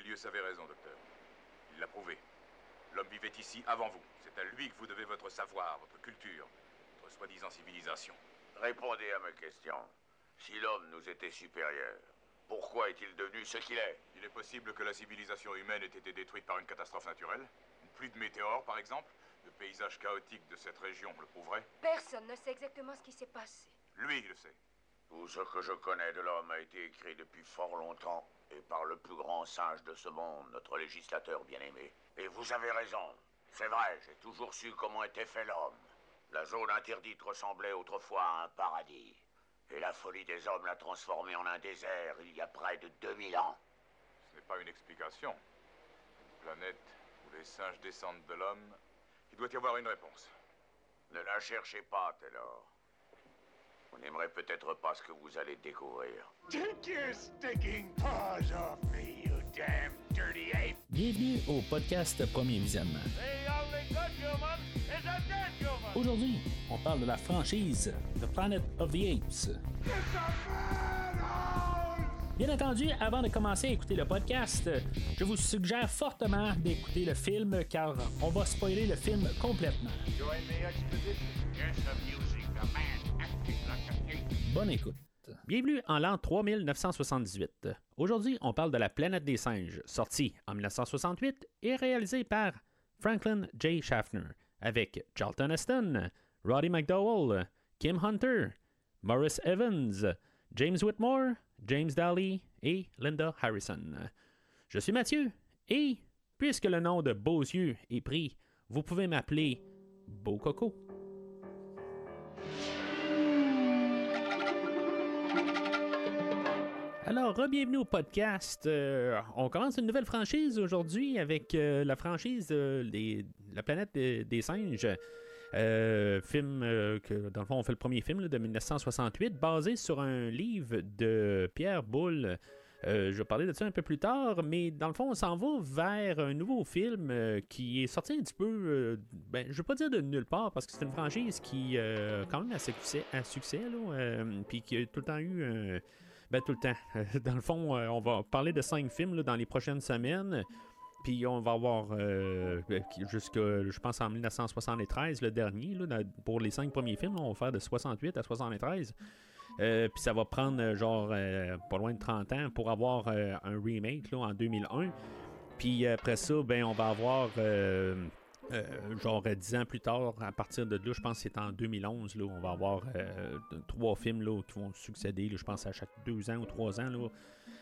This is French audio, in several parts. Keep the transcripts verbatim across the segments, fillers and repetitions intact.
Cornelius avait raison, docteur. Il l'a prouvé. L'homme vivait ici avant vous. C'est à lui que vous devez votre savoir, votre culture, votre soi-disant civilisation. Répondez à ma question. Si l'homme nous était supérieur, pourquoi est-il devenu ce qu'il est? Il est possible que la civilisation humaine ait été détruite par une catastrophe naturelle. Une pluie de météores, par exemple. Le paysage chaotique de cette région le prouverait. Personne ne sait exactement ce qui s'est passé. Lui, il le sait. Tout ce que je connais de l'homme a été écrit depuis fort longtemps, et par le plus grand singe de ce monde, notre législateur bien-aimé. Et vous avez raison. C'est vrai, j'ai toujours su comment était fait l'homme. La zone interdite ressemblait autrefois à un paradis. Et la folie des hommes l'a transformé en un désert il y a près de deux mille ans. Ce n'est pas une explication. Une planète où les singes descendent de l'homme, il doit y avoir une réponse. Ne la cherchez pas, Taylor. Vous n'aimerez peut-être pas ce que vous allez découvrir. Take your stinking paws off me, you damn dirty ape! Bienvenue au podcast Premier Visionnement. The only good human is a dead human! Aujourd'hui, on parle de la franchise The Planet of the Apes. It's a madhouse! Bien entendu, avant de commencer à écouter le podcast, je vous suggère fortement d'écouter le film car on va spoiler le film complètement. Join the expedition. Yes, amusing. The man acting like an ape. Bonne écoute. Bienvenue en l'an trois mille neuf cent soixante-dix-huit. Aujourd'hui, on parle de La Planète des Singes, sorti en mille neuf cent soixante-huit et réalisé par Franklin J. Schaffner, avec Charlton Heston, Roddy McDowall, Kim Hunter, Maurice Evans, James Whitmore, James Daly et Linda Harrison. Je suis Mathieu et, puisque le nom de Beaux Yeux est pris, vous pouvez m'appeler Beau Coco. Alors, bienvenue au podcast. Euh, on commence une nouvelle franchise aujourd'hui avec euh, la franchise euh, des, La Planète des, des Singes. Euh, film euh, que, dans le fond, on fait le premier film là, de mille neuf cent soixante-huit, basé sur un livre de Pierre Boulle. Euh, je vais parler de ça un peu plus tard, mais dans le fond, on s'en va vers un nouveau film euh, qui est sorti un petit peu, euh, ben, je ne veux pas dire de nulle part, parce que c'est une franchise qui euh, quand même a succès, à succès là, euh, puis qui a tout le temps eu un... Ben, tout le temps. Dans le fond, euh, on va parler de cinq films là, dans les prochaines semaines. Puis on va avoir euh, jusqu'à, je pense, en mille neuf cent soixante-treize, le dernier. Là, pour les cinq premiers films, là, on va faire de soixante-huit à soixante-treize. Euh, puis ça va prendre genre euh, pas loin de trente ans pour avoir euh, un remake là, en deux mille un. Puis après ça, ben on va avoir... Euh, Euh, genre dix ans plus tard, à partir de là, je pense que c'est en deux mille onze, là, on va avoir euh, trois films là, qui vont succéder, là, je pense à chaque deux ans ou trois ans. Là.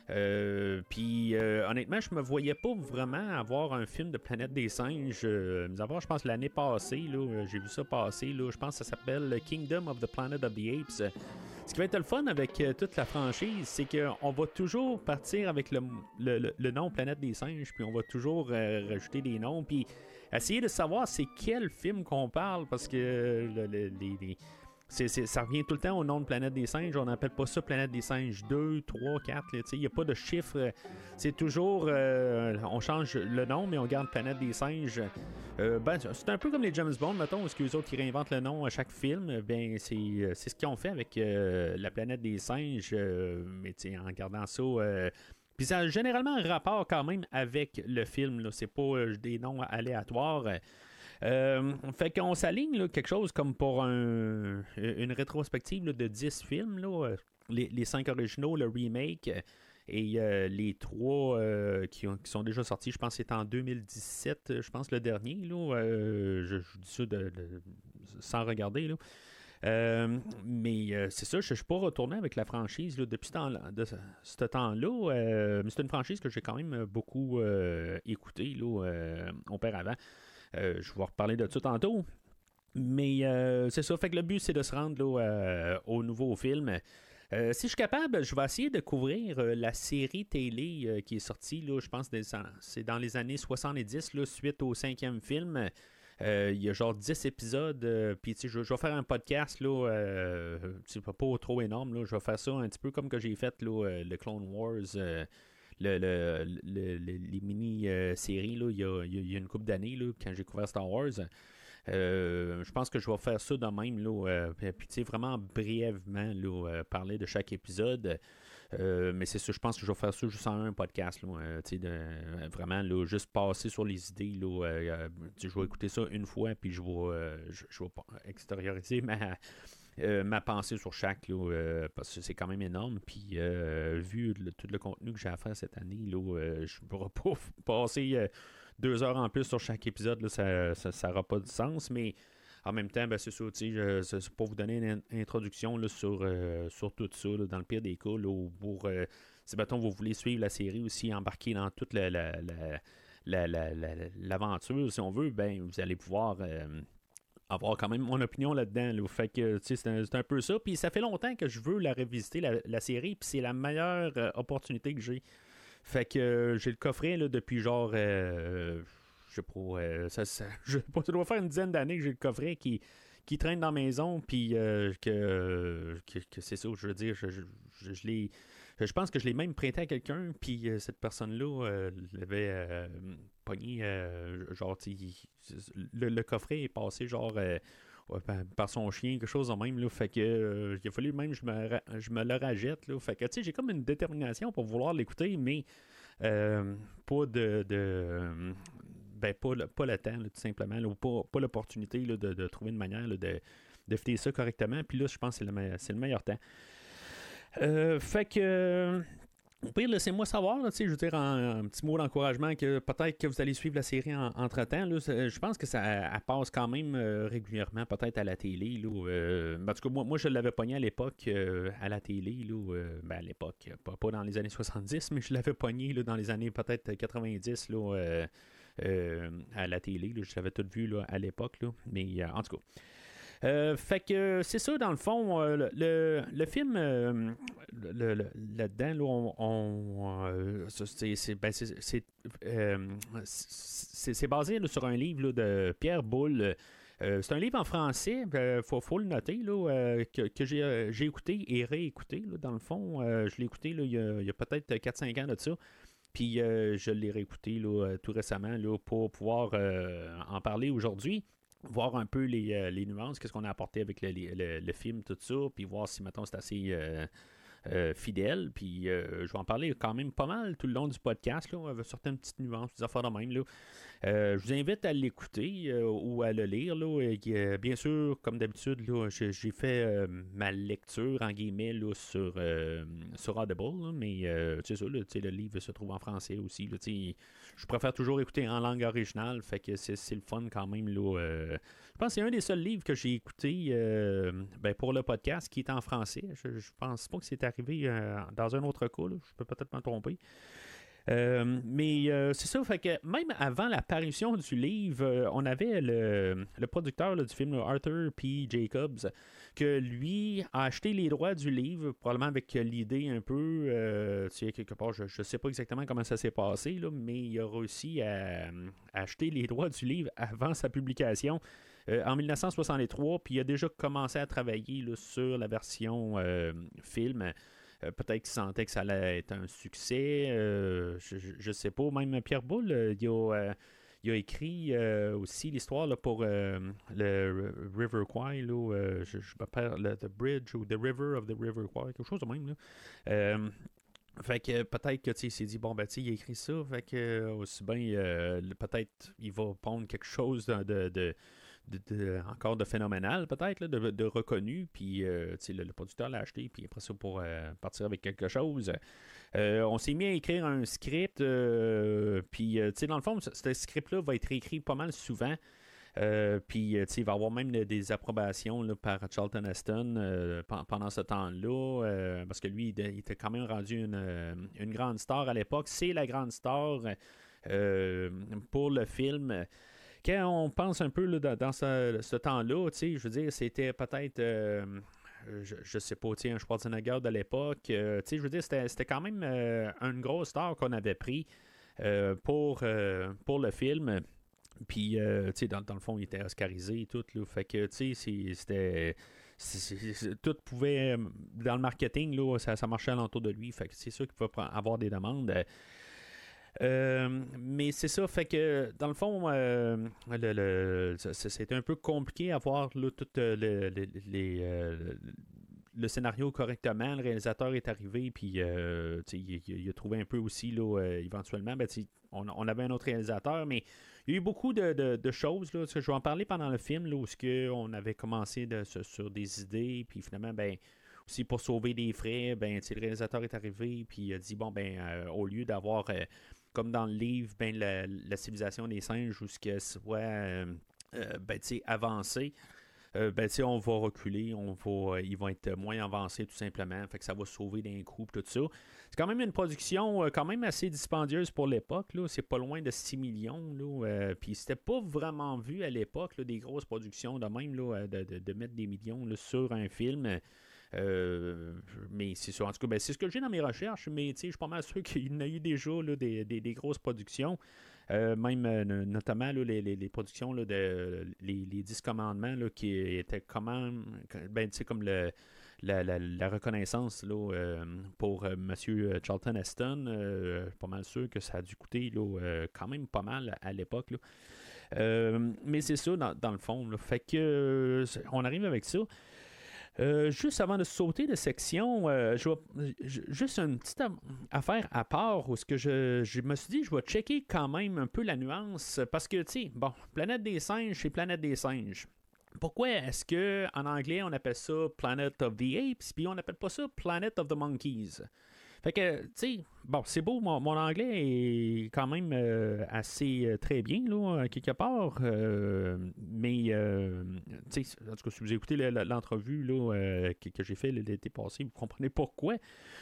Euh, Puis euh, honnêtement, je me voyais pas vraiment avoir un film de Planète des Singes. Euh, mais avoir, je pense l'année passée, là, j'ai vu ça passer. Là, je pense que ça s'appelle Kingdom of the Planet of the Apes. Ce qui va être le fun avec euh, toute la franchise, c'est qu'on va toujours partir avec le, le, le, le nom Planète des Singes, puis on va toujours euh, rajouter des noms, puis essayer de savoir c'est quel film qu'on parle, parce que euh, le, le, les, les, c'est, c'est, ça revient tout le temps au nom de Planète des Singes. On n'appelle pas ça Planète des Singes deux, trois, quatre. Il n'y a pas de chiffre. C'est toujours... Euh, on change le nom, mais on garde Planète des Singes. Euh, ben, c'est un peu comme les James Bond, mettons, où les autres qui réinventent le nom à chaque film. Ben, c'est, c'est ce qu'ils ont fait avec euh, La Planète des Singes, euh, mais en gardant ça... Euh, Puis ça a généralement un rapport quand même avec le film. Là. C'est pas euh, des noms aléatoires. Euh, fait qu'on s'aligne là, quelque chose comme pour un, une rétrospective là, de dix films. Là, les, les cinq originaux, le remake et euh, les trois euh, qui, ont, qui sont déjà sortis. Je pense que c'est en deux mille dix-sept, je pense le dernier. Là, euh, je, je dis ça de, de, sans regarder. Là. Euh, mais euh, c'est ça, je ne suis pas retourné avec la franchise là, depuis ce temps-là, de ce, ce temps-là. Euh, mais c'est une franchise que j'ai quand même beaucoup euh, écoutée là, euh, auparavant. Euh, je vais vous reparler de ça tantôt. Mais euh, c'est ça, fait que le but c'est de se rendre là, euh, au nouveau film. Euh, si je suis capable, je vais essayer de couvrir euh, la série télé euh, qui est sortie, là, je pense que c'est dans les années soixante-dix, là, suite au cinquième film. Euh, il y a genre dix épisodes, euh, puis je, je vais faire un podcast, là, euh, c'est pas, pas trop énorme, là, je vais faire ça un petit peu comme que j'ai fait là, euh, le Clone Wars, euh, le, le, le, le, les mini-séries, euh, il y a, y a une couple d'années, là, quand j'ai couvert Star Wars. Euh, je pense que je vais faire ça de même, là, euh, puis tu sais, vraiment brièvement là, euh, parler de chaque épisode. Euh, mais c'est ça, je pense que je vais faire ça juste en un podcast. Là, euh, de, euh, vraiment, là, juste passer sur les idées. Là, euh, je vais écouter ça une fois, puis je vais, euh, je, je vais extérioriser ma, euh, ma pensée sur chaque, là, euh, parce que c'est quand même énorme. Puis, euh, vu le, tout le contenu que j'ai à faire cette année, là, euh, je ne pourrai pas passer euh, deux heures en plus sur chaque épisode. Là, ça n'aura pas de sens, mais. En même temps, ben, c'est ça, je, c'est pour vous donner une introduction là, sur, euh, sur tout ça, là, dans le pire des cas, là, où pour, euh, si mettons, vous voulez suivre la série aussi, embarquer dans toute la, la, la, la, la, la, l'aventure, si on veut, ben vous allez pouvoir euh, avoir quand même mon opinion là-dedans. Là. Fait que c'est un, c'est un peu ça. Puis ça fait longtemps que je veux la revisiter, la, la série, puis c'est la meilleure euh, opportunité que j'ai. Fait que euh, j'ai le coffret là, depuis genre... Euh, je sais pas, euh, ça, ça, je sais pas, ça doit faire une dizaine d'années que j'ai le coffret qui, qui traîne dans la maison, puis euh, que, que, que c'est ça, je veux dire, je, je, je, je l'ai, je pense que je l'ai même prêté à quelqu'un, puis euh, cette personne-là euh, l'avait euh, pogné, euh, genre, le, le coffret est passé, genre, euh, ouais, par son chien, quelque chose de même, là, fait que euh, il a fallu même que je me, je me le rajette, là, fait que, tu sais, j'ai comme une détermination pour vouloir l'écouter, mais euh, pas de... de Ben, pas, le, pas le temps, là, tout simplement, là, ou pas, pas l'opportunité là, de, de trouver une manière là, de, de faire ça correctement. Puis là, je pense que c'est le, me- c'est le meilleur temps. Euh, fait que, au pire, laissez-moi savoir, là, je veux dire, en, un petit mot d'encouragement, que peut-être que vous allez suivre la série en, entre-temps. Là, je pense que ça elle passe quand même euh, régulièrement, peut-être à la télé. Là, euh, en tout cas, moi, moi, je l'avais pogné à l'époque euh, à la télé. Là, euh, ben, à l'époque, pas, pas dans les années soixante-dix, mais je l'avais pogné là, dans les années peut-être quatre-vingt-dix. Là, euh, Euh, à la télé, là, je l'avais tout vu là, à l'époque, là, mais euh, en tout cas. Euh, fait que c'est ça, dans le fond, euh, le, le film, euh, le, le, là-dedans, là, on, on euh, c'est, c'est, ben, c'est, c'est, euh, c'est, c'est basé là, sur un livre là, de Pierre Boulle. Euh, c'est un livre en français, il euh, faut, faut le noter, là, euh, que, que j'ai, euh, j'ai écouté et réécouté, là, dans le fond. Euh, je l'ai écouté là, il, y a, il y a peut-être quatre cinq ans de ça. Puis euh, je l'ai réécouté là, tout récemment là, pour pouvoir euh, en parler aujourd'hui, voir un peu les, euh, les nuances, qu'est-ce qu'on a apporté avec le, le, le film, tout ça, puis voir si, mettons, c'est assez euh, euh, fidèle. Puis euh, je vais en parler quand même pas mal tout le long du podcast, là, avec certaines petites nuances, des affaires de même. Là. Euh, je vous invite à l'écouter euh, ou à le lire. Là, et, euh, bien sûr, comme d'habitude, là, j'ai, j'ai fait euh, ma lecture en guillemets là, sur, euh, sur Audible, là, mais euh, c'est ça, là, le livre se trouve en français aussi. Là, je préfère toujours écouter en langue originale, fait que c'est, c'est le fun quand même. Là, euh, je pense que c'est un des seuls livres que j'ai écouté euh, ben, pour le podcast qui est en français. Je, je pense pas que c'est arrivé euh, dans un autre cas. Là. Je peux peut-être me tromper. Euh, mais euh, c'est ça, fait que même avant l'apparition du livre, euh, on avait le, le producteur là, du film, là, Arthur P. Jacobs, que lui a acheté les droits du livre, probablement avec l'idée un peu, euh, tu sais, quelque part, je ne sais pas exactement comment ça s'est passé, là, mais il a réussi à, à acheter les droits du livre avant sa publication. Euh, en dix-neuf cent soixante-trois, puis il a déjà commencé à travailler là, sur la version euh, film. Euh, peut-être qu'il sentait que ça allait être un succès. Euh, je ne sais pas. Même Pierre Boulle, euh, il, a, euh, il a écrit euh, aussi l'histoire là, pour euh, le River Kwai. Là, euh, je, je me perds, le The Bridge ou The River of the River Kwai, quelque chose de même. Là. Euh, fait que peut-être que il s'est dit, bon, ben, tu sais, il a écrit ça. Fait que aussi bien, euh, peut-être il va pondre quelque chose de. de, de De, de, encore de phénoménal peut-être, là, de, de reconnu, puis euh, le, le producteur l'a acheté, puis après ça pour euh, partir avec quelque chose. Euh, on s'est mis à écrire un script, euh, puis euh, dans le fond, ce, ce script-là va être écrit pas mal souvent. Euh, puis il va y avoir même des approbations là, par Charlton Heston euh, pendant ce temps-là, euh, parce que lui, il, il était quand même rendu une, une grande star à l'époque. C'est la grande star euh, pour le film. Quand on pense un peu là, dans ce, ce temps-là, je veux dire, c'était peut-être, euh, je, je sais pas, un Schwarzenegger de l'époque. Euh, je veux dire, c'était, c'était quand même euh, une grosse star qu'on avait pris euh, pour, euh, pour le film. Puis, euh, dans, dans le fond, il était oscarisé et tout. Là, fait que, tu sais, c'était... C'est, c'est, c'est, tout pouvait... Dans le marketing, là, ça, ça marchait alentour de lui. Fait que c'est sûr qu'il pouvait avoir des demandes. Euh, mais c'est ça, fait que dans le fond, euh, le, le, c'est, c'est un peu compliqué à voir là, toutes le, le, les, euh, le scénario correctement. Le réalisateur est arrivé, puis euh, il, il a trouvé un peu aussi, là, euh, éventuellement, ben, on, on avait un autre réalisateur, mais il y a eu beaucoup de, de, de choses. Là, je vais en parler pendant le film, là, où on avait commencé de, sur, sur des idées, puis finalement, ben, aussi pour sauver des frais, ben, le réalisateur est arrivé, puis il a dit, bon, ben, euh, au lieu d'avoir, euh, comme dans le livre, ben, la, la civilisation des singes, où ce que soit euh, euh, ben, avancé, Euh, ben, on va reculer, on va, euh, ils vont être moins avancés tout simplement, fait que ça va sauver d'un coup tout ça. C'est quand même une production euh, quand même assez dispendieuse pour l'époque, là. C'est pas loin de six millions, là, euh, puis c'était pas vraiment vu à l'époque, là, des grosses productions de même, là, de, de, de mettre des millions là, sur un film. Euh, mais c'est sûr, en tout cas, ben, c'est ce que j'ai dans mes recherches, mais je suis pas mal sûr qu'il y en a eu déjà là, des, des, des grosses productions. Euh, même euh, notamment là, les, les, les productions là, de les, les dix commandements là, qui étaient comment ben, comme le, la, la, la reconnaissance là, euh, pour euh, M. Charlton Heston. Euh, pas mal sûr que ça a dû coûter là, euh, quand même pas mal à l'époque. Là. Euh, mais c'est ça dans, dans le fond. Là. Fait que euh, on arrive avec ça. Euh, juste avant de sauter de section, euh, je vais, juste une petite affaire à part où ce que je, je me suis dit, je vais checker quand même un peu la nuance parce que, tu sais, bon, Planète des singes, c'est Planète des singes. Pourquoi est-ce que en anglais on appelle ça Planet of the Apes puis on n'appelle pas ça Planet of the Monkeys? Fait que, tu sais, bon, c'est beau, mon, mon anglais est quand même euh, assez euh, très bien, là, quelque part. Euh, mais, euh, tu sais, en tout cas, si vous écoutez l'entrevue là, euh, que, que j'ai fait l'été passé, vous comprenez pourquoi.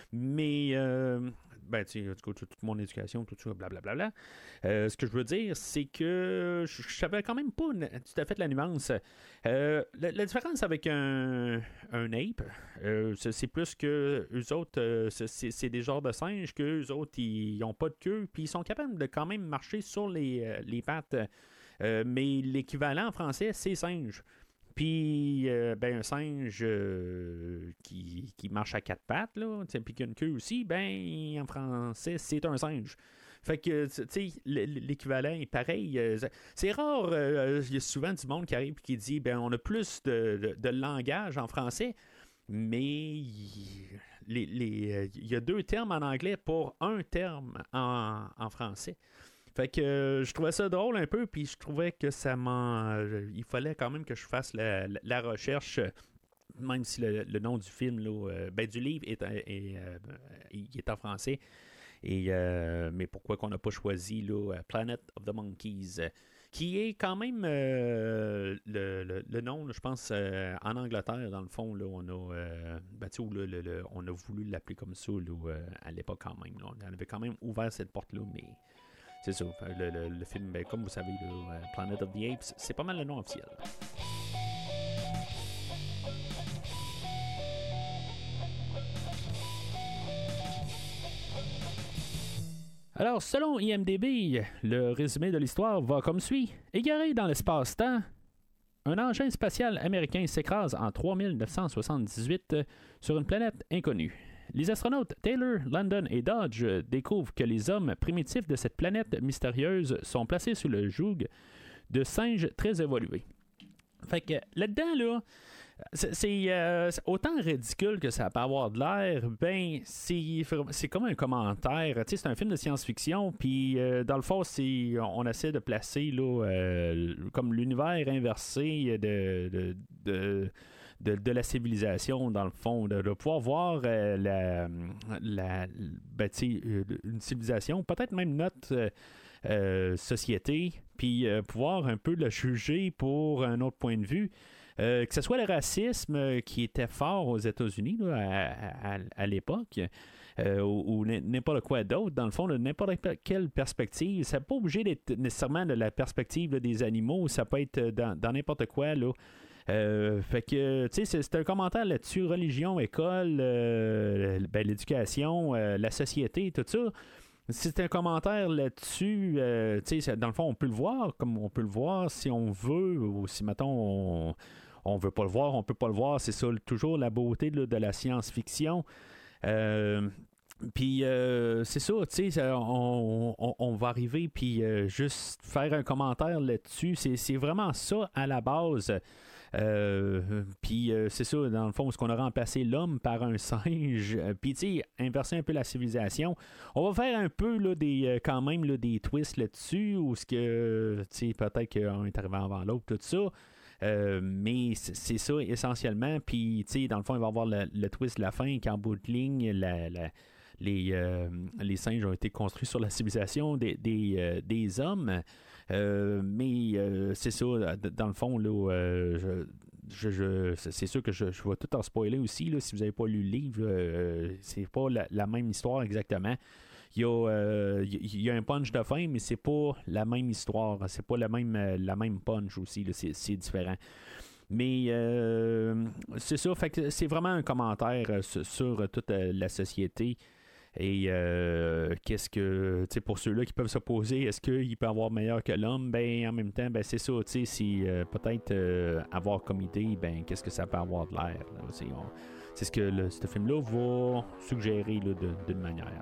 Mais, euh, ben, tu sais, en tout cas, toute mon éducation, tout ça, blablabla. Euh, ce que je veux dire, c'est que je, je savais quand même pas tout à fait la nuance. Euh, la, la différence avec un, un ape, euh, c'est, c'est plus que eux autres, euh, c'est, c'est des genres de singes qu'eux autres, ils n'ont pas de queue, puis ils sont capables de quand même marcher sur les, euh, les pattes. Euh, mais l'équivalent en français, c'est singe. Puis, euh, ben, un singe euh, qui, qui marche à quatre pattes, là, puis qui a une queue aussi, ben, en français, c'est un singe. Fait que, tu sais, l'équivalent est pareil. C'est rare, il euh, y a souvent du monde qui arrive et qui dit, ben, on a plus de, de, de langage en français, mais il les, les, y a deux termes en anglais pour un terme en, en français. Fait que euh, je trouvais ça drôle un peu, puis je trouvais que ça m'en... Euh, il fallait quand même que je fasse la, la, la recherche, même si le, le nom du film, là, euh, ben, du livre, est, est, est, euh, il est en français. Et, euh, mais pourquoi qu'on n'a pas choisi là, Planet of the Monkeys, euh, qui est quand même euh, le, le, le nom, là, je pense, euh, en Angleterre, dans le fond, là, on, a, euh, ben, là, le, le, on a voulu l'appeler comme ça là, euh, à l'époque quand même. Là. On avait quand même ouvert cette porte-là, mais... C'est ça, le, le, le film, ben, comme vous savez, là, Planet of the Apes, c'est pas mal le nom officiel. Alors, selon I M D B, le résumé de l'histoire va comme suit. Égaré dans l'espace-temps, un engin spatial américain s'écrase en trois mille neuf cent soixante-dix-huit sur une planète inconnue. Les astronautes Taylor, Landon et Dodge découvrent que les hommes primitifs de cette planète mystérieuse sont placés sous le joug de singes très évolués. Fait que là-dedans, là, c'est, c'est, euh, c'est autant ridicule que ça peut avoir de l'air, ben, c'est, c'est comme un commentaire. Tu sais, c'est un film de science-fiction, puis euh, dans le fond, c'est, on essaie de placer là, euh, comme l'univers inversé de... de, de De, de la civilisation, dans le fond, de, de pouvoir voir euh, la, la, ben, une civilisation, peut-être même notre euh, euh, société, puis euh, pouvoir un peu la juger pour un autre point de vue. Euh, que ce soit le racisme euh, qui était fort aux États-Unis là, à, à, à l'époque, euh, ou, ou n'importe quoi d'autre, dans le fond, de n'importe quelle perspective. Ça n'est pas obligé d'être nécessairement de la perspective là, des animaux, ça peut être dans, dans n'importe quoi, là. Euh, fait que, tu sais, c'est, c'est un commentaire là-dessus, religion, école, euh, ben, l'éducation, euh, la société, tout ça. C'est un commentaire là-dessus, euh, tu sais, dans le fond, on peut le voir, comme on peut le voir si on veut, ou si, mettons, on, on veut pas le voir, on peut pas le voir. C'est ça, toujours la beauté là, de la science-fiction. Euh, Puis, euh, c'est ça, tu sais, on, on, on, va arriver puis euh, juste faire un commentaire là-dessus. C'est, c'est vraiment ça à la base. Euh, puis euh, c'est ça, dans le fond, est-ce qu'on a remplacé l'homme par un singe, euh, puis tu sais, inverser un peu la civilisation. On va faire un peu là, des, euh, quand même là, des twists là-dessus, ou ce que, tu sais, peut-être qu'un est arrivé avant l'autre, tout ça. Euh, mais c'est, c'est ça essentiellement. Puis tu sais, dans le fond, il va y avoir le, le twist de la fin, qu'en bout de ligne, la, la, les, euh, les singes ont été construits sur la civilisation des, des, euh, des hommes. Euh, mais euh, c'est ça, dans le fond, là, euh, je, je, je, c'est sûr que je, je vais tout en spoiler aussi. Là, si vous n'avez pas lu le livre, euh, c'est pas la, la même histoire exactement. Il y, a, euh, il y a un punch de fin, mais c'est pas la même histoire. C'est pas la même, la même punch aussi. Là, c'est, c'est différent. Mais euh, c'est ça, fait que c'est vraiment un commentaire sur, sur toute la société. Et euh, qu'est-ce que, tu sais, pour ceux-là qui peuvent se poser, est-ce qu'il peut avoir meilleur que l'homme? Ben, en même temps, ben, c'est ça, tu sais, si euh, peut-être euh, avoir comme idée, ben, qu'est-ce que ça peut avoir de l'air? Là, c'est, on, c'est ce que le, ce film-là va suggérer là, de, d'une manière.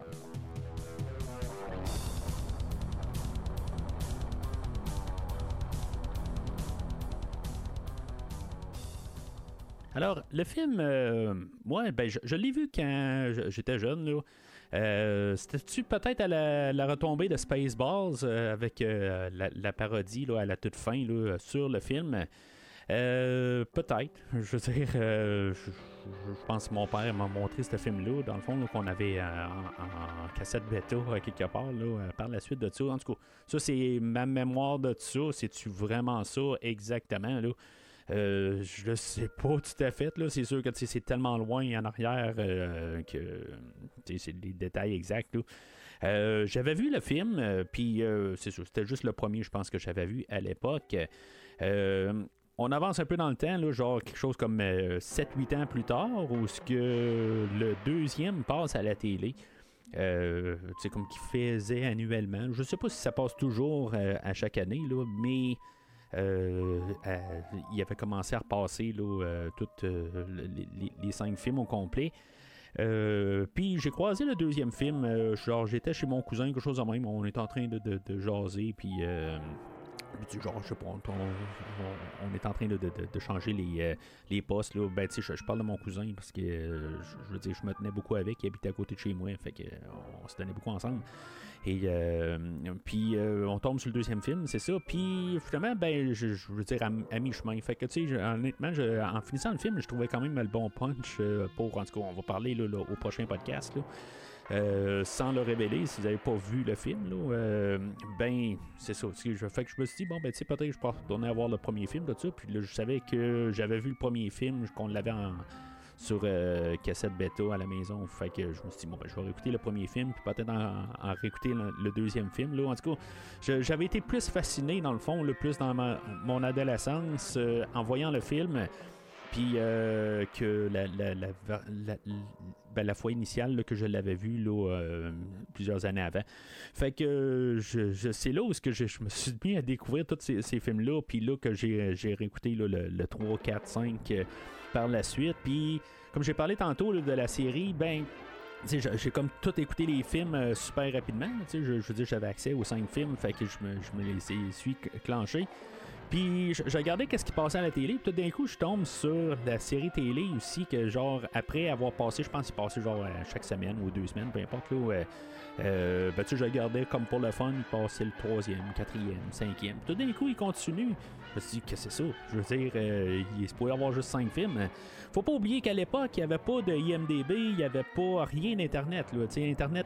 Alors, le film, euh, moi, ben, je, je l'ai vu quand j'étais jeune, là. Euh, c'était-tu peut-être à la, la retombée de Spaceballs euh, avec euh, la, la parodie là, à la toute fin là, sur le film? Euh, peut-être. Je veux dire, euh, je, je pense que mon père m'a montré ce film-là, dans le fond, là, qu'on avait en, en, en cassette bêta quelque part là, par la suite de ça. En tout cas, ça, c'est ma mémoire de ça. C'est-tu vraiment ça exactement, là? Euh, je le sais pas tout à fait. Là. C'est sûr que c'est tellement loin en arrière euh, que c'est les détails exacts. Là. Euh, j'avais vu le film, euh, puis euh, c'est sûr, c'était juste le premier, je pense, que j'avais vu à l'époque. Euh, on avance un peu dans le temps, là, genre quelque chose comme euh, sept huit ans plus tard, où ce que le deuxième passe à la télé. Euh, c'est comme qu'il faisait annuellement. Je sais pas si ça passe toujours euh, à chaque année, là, mais Euh, euh, il avait commencé à repasser là, euh, tous euh, les, les, les cinq films au complet. Euh, Puis j'ai croisé le deuxième film. Euh, genre, j'étais chez mon cousin, quelque chose de même. On est en train de, de, de jaser. Puis, euh, genre, je sais pas, on, on, on est en train de, de, de changer les, euh, les postes. Là. Ben, tu sais, je, je parle de mon cousin parce que euh, je, je veux dire, je me tenais beaucoup avec. Il habitait à côté de chez moi. Fait que, on, on se tenait beaucoup ensemble. Et euh, puis euh, on tombe sur le deuxième film, c'est ça. Puis finalement, ben, je, je veux dire, à, à mi-chemin. Fait que, tu sais, honnêtement, je, en finissant le film, je trouvais quand même le bon punch euh, pour, en tout cas, on va parler là, là, au prochain podcast, là. Euh, sans le révéler, si vous n'avez pas vu le film, là, euh, ben, c'est ça. Je, fait que je me suis dit, bon, ben, tu sais, peut-être que je peux retourner à voir le premier film de ça. Puis là, je savais que j'avais vu le premier film, qu'on l'avait en. sur euh, cassette bêta à la maison. Fait que je me suis dit, bon, ben, je vais réécouter le premier film, puis peut-être en, en réécouter le, le deuxième film. Là. En tout cas, je, j'avais été plus fasciné, dans le fond, le plus dans ma, mon adolescence, euh, en voyant le film, puis euh, que la, la, la, la, la, ben, la fois initiale là, que je l'avais vu là, euh, plusieurs années avant. Fait que je, je, c'est là où que je, je me suis mis à découvrir tous ces, ces films-là, puis là que j'ai, j'ai réécouté là, le, le trois, quatre, cinq euh, par la suite. Puis, comme j'ai parlé tantôt là, de la série, ben, j'ai, j'ai comme tout écouté les films euh, super rapidement. Je, je veux dire, j'avais accès aux cinq films, fait que je me, je me les suis clenchés. Puis je, je regardais qu'est-ce qui passait à la télé, puis tout d'un coup je tombe sur la série télé aussi, que genre après avoir passé, je pense qu'il passait genre chaque semaine ou deux semaines, peu importe là, euh, euh, ben tu sais, je regardais comme pour le fun, il passait le troisième, quatrième, cinquième, tout d'un coup il continue. Je me suis dit, qu'est-ce que c'est ça? Je veux dire, euh, il se pouvait avoir juste cinq films. Faut pas oublier qu'à l'époque, il n'y avait pas de I M D B, il n'y avait pas rien d'Internet. Là. Internet,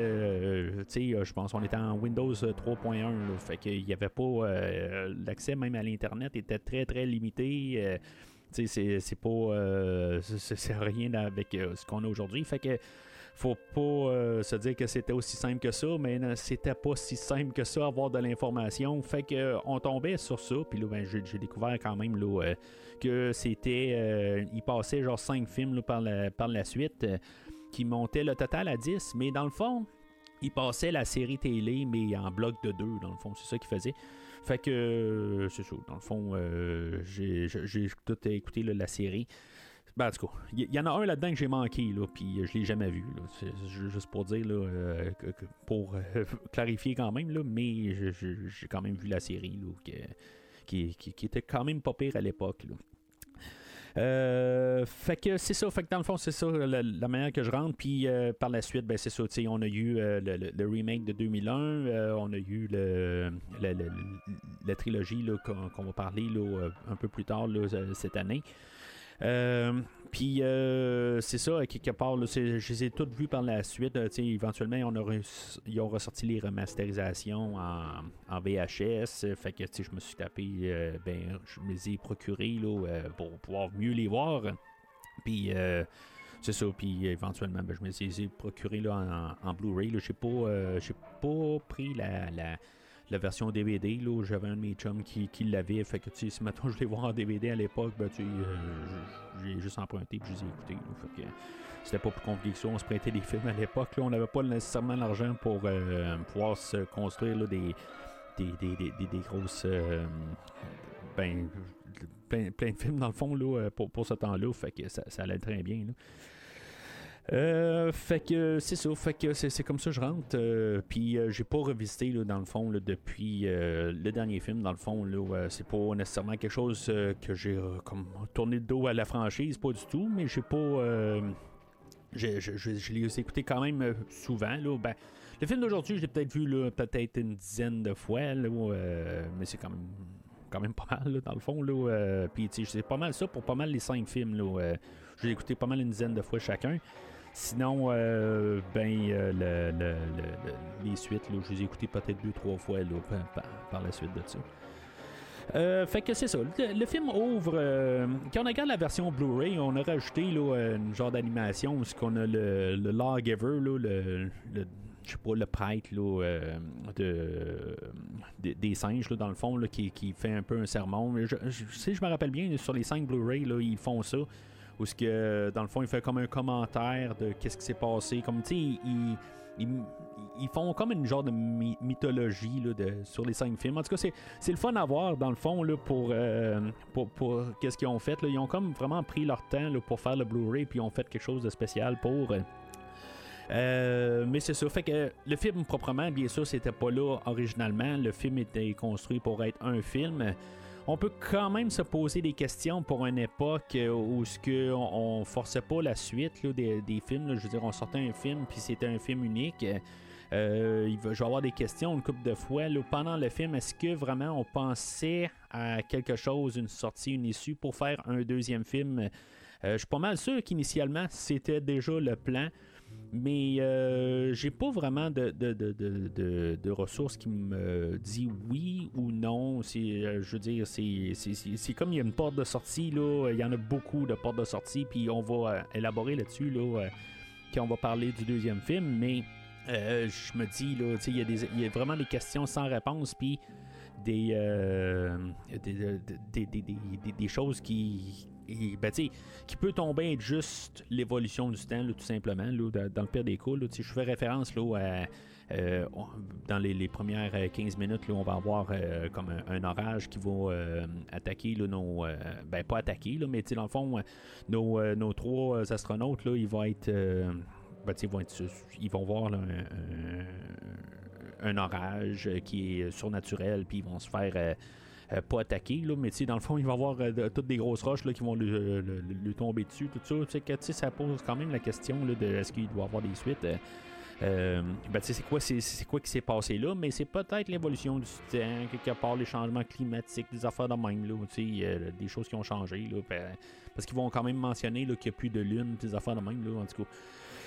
euh, je pense qu'on était en Windows trois point un. Là, fait qu'il n'y avait pas... Euh, l'accès même à l'Internet était très, très limité. Euh, c'est, c'est pas... Euh, c'est, c'est rien avec euh, ce qu'on a aujourd'hui. Fait que faut pas euh, se dire que c'était aussi simple que ça, mais non, c'était pas si simple que ça avoir de l'information. Fait que euh, on tombait sur ça, puis là ben, j'ai, j'ai découvert quand même là, euh, que c'était, euh, il passait genre cinq films là, par, la, par la suite, euh, qui montaient le total à dix, mais dans le fond, il passait la série télé, mais en bloc de deux, dans le fond, c'est ça qu'il faisait. Fait que euh, c'est ça, dans le fond, euh, j'ai, j'ai, j'ai tout écouté là, la série. Ben, en tout cas, il y, y en a un là-dedans que j'ai manqué, là, puis je l'ai jamais vu. Là. C'est, c'est juste pour dire, là, euh, que, que, pour euh, clarifier quand même, là, mais je, je, j'ai quand même vu la série là, que, qui, qui, qui était quand même pas pire à l'époque. Là. Euh, fait que c'est ça, fait que dans le fond c'est ça la, la manière que je rentre, puis euh, par la suite ben c'est ça, tu sais, on a eu euh, le, le, le remake de deux mille un, euh, on a eu le, le, le, le la trilogie là, qu'on, qu'on va parler là, un peu plus tard là, cette année. Euh, puis euh, c'est ça, quelque part, là, c'est, je les ai toutes vues par la suite. Euh, éventuellement, on a re- ils ont ressorti les remasterisations en, en V H S. Fait que je me suis tapé, euh, ben, je me les ai procurés là, euh, pour pouvoir mieux les voir. Puis euh, c'est ça, puis éventuellement, ben, je me les ai procurés là, en, en Blu-ray. Là. J'ai pas, euh, j'ai pas pris la. la la version D V D, là, j'avais un de mes chums qui, qui l'avait, fait que, tu sais, si maintenant je les vois en D V D à l'époque, ben, tu sais, euh, j'ai juste emprunté puis je les ai écoutés, là, fait que c'était pas plus compliqué que ça, on se prêtait des films à l'époque, là, on n'avait pas nécessairement l'argent pour euh, pouvoir se construire, là, des, des, des, des, des, des grosses, euh, ben, plein, plein de films, dans le fond, là, pour, pour ce temps-là, fait que ça, ça allait très bien, là. Euh, fait que c'est ça, fait que c'est, c'est comme ça que je rentre. Euh, puis euh, j'ai pas revisité là, dans le fond là, depuis euh, le dernier film. Dans le fond, là, euh, c'est pas nécessairement quelque chose euh, que j'ai euh, comme tourné le dos à la franchise, pas du tout, mais j'ai pas. Euh, j'ai, je, je, je l'ai écouté quand même euh, souvent. Là, ben, le film d'aujourd'hui, je l'ai peut-être vu là, peut-être une dizaine de fois, là, euh, mais c'est quand même. quand même pas mal là, dans le fond là, euh, puis tu sais c'est pas mal ça pour pas mal les cinq films là, euh, j'ai écouté pas mal une dizaine de fois chacun. Sinon, euh, ben, euh, le, le, le, le, les suites, là, je les ai écoutées peut-être deux, trois fois là, par, par la suite de ça. Euh, fait que c'est ça. Le, le film ouvre. Euh, quand on regarde la version Blu-ray, on a rajouté là, une genre d'animation où on a le, le Lawgiver, là, le, le je sais pas, le prêtre là, euh, de, de, des singes, là, dans le fond, là, qui, qui fait un peu un sermon. Je, je, si je me rappelle bien, sur les cinq Blu-ray, là, ils font ça. Où ce que, dans le fond, il fait comme un commentaire de qu'est-ce qui s'est passé. Comme, tu sais, ils, ils, ils font comme une genre de my- mythologie là, de, sur les cinq films. En tout cas, c'est, c'est le fun à voir, dans le fond, là, pour, euh, pour, pour qu'est-ce qu'ils ont fait. Là. Ils ont comme vraiment pris leur temps là, pour faire le Blu-ray, puis ils ont fait quelque chose de spécial pour... Euh, mais c'est ça, fait que le film proprement, bien sûr, c'était pas là originalement. Le film était construit pour être un film. On peut quand même se poser des questions pour une époque où ce que on, on forçait pas la suite là, des, des films. Là. Je veux dire, on sortait un film puis c'était un film unique. Euh, il va, je vais avoir des questions une couple de fois. Là, pendant le film, est-ce que vraiment on pensait à quelque chose, une sortie, une issue pour faire un deuxième film? Euh, je suis pas mal sûr qu'initialement, c'était déjà le plan. Mais euh, j'ai pas vraiment de, de, de, de, de, de ressources qui me dit oui ou non. C'est, euh, je veux dire, c'est, c'est, c'est, c'est comme il y a une porte de sortie, là. Il y en a beaucoup de portes de sortie, puis on va euh, élaborer là-dessus là, euh, quand on va parler du deuxième film. Mais euh, je me dis, là, il y, a des, il y a vraiment des questions sans réponse, puis des, euh, des, des, des, des, des, des choses qui... Et, ben, qui peut tomber être juste l'évolution du temps, là, tout simplement, là, dans le pire des cas. Là, je fais référence là, à, euh, dans les, les premières quinze minutes, là, on va avoir euh, comme un, un orage qui va euh, attaquer là, nos... Euh, ben, pas attaquer, là, mais dans le fond, nos, euh, nos trois astronautes, là, ils vont être... Euh, ben, ils, vont être ils vont voir là, un, un, un orage qui est surnaturel, puis ils vont se faire... Euh, Euh, pas attaqué, là, mais dans le fond, il va y avoir euh, toutes des grosses roches là, qui vont lui, euh, lui, lui tomber dessus, tout ça. Que, ça pose quand même la question là, de est-ce qu'il doit y avoir des suites. Euh, euh, ben, c'est, quoi, c'est, c'est quoi qui s'est passé là, mais c'est peut-être l'évolution du temps, quelque part les changements climatiques, des affaires de même, là, euh, des choses qui ont changé. Là, parce qu'ils vont quand même mentionner là, qu'il n'y a plus de lune, des affaires de même, là, en tout cas.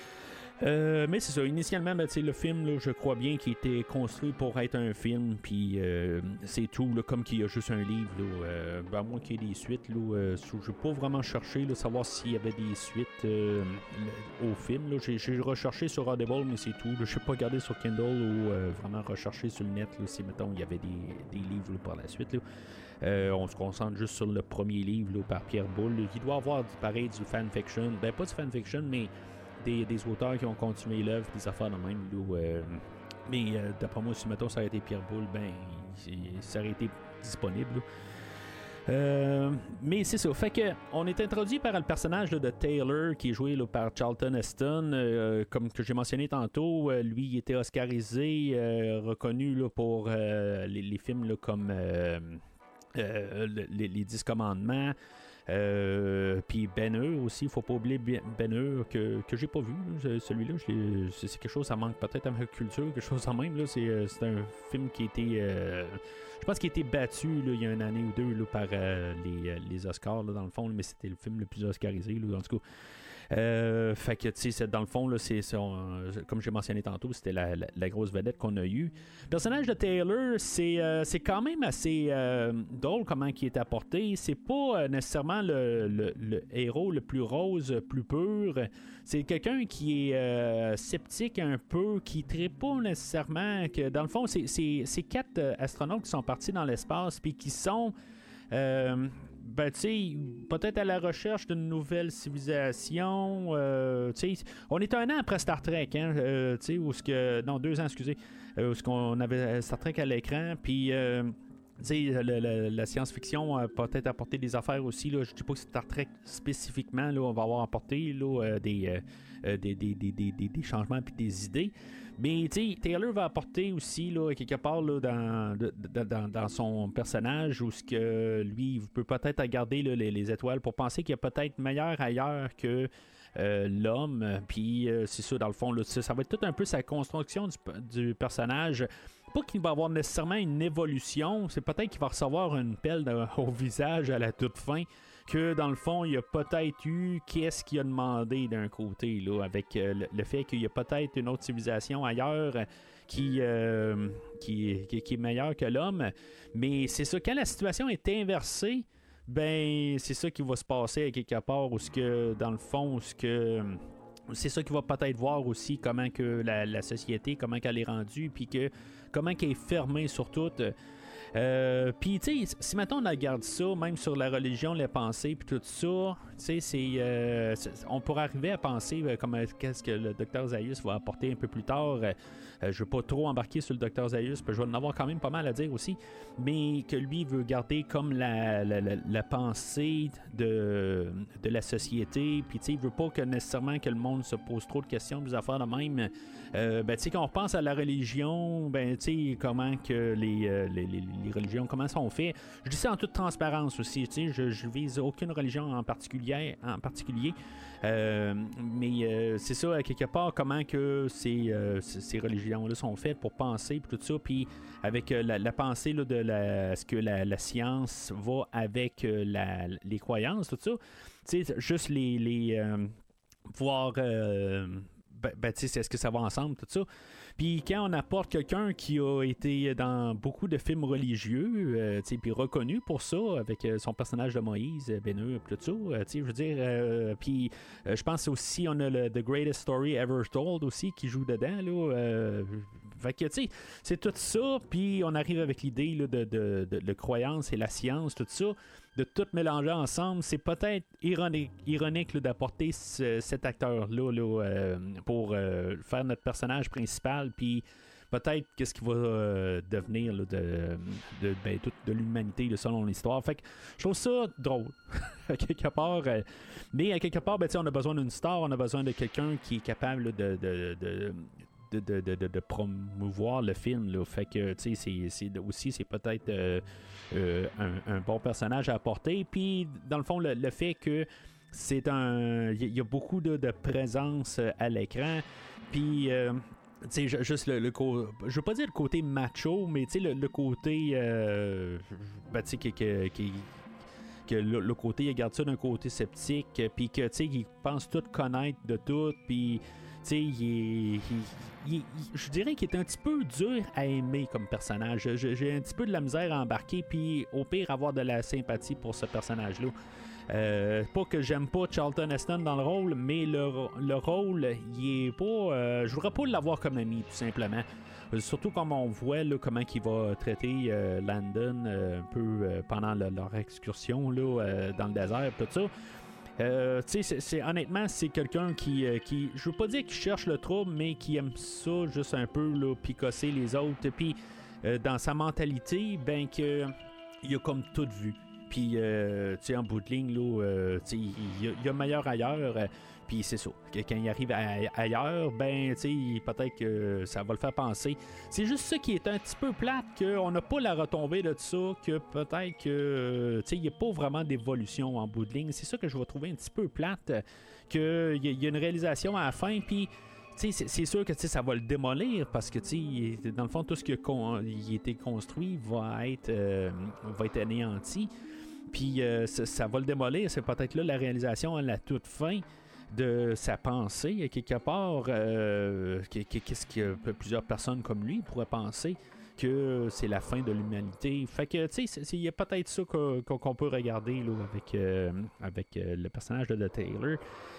Euh, mais c'est ça, initialement, ben, le film, là, je crois bien qu'il était construit pour être un film, puis euh, c'est tout, là, comme qu'il y a juste un livre, là, euh, ben, à moins qu'il y ait des suites, là, euh, je n'ai pas vraiment cherché, là, savoir s'il y avait des suites euh, au film, là. J'ai, j'ai recherché sur Audible, mais c'est tout, je n'ai pas regardé sur Kindle ou euh, vraiment recherché sur le net, là, si, mettons, il y avait des, des livres là, par la suite, là. Euh, on se concentre juste sur le premier livre, là, par Pierre Boulle, là. Il doit avoir, pareil, du fanfiction, ben pas du fanfiction, mais Des, des auteurs qui ont continué l'œuvre, des affaires de même. Là, euh, mais euh, d'après moi, si mettons ça aurait été Pierre Boulle, ben ça aurait été disponible. Euh, mais c'est ça. Fait que on est introduit par le personnage là, de Taylor qui est joué là, par Charlton Heston. Euh, comme que j'ai mentionné tantôt, euh, lui il était oscarisé, euh, reconnu là, pour euh, les, les films là, comme euh, euh, les, les Dix Commandements. Euh, puis Ben Hur aussi, il faut pas oublier Ben Hur que, que j'ai pas vu. Là, celui-là, je c'est, c'est quelque chose, ça manque peut-être à ma culture, quelque chose en même. Là, c'est, c'est un film qui a été. Euh, je pense qu'il a été battu là, il y a une année ou deux là, par euh, les, les Oscars, là, dans le fond, là, mais c'était le film le plus oscarisé, là, en tout cas. Euh, fait que, tu sais, dans le fond, là, c'est, c'est on, comme j'ai mentionné tantôt, c'était la, la, la grosse vedette qu'on a eue. Le personnage de Taylor, c'est, euh, c'est quand même assez euh, drôle comment il est apporté. C'est pas euh, nécessairement le, le, le héros le plus rose, plus pur. C'est quelqu'un qui est euh, sceptique un peu, qui ne tripe pas nécessairement. Que, dans le fond, c'est, c'est, c'est quatre euh, astronautes qui sont partis dans l'espace puis qui sont... Euh, ben, tu sais, peut-être à la recherche d'une nouvelle civilisation. Euh, tu sais, on est un an après Star Trek, hein, euh, tu sais, où ce que... Non, deux ans, excusez. Euh, où ce qu'on avait Star Trek à l'écran, puis... Euh, tu sais, la, la, la science-fiction a peut-être apporté des affaires aussi. Là. Je ne dis pas que Star Trek spécifiquement, là, on va avoir apporté là, euh, des, euh, des, des, des, des, des changements et des idées. Mais tu sais, Taylor va apporter aussi là, quelque part là, dans, de, de, dans, dans son personnage où ce que lui il peut peut-être regarder là, les, les étoiles pour penser qu'il y a peut-être meilleur ailleurs que euh, l'homme. Puis euh, c'est ça, dans le fond, là, ça, ça va être tout un peu sa construction du, du personnage. Pas qu'il va avoir nécessairement une évolution, c'est peut-être qu'il va recevoir une pelle de, au visage à la toute fin, que dans le fond, il y a peut-être eu qu'est-ce qu'il a demandé d'un côté, là, avec euh, le, le fait qu'il y a peut-être une autre civilisation ailleurs qui, euh, qui, qui, qui est meilleure que l'homme. Mais c'est ça, quand la situation est inversée, ben c'est ça qui va se passer à quelque part, où ce que, dans le fond, où ce que... C'est ça qui va peut-être voir aussi comment que la, la société, comment qu'elle est rendue, puis que comment qu'elle est fermée sur tout. Euh, puis, tu sais, si maintenant on regarde ça, même sur la religion, les pensées, puis tout ça, tu sais, c'est, euh, c'est, on pourrait arriver à penser euh, comme euh, qu'est-ce que le docteur Zaius va apporter un peu plus tard. Euh, euh, je ne veux pas trop embarquer sur le docteur Zaius, puis je vais en avoir quand même pas mal à dire aussi, mais que lui veut garder comme la, la, la, la pensée de, de la société, puis tu sais, il veut pas que nécessairement que le monde se pose trop de questions, des affaires de même. Euh, ben, tu sais, quand on repense à la religion, ben, tu sais, comment que les, euh, les, les, les religions, comment sont faites. Je dis ça en toute transparence aussi, tu sais, je, je vise aucune religion en particulier, en particulier. Euh, mais euh, c'est ça, à quelque part, comment que ces, euh, ces religions-là sont faites pour penser, puis tout ça, puis avec euh, la, la pensée là, de la, ce que la, la science va avec euh, la, les croyances, tout ça. Tu sais, juste les... les euh, voir... Euh, ben, ben tu sais, est-ce que ça va ensemble, tout ça. Puis quand on apporte quelqu'un qui a été dans beaucoup de films religieux, euh, puis reconnu pour ça, avec euh, son personnage de Moïse, Ben Hur, tout ça, euh, je veux dire, euh, puis euh, je pense aussi on a le The Greatest Story Ever Told aussi qui joue dedans, là. Euh, fait que, tu sais, c'est tout ça, puis on arrive avec l'idée là, de, de, de, de croyance et la science, tout ça, de tout mélanger ensemble. C'est peut-être ironique, ironique là, d'apporter ce, cet acteur-là là, euh, pour euh, faire notre personnage principal, puis peut-être qu'est-ce qui va euh, devenir là, de, de, ben, toute de l'humanité là, selon l'histoire. Fait que je trouve ça drôle, à quelque part. Euh, mais à quelque part, ben, on a besoin d'une star, on a besoin de quelqu'un qui est capable là, de... de, de De, de, de, de promouvoir le film là. Fait que tu sais c'est, c'est aussi c'est peut-être euh, euh, un, un bon personnage à apporter, puis dans le fond le, le fait que c'est un il y, y a beaucoup de, de présence à l'écran, puis euh, tu sais juste le, le co- je veux pas dire le côté macho, mais tu sais le, le côté euh, ben, tu sais qui, qui, qui que le, le côté il garde ça d'un côté sceptique, puis que tu sais il pense tout connaître de tout, puis tu sais, il est, il, il, il, je dirais qu'il est un petit peu dur à aimer comme personnage. Je, j'ai un petit peu de la misère à embarquer, puis au pire, avoir de la sympathie pour ce personnage-là. Euh, pas que j'aime pas Charlton Heston dans le rôle, mais le, le rôle, il est pas... Euh, je voudrais pas l'avoir comme ami, tout simplement. Euh, surtout comme on voit là, comment il va traiter euh, Landon euh, un peu euh, pendant le, leur excursion là, euh, dans le désert, tout ça. Euh, tu sais, c'est, c'est, honnêtement, c'est quelqu'un qui, euh, qui, je veux pas dire qu'il cherche le trouble, mais qui aime ça juste un peu, là, picosser les autres. Puis, euh, dans sa mentalité, ben, que, il a comme tout vu. Puis, euh, tu sais, en bout de ligne, là, euh, tu sais, il y, y a meilleur ailleurs. Euh, Puis c'est ça. Que quand il arrive à, ailleurs, ben, tu sais, peut-être que ça va le faire penser. C'est juste ça qui est un petit peu plate, qu'on n'a pas la retombée de ça, que peut-être que, tu sais, il n'y a pas vraiment d'évolution en bout de ligne. C'est ça que je vais trouver un petit peu plate, qu'il y, y a une réalisation à la fin, puis. C'est, c'est sûr que ça va le démolir parce que dans le fond, tout ce qui a, con, a été construit va être, euh, va être anéanti. Puis euh, ça, ça va le démolir. C'est peut-être là la réalisation à la toute fin de sa pensée, quelque part. Euh, qu'est-ce que plusieurs personnes comme lui pourraient penser que c'est la fin de l'humanité. Fait que, tu sais, il y a peut-être ça qu'on, qu'on peut regarder là, avec, euh, avec euh, le personnage de The Taylor.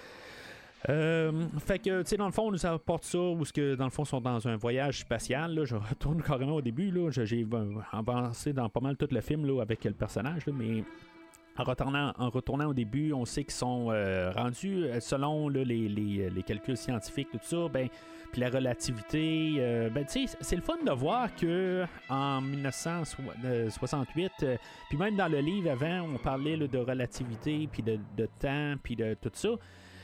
Euh, fait que, tu sais, dans le fond, on nous apporte ça où, que, dans le fond, ils sont dans un voyage spatial. Là. Je retourne carrément au début. Là. J'ai avancé dans pas mal tout le film là, avec le personnage, là, mais en retournant, en retournant au début, on sait qu'ils sont euh, rendus, selon là, les, les, les calculs scientifiques, tout ça, ben, puis la relativité. Euh, ben, tu sais, c'est le fun de voir que en dix-neuf cent soixante-huit, euh, puis même dans le livre avant, on parlait là, de relativité, puis de, de temps, puis de tout ça.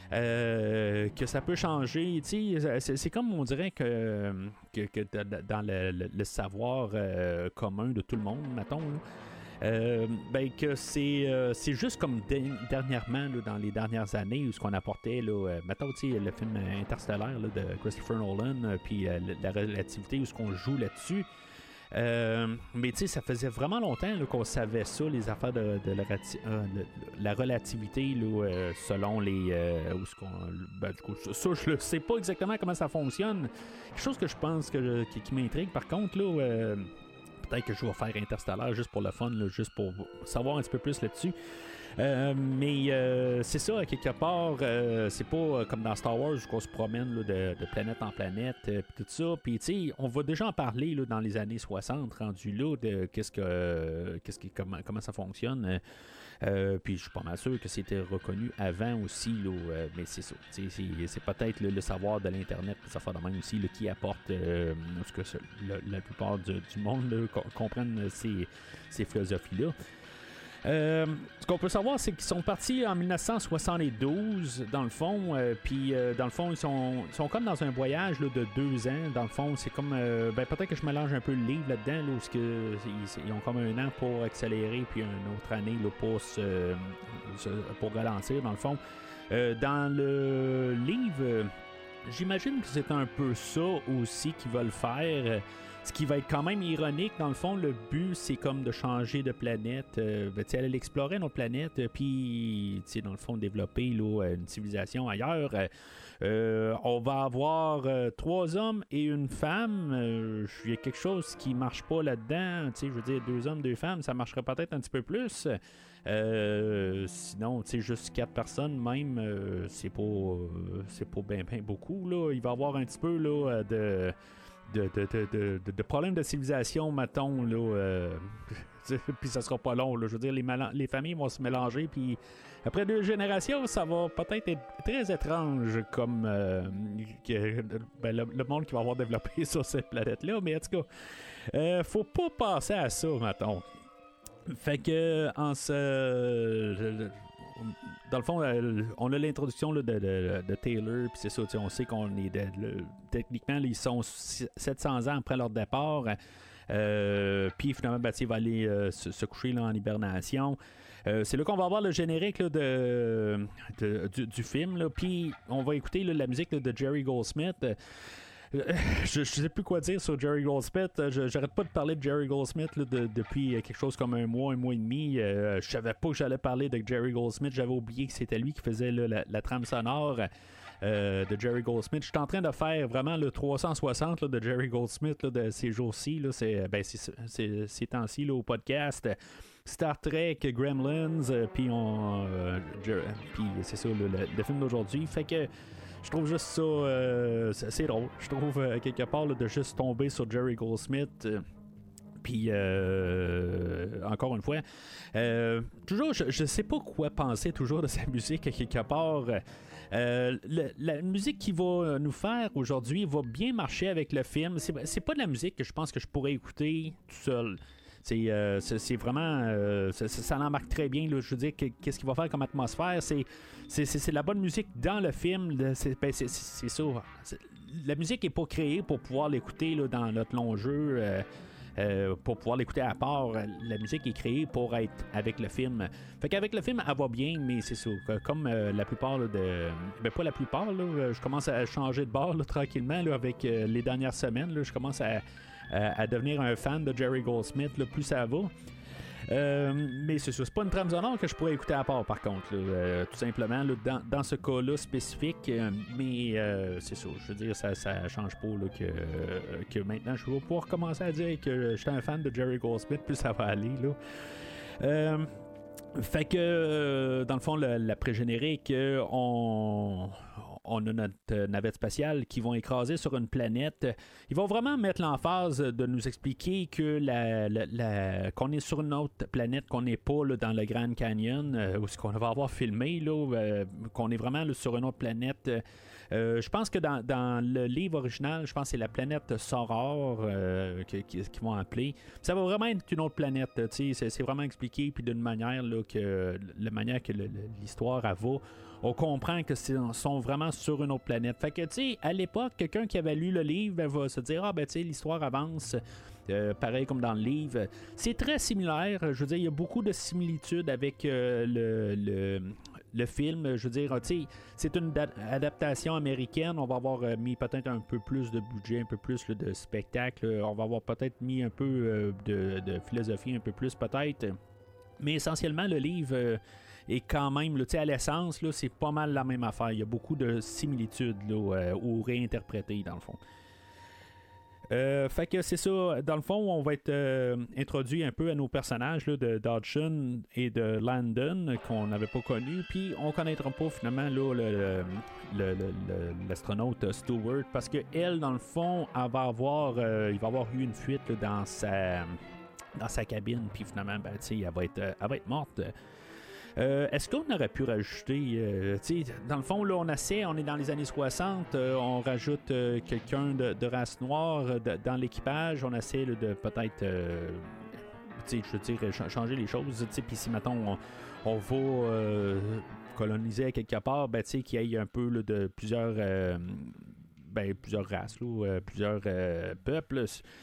Euh, que ça peut changer, tu sais, c'est, c'est comme on dirait que, que, que dans le, le, le savoir euh, commun de tout le monde, mettons, euh, ben que c'est, euh, c'est juste comme de, dernièrement, là, dans les dernières années, où ce qu'on apportait, là, euh, mettons, tu sais, le film Interstellar là, de Christopher Nolan, euh, puis euh, la relativité, où ce qu'on joue là-dessus. Euh, mais tu sais, ça faisait vraiment longtemps là, qu'on savait ça, les affaires de, de la, euh, de, la relativité là, euh, selon les. Euh, où ce qu'on, ben, du coup, ça, ça, je ne sais pas exactement comment ça fonctionne. Quelque chose que je pense que je, qui, qui m'intrigue, par contre, là, euh, peut-être que je vais faire Interstellar juste pour le fun, là, juste pour savoir un petit peu plus là-dessus. Euh, mais euh, c'est ça, à quelque part, euh, c'est pas euh, comme dans Star Wars où on se promène là, de, de planète en planète, euh, pis tout ça. Puis, tu sais, on va déjà en parler là, dans les années soixante, rendu là, de qu'est-ce que, euh, qu'est-ce que, comment, comment ça fonctionne. Euh, puis, je suis pas mal sûr que c'était reconnu avant aussi, là, euh, mais c'est ça. C'est, c'est peut-être là, le savoir de l'Internet, ça fait de même aussi, là, qui apporte euh, ce que ça, la, la plupart du, du monde là, comprennent ces, ces philosophies-là. Euh, ce qu'on peut savoir, c'est qu'ils sont partis en dix-neuf cent soixante-douze, dans le fond, euh, puis euh, dans le fond, ils sont, ils sont comme dans un voyage là, de deux ans. Dans le fond, c'est comme, euh, ben, peut-être que je mélange un peu le livre là-dedans, là, où que, ils, ils ont comme un an pour accélérer, puis une autre année là, pour, se, se, pour ralentir, dans le fond. Euh, dans le livre, euh, j'imagine que c'est un peu ça aussi qu'ils veulent faire. Ce qui va être quand même ironique, dans le fond, le but, c'est comme de changer de planète, euh, ben, aller explorer notre planète, euh, puis, dans le fond, développer là, une civilisation ailleurs. Euh, on va avoir euh, trois hommes et une femme. Il euh, y a quelque chose qui marche pas là-dedans. Je veux dire, deux hommes, deux femmes, ça marcherait peut-être un petit peu plus. Euh, sinon, tu sais, juste quatre personnes même, euh, c'est pas, euh, c'est pas bien ben beaucoup. Là. Il va y avoir un petit peu là, de... De, de, de, de, de, de problèmes de civilisation, mettons, là, euh, puis ça sera pas long, là, je veux dire, les, mal- les familles vont se mélanger, puis après deux générations, ça va peut-être être très étrange, comme euh, que, ben, le, le monde qui va avoir développé sur cette planète-là, mais en tout cas, euh, faut pas passer à ça, mettons. Fait que, en ce... Dans le fond, on a l'introduction là, de, de, de Taylor, puis c'est ça, on sait qu'on est de, de, techniquement, là, ils sont sept cents ans après leur départ. Euh, puis finalement, ben, il va aller euh, se, se coucher là, en hibernation. Euh, c'est là qu'on va avoir le générique là, de, de, du, du film. Puis on va écouter là, la musique là, de Jerry Goldsmith. Je, je sais plus quoi dire sur Jerry Goldsmith. Je, j'arrête pas de parler de Jerry Goldsmith là, de, depuis quelque chose comme un mois, un mois et demi. Euh, je savais pas que j'allais parler de Jerry Goldsmith. J'avais oublié que c'était lui qui faisait là, la, la trame sonore euh, de Jerry Goldsmith. Je suis en train de faire vraiment le trois cent soixante là, de Jerry Goldsmith là, de ces jours-ci. Là, c'est, ben, c'est, c'est, ces temps-ci là, au podcast. Star Trek, Gremlins, euh, puis on, euh, Jer- puis c'est ça le, le, le film d'aujourd'hui. Fait que je trouve juste ça euh, c'est, c'est drôle. Je trouve euh, quelque part là, de juste tomber sur Jerry Goldsmith. Euh, Puis, euh, encore une fois, euh, toujours, je, je sais pas quoi penser toujours de sa musique, à quelque part. Euh, le, la musique qu'il va nous faire aujourd'hui va bien marcher avec le film. C'est, c'est pas de la musique que je pense que je pourrais écouter tout seul. Euh, c'est, c'est vraiment... Euh, ça, ça l'embarque très bien. Là, je veux dire, qu'est-ce qu'il va faire comme atmosphère? C'est, c'est, c'est, c'est la bonne musique dans le film. C'est, ben, c'est, c'est, c'est ça. C'est, la musique n'est pas créée pour pouvoir l'écouter là, dans notre long jeu. Euh, Euh, pour pouvoir l'écouter à part. La musique est créée pour être avec le film. Fait qu'avec le film, elle va bien, mais c'est ça. Comme euh, la plupart là, de... Ben pas la plupart, là, je commence à changer de bord là, tranquillement là, avec euh, les dernières semaines. Là, je commence à, à, à devenir un fan de Jerry Goldsmith, là, plus ça va. Euh, mais c'est ça, c'est pas une trame sonore que je pourrais écouter à part par contre, là, euh, tout simplement là, dans, dans ce cas-là spécifique, euh, mais euh, c'est ça, je veux dire, ça, ça change pas là, que, euh, que maintenant je vais pouvoir commencer à dire que je suis un fan de Jerry Goldsmith, plus ça va aller là. Euh, fait que euh, dans le fond, le, l'après-générique, euh, on on a notre navette spatiale qui vont écraser sur une planète. Ils vont vraiment mettre l'emphase de nous expliquer que la, la, la, qu'on est sur une autre planète, qu'on n'est pas là, dans le Grand Canyon, euh, où ce qu'on va avoir filmé, là, euh, qu'on est vraiment là, sur une autre planète. Euh, je pense que dans, dans le livre original, je pense que c'est la planète Soror euh, qu'ils qui, qui vont appeler. Ça va vraiment être une autre planète. C'est, c'est vraiment expliqué, puis d'une manière là, que la manière que le, l'histoire elle va. On comprend que c'est sont vraiment sur une autre planète. Fait que, tu sais, à l'époque, quelqu'un qui avait lu le livre ben, va se dire, ah, ben, tu sais, l'histoire avance, euh, pareil comme dans le livre. C'est très similaire. Je veux dire, il y a beaucoup de similitudes avec euh, le, le, le film. Je veux dire, tu sais, c'est une da- adaptation américaine. On va avoir euh, mis peut-être un peu plus de budget, un peu plus là, de spectacle. On va avoir peut-être mis un peu euh, de, de philosophie, un peu plus peut-être. Mais essentiellement, le livre... Euh, Et quand même, là, à l'essence, là, c'est pas mal la même affaire. Il y a beaucoup de similitudes là, euh, ou réinterprétées, dans le fond. Euh, fait que c'est ça. Dans le fond, on va être euh, introduit un peu à nos personnages là, de Dodson et de Landon qu'on n'avait pas connus. Puis on connaîtra pas finalement là, le, le, le, le, l'astronaute Stewart parce que elle, dans le fond, elle va avoir, euh, il va avoir eu une fuite là, dans sa dans sa cabine. Puis finalement, ben, elle va être, elle va être morte. Euh, est-ce qu'on aurait pu rajouter, euh, tu sais, dans le fond, là, on essaie, on est dans les années soixante, euh, on rajoute euh, quelqu'un de, de race noire de, dans l'équipage, on essaie là, de peut-être, euh, tu sais, je veux dire, ch- changer les choses, tu sais, puis si, mettons, on, on va euh, coloniser quelque part, ben, tu sais, qu'il y ait un peu là, de plusieurs, euh, ben, plusieurs races, là, euh, plusieurs euh, peuples.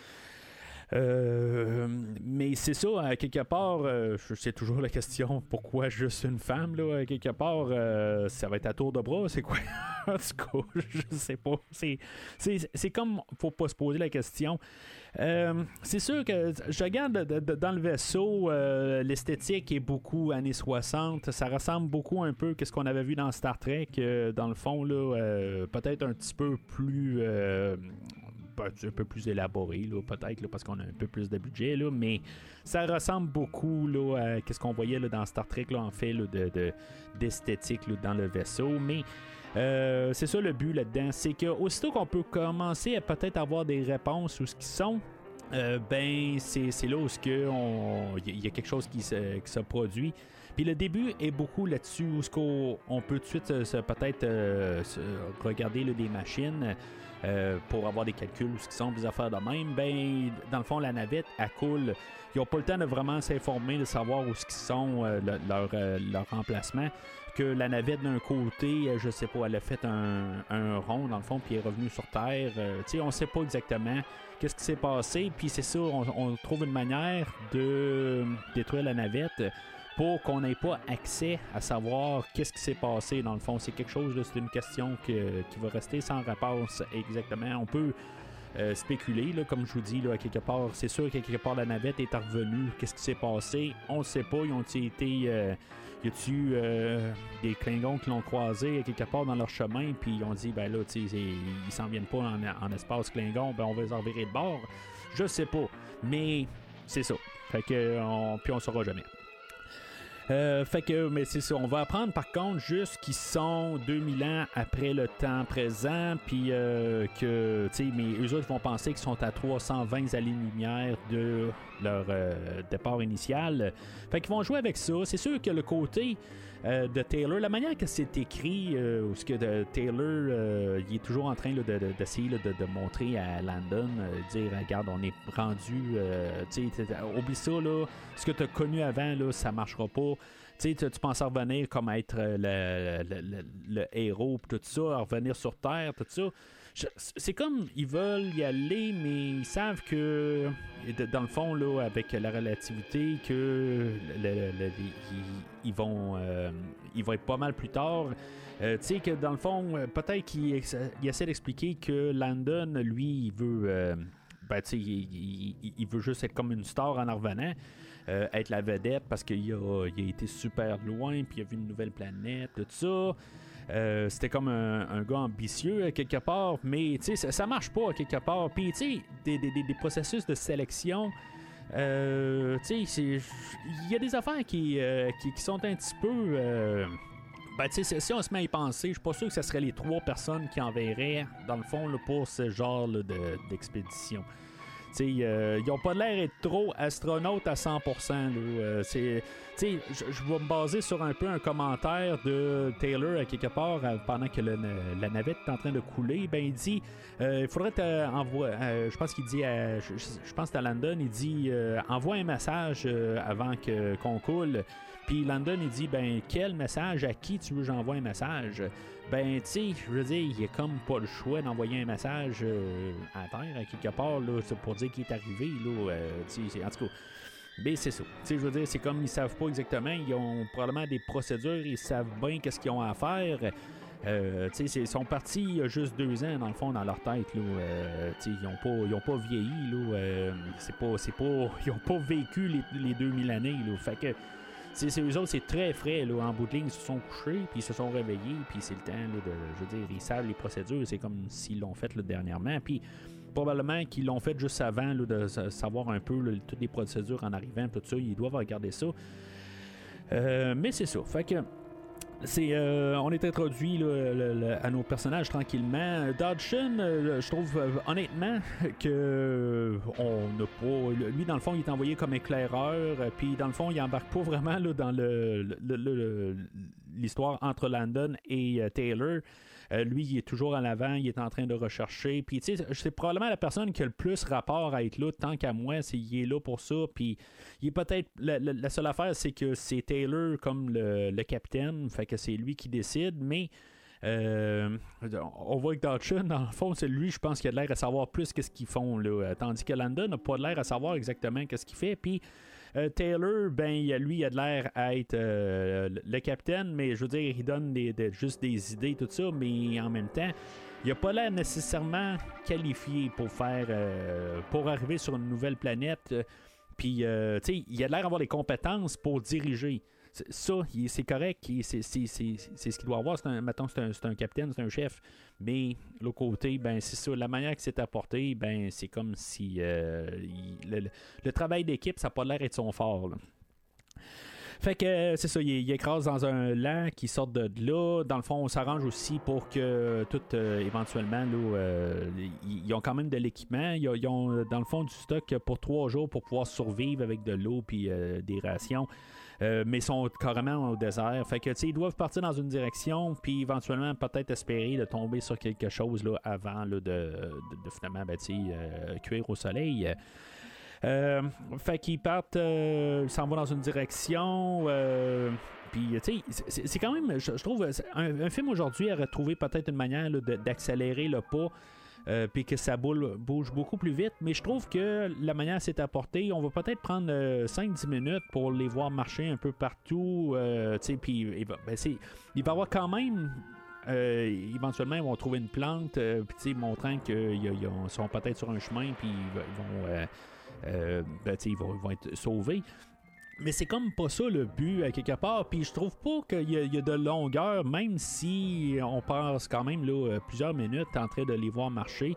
Euh, mais c'est ça, à quelque part, euh, c'est toujours la question pourquoi juste une femme, là, à quelque part, euh, ça va être à tour de bras, c'est quoi? En tout cas, je sais pas. C'est, c'est, c'est comme, faut pas se poser la question. Euh, c'est sûr que je regarde de, de, dans le vaisseau, euh, l'esthétique est beaucoup années soixante. Ça ressemble beaucoup un peu à ce qu'on avait vu dans Star Trek. Euh, dans le fond, là, euh, peut-être un petit peu plus... Euh, un peu plus élaboré, là, peut-être, là, parce qu'on a un peu plus de budget, là, mais ça ressemble beaucoup là, à ce qu'on voyait là, dans Star Trek, là, en fait, là, de, de, d'esthétique là, dans le vaisseau. Mais euh, c'est ça le but là-dedans, c'est que aussitôt qu'on peut commencer à peut-être avoir des réponses ou ce qui sont, euh, ben c'est, c'est là où il y a quelque chose qui se, qui se produit. Puis le début est beaucoup là-dessus où on, on peut tout de suite euh, peut-être euh, regarder là, des machines euh, pour avoir des calculs ou ce qui sont des affaires de même. Ben, dans le fond, la navette, elle coule. Ils n'ont pas le temps de vraiment s'informer, de savoir où ce qui sont euh, le, leur, euh, leur emplacement. Que la navette d'un côté, euh, je sais pas, elle a fait un, un rond dans le fond, puis est revenue sur Terre. Euh, tu sais, on sait pas exactement qu'est-ce qui s'est passé. Puis c'est ça, on, on trouve une manière de détruire la navette pour qu'on n'ait pas accès à savoir qu'est-ce qui s'est passé dans le fond. C'est quelque chose, là, c'est une question que, qui va rester sans réponse exactement. On peut euh, spéculer, là, comme je vous dis, là, à quelque part, c'est sûr qu'à quelque part la navette est revenue. Qu'est-ce qui s'est passé? On ne sait pas. Ils ont-ils été... Euh, y a-tu euh, des Klingons qui l'ont croisé à quelque part dans leur chemin, puis ils ont dit, ben là, tu sais, ils s'en viennent pas en, en espace Klingon, ben on va les en virer de bord. Je sais pas. Mais c'est ça. Fait que, on, puis on saura jamais. Euh, fait que, mais c'est ça, on va apprendre par contre juste qu'ils sont deux mille ans après le temps présent, puis euh, que, tu sais, mais eux autres vont penser qu'ils sont à trois cent vingt années-lumière de leur euh, départ initial. Fait qu'ils vont jouer avec ça. C'est sûr que le côté euh, de Taylor, la manière que c'est écrit, euh, où ce que de Taylor, euh, il est toujours en train là, de, de, d'essayer là, de, de montrer à Landon, euh, dire, regarde, on est rendu, euh, tu sais, oublie ça, là, ce que tu as connu avant, là, ça marchera pas. Tu sais, tu penses à revenir comme être le, le, le, le héros, tout ça, à revenir sur Terre, tout ça. Je, c'est comme ils veulent y aller, mais ils savent que, dans le fond, là, avec la relativité, que le, le, le, ils, ils, vont, euh, ils vont être pas mal plus tard. Euh, tu sais, que dans le fond, peut-être qu'il il essaie d'expliquer que Landon, lui, il veut, euh, ben, tu sais, il, il, il veut juste être comme une star en revenant. Euh, être la vedette parce qu'il a, il a été super loin, puis il a vu une nouvelle planète, tout ça. Euh, c'était comme un, un gars ambitieux à quelque part, mais ça, ça marche pas à quelque part. Puis tu sais, des, des, des processus de sélection, euh, tu sais, il y a des affaires qui, euh, qui, qui sont un petit peu. Euh, ben, tu sais, si on se met à y penser, je suis pas sûr que ce serait les trois personnes qui enverraient, dans le fond, là, pour ce genre là, de, d'expédition. Euh, ils n'ont pas l'air d'être trop astronautes à cent pour cent. Euh, je vais me baser sur un peu un commentaire de Taylor à quelque part euh, pendant que le, la navette est en train de couler. Ben, il dit euh, il faudrait envoyer. Euh, je pense qu'il dit à, je, je pense que à Landon, il dit euh, envoie un message euh, avant que, qu'on coule. Puis Landon, il dit ben quel message, à qui tu veux que j'envoie un message? Ben, tu sais, je veux dire, il n'y a comme pas le choix d'envoyer un message euh, à terre, à quelque part, là, pour dire qu'il est arrivé, là, euh, tu sais, en tout cas. Mais c'est ça. Tu sais, je veux dire, c'est comme ils savent pas exactement, ils ont probablement des procédures, ils savent bien qu'est-ce qu'ils ont à faire. Euh, tu sais, ils sont partis il y a juste deux ans, dans le fond, dans leur tête, là. Euh, tu sais, ils n'ont pas, ils ont pas vieilli, là. Euh, c'est pas, c'est pas, ils n'ont pas vécu les, les deux mille années, là. Fait que. C'est, c'est, eux autres, c'est très frais. Là. En bout de ligne, ils se sont couchés, puis ils se sont réveillés, puis c'est le temps là, de. Je veux dire, ils savent les procédures, c'est comme s'ils l'ont fait là, dernièrement. Puis probablement qu'ils l'ont fait juste avant là, de savoir un peu là, toutes les procédures en arrivant, tout ça. Ils doivent regarder ça. Euh, mais c'est ça. Fait que. C'est, euh, on est introduit là, le, le, à nos personnages tranquillement. Dodgson, euh, je trouve euh, honnêtement que euh, on n'a pas. Lui, dans le fond, il est envoyé comme éclaireur. Euh, Puis, dans le fond, il embarque pas vraiment là, dans le, le, le, le, l'histoire entre Landon et euh, Taylor. Euh, lui, il est toujours en avant, il est en train de rechercher. Puis, tu sais, c'est probablement la personne qui a le plus rapport à être là, tant qu'à moi, c'est il est là pour ça. Puis, il est peut-être. La, la, la seule affaire, c'est que c'est Taylor comme le, le capitaine, fait que c'est lui qui décide, mais. Euh, on voit que Dodgson, dans le fond, c'est lui, je pense qu'il a l'air à savoir plus qu'est-ce qu'ils font, là. Tandis que Landon n'a pas l'air à savoir exactement qu'est-ce qu'il fait. Puis. Euh, Taylor, ben, lui, il a de l'air à être euh, le capitaine, mais je veux dire, il donne des, des, juste des idées, tout ça, mais en même temps, il n'a pas l'air nécessairement qualifié pour faire, euh, pour arriver sur une nouvelle planète. Puis, euh, tu sais, il a l'air d'avoir les compétences pour diriger. Ça, c'est correct, c'est, c'est, c'est, c'est ce qu'il doit avoir. C'est un, mettons, c'est un, c'est un capitaine, c'est un chef. Mais l'autre côté, ben c'est ça. La manière que c'est apporté, ben c'est comme si euh, il, le, le travail d'équipe, ça n'a pas l'air d'être son fort. Là. Fait que euh, c'est ça, il, il écrase dans un lac, il sort de là. Dans le fond, on s'arrange aussi pour que tout, euh, éventuellement, là, euh, ils, ils ont quand même de l'équipement. Ils, ils ont, dans le fond, du stock pour trois jours pour pouvoir survivre avec de l'eau puis euh, des rations. Euh, mais ils sont carrément au désert. Fait que, tu sais, ils doivent partir dans une direction, puis éventuellement, peut-être espérer de tomber sur quelque chose là, avant là, de, de, de finalement, ben, tu sais, euh, cuire au soleil. Euh, fait qu'ils partent, euh, ils s'en vont dans une direction. Euh, puis, tu sais, c'est, c'est quand même, je, je trouve, un, un film aujourd'hui aurait trouvé peut-être une manière là, de, d'accélérer le pas. Euh, puis que ça boule, bouge beaucoup plus vite. Mais je trouve que la manière c'est apportée, on va peut-être prendre euh, cinq dix minutes pour les voir marcher un peu partout. Euh, puis ben, il va y avoir quand même... Euh, éventuellement, ils vont trouver une plante, euh, puis montrant qu'ils sont peut-être sur un chemin, puis ils vont, euh, euh, ben, ils vont, ils vont être sauvés. Mais c'est comme pas ça le but à quelque part, puis je trouve pas qu'il y a, il y a de longueur, même si on passe quand même là, plusieurs minutes en train de les voir marcher.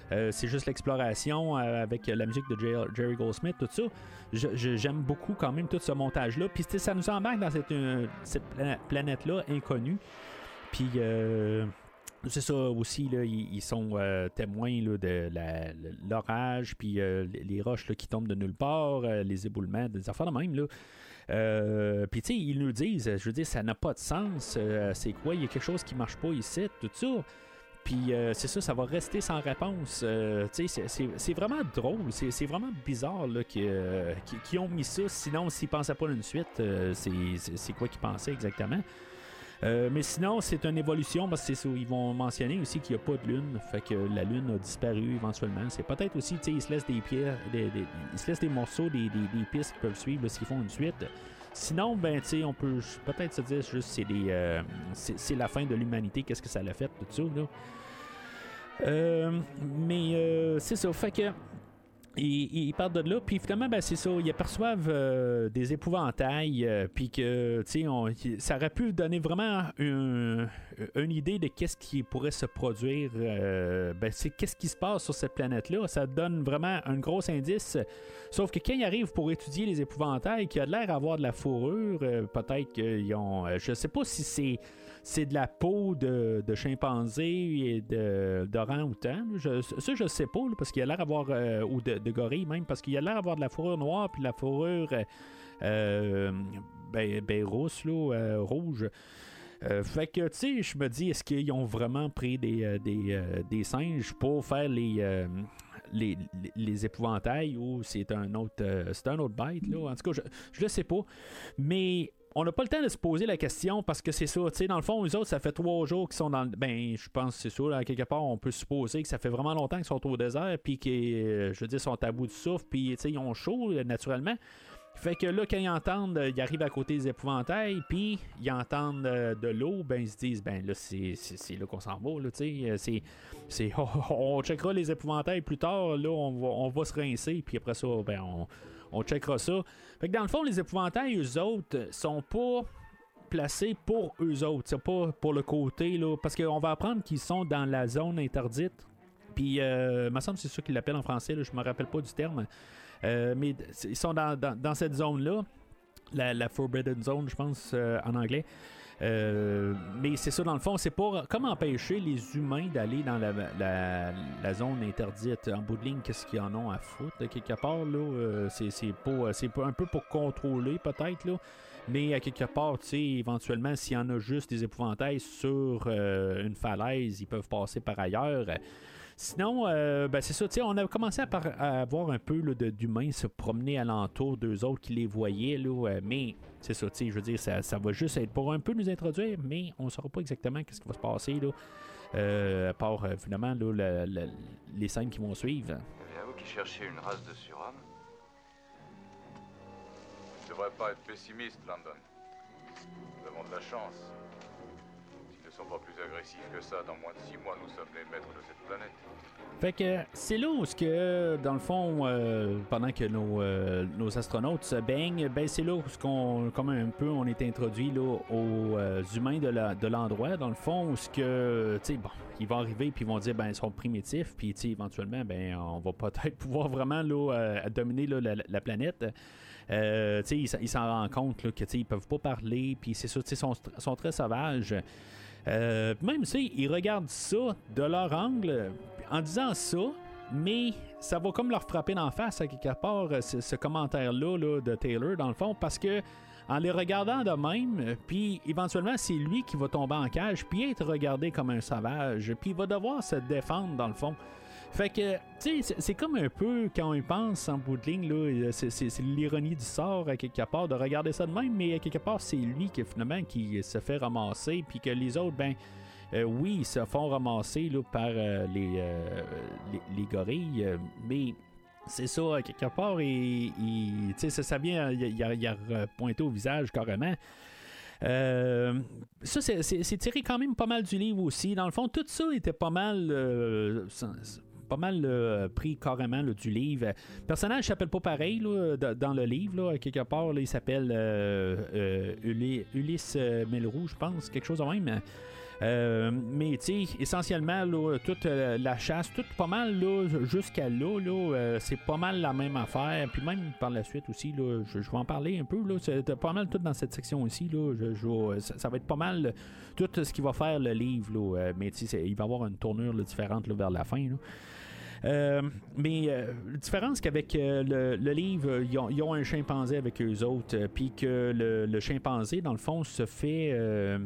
Euh, c'est juste l'exploration euh, avec la musique de Jerry, Jerry Goldsmith, tout ça. Je, je, j'aime beaucoup quand même tout ce montage-là. Puis ça nous embarque dans cette, euh, cette planète-là inconnue. Puis euh, c'est ça aussi, là, ils, ils sont euh, témoins là, de la, l'orage, puis euh, les roches là, qui tombent de nulle part, euh, les éboulements, des affaires de même. Là. Euh, puis tu sais, ils nous disent, je veux dire, ça n'a pas de sens. Euh, c'est quoi? Il y a quelque chose qui marche pas ici, tout ça. Puis euh, c'est ça, ça va rester sans réponse. Euh, tu sais, c'est, c'est, c'est vraiment drôle. C'est, c'est vraiment bizarre là, qu'ils, euh, qu'ils ont mis ça. Sinon, s'ils pensaient pas à une suite, euh, c'est, c'est, c'est quoi qu'ils pensaient exactement? Euh, mais sinon, c'est une évolution parce que c'est ça, ils vont mentionner aussi qu'il n'y a pas de lune, fait que la lune a disparu éventuellement. C'est peut-être aussi, tu sais, ils se laissent des pierres, des, des, ils se laissent des morceaux, des, des, des pistes qu'ils peuvent suivre là, s'ils font une suite. Sinon, ben, tu sais, on peut peut-être se dire juste c'est des, euh, c'est, c'est la fin de l'humanité, qu'est-ce que ça l'a fait, tout ça, là. Euh, mais euh, c'est ça, fait que ils, ils partent de là, puis finalement, ben, c'est ça, ils aperçoivent euh, des épouvantails, euh, puis que, tu sais, ça aurait pu donner vraiment une, une idée de qu'est-ce qui pourrait se produire, euh, ben, c'est qu'est-ce qui se passe sur cette planète-là. Ça donne vraiment un gros indice, sauf que quand ils arrivent pour étudier les épouvantails, qui a l'air d'avoir de la fourrure, euh, peut-être qu'ils ont, euh, je sais pas si c'est c'est de la peau de, de chimpanzé et de, d'orang-outan. Je, ça, je sais pas, là, parce qu'il a l'air d'avoir... Euh, ou de, de gorille même, parce qu'il a l'air d'avoir de la fourrure noire puis de la fourrure euh, ben, ben rousse, là, euh, rouge. Euh, fait que, tu sais, je me dis, est-ce qu'ils ont vraiment pris des, euh, des, euh, des singes pour faire les... Euh, Les, les, les épouvantails ou c'est un autre euh, c'est un autre bête là. En tout cas, je ne sais pas, mais on n'a pas le temps de se poser la question parce que c'est ça, tu sais, dans le fond, eux autres, ça fait trois jours qu'ils sont dans le... Ben, je pense que c'est ça, là, quelque part, on peut supposer que ça fait vraiment longtemps qu'ils sont au désert, puis qu'ils, je veux dire, sont à bout du souffle, puis, tu sais, ils ont chaud, naturellement. Fait que là, quand ils entendent, ils arrivent à côté des épouvantails, puis ils entendent euh, de l'eau, ben ils se disent, ben là, c'est, c'est, c'est là qu'on s'en va, là, tu sais, c'est, c'est, oh, on checkera les épouvantails plus tard, là, on va, on va se rincer, puis après ça, ben on, on checkera ça. Fait que dans le fond, les épouvantails, eux autres, sont pas placés pour eux autres, c'est pas pour le côté, là, parce qu'on va apprendre qu'ils sont dans la zone interdite, puis, euh, il me semble que c'est ça qu'ils l'appellent en français, là, je me rappelle pas du terme. Euh, mais ils sont dans, dans, dans cette zone-là, la, la Forbidden Zone, je pense, euh, en anglais. Euh, mais c'est ça, dans le fond, c'est pour comme empêcher les humains d'aller dans la, la, la zone interdite. En bout de ligne, qu'est-ce qu'ils en ont à foutre, quelque part, là, euh, c'est, c'est, pas, c'est pas un peu pour contrôler, peut-être, là. Mais à quelque part, tu sais, éventuellement, s'il y en a juste des épouvantails sur euh, une falaise, ils peuvent passer par ailleurs. Sinon, euh, ben c'est ça, tu sais, on a commencé à, par, à voir un peu là, de, d'humains se promener alentour d'eux autres qui les voyaient, là, euh, mais c'est ça, tu sais, je veux dire, ça, ça va juste être pour un peu nous introduire, mais on ne saura pas exactement ce qui va se passer, là, euh, à part, euh, finalement, là, la, la, les scènes qui vont suivre. Et à vous qui cherchez une race de surhommes? Je devrais pas être pessimiste, Landon. Nous avons de la chance. Ils ne sont pas plus agressifs que ça. Dans moins de six mois, nous sommes les maîtres de cette planète. Fait que c'est là où, que, dans le fond, euh, pendant que nos, euh, nos astronautes se baignent, ben c'est là où, qu'on, comme un peu, on est introduit là, aux euh, humains de, la, de l'endroit. Dans le fond, où ce que, tu sais, bon, ils vont arriver puis ils vont dire, ben ils sont primitifs, puis tu sais, éventuellement, ben on va peut-être pouvoir vraiment là, euh, dominer là, la, la planète. Euh, tu sais, ils, ils s'en rendent compte là, que tu sais, ils peuvent pas parler, puis c'est ça, tu sais, ils sont, sont très sauvages. Euh, même si ils regardent ça de leur angle en disant ça, mais ça va comme leur frapper d'en face à quelque part ce, ce commentaire-là là, de Taylor dans le fond, parce que en les regardant de même, puis éventuellement c'est lui qui va tomber en cage puis être regardé comme un sauvage, puis il va devoir se défendre dans le fond. Fait que, tu sais, c'est, c'est comme un peu, quand on y pense en bout de ligne, là, c'est, c'est, c'est l'ironie du sort, à quelque part, de regarder ça de même, mais à quelque part, c'est lui qui, finalement, qui se fait ramasser, puis que les autres, ben, euh, oui, ils se font ramasser là, par euh, les, euh, les, les gorilles, euh, mais c'est ça, à quelque part, et, et tu sais, ça, ça vient, il a, il a pointé au visage carrément. Euh, ça, c'est, c'est, c'est tiré quand même pas mal du livre aussi. Dans le fond, tout ça était pas mal... Euh, pas mal euh, pris carrément là, du livre. Le personnage s'appelle pas pareil là, d- dans le livre. Là, quelque part, là, il s'appelle euh, euh, Uli- Ulysse Melroux, je pense, quelque chose de même. Euh, mais tu sais, essentiellement, là, toute euh, la chasse, tout pas mal là, jusqu'à là, là euh, c'est pas mal la même affaire. Puis même par la suite aussi, là, je, je vais en parler un peu. Là, c'est pas mal tout dans cette section aussi. Là, je, je, ça, ça va être pas mal tout ce qui va faire le livre. Là, euh, mais tu sais, il va y avoir une tournure là, différente là, vers la fin. Là. Euh, mais euh, la différence qu'avec euh, le, le livre, ils ont, ils ont un chimpanzé avec eux autres, euh, puis que le, le chimpanzé, dans le fond, se fait. Euh,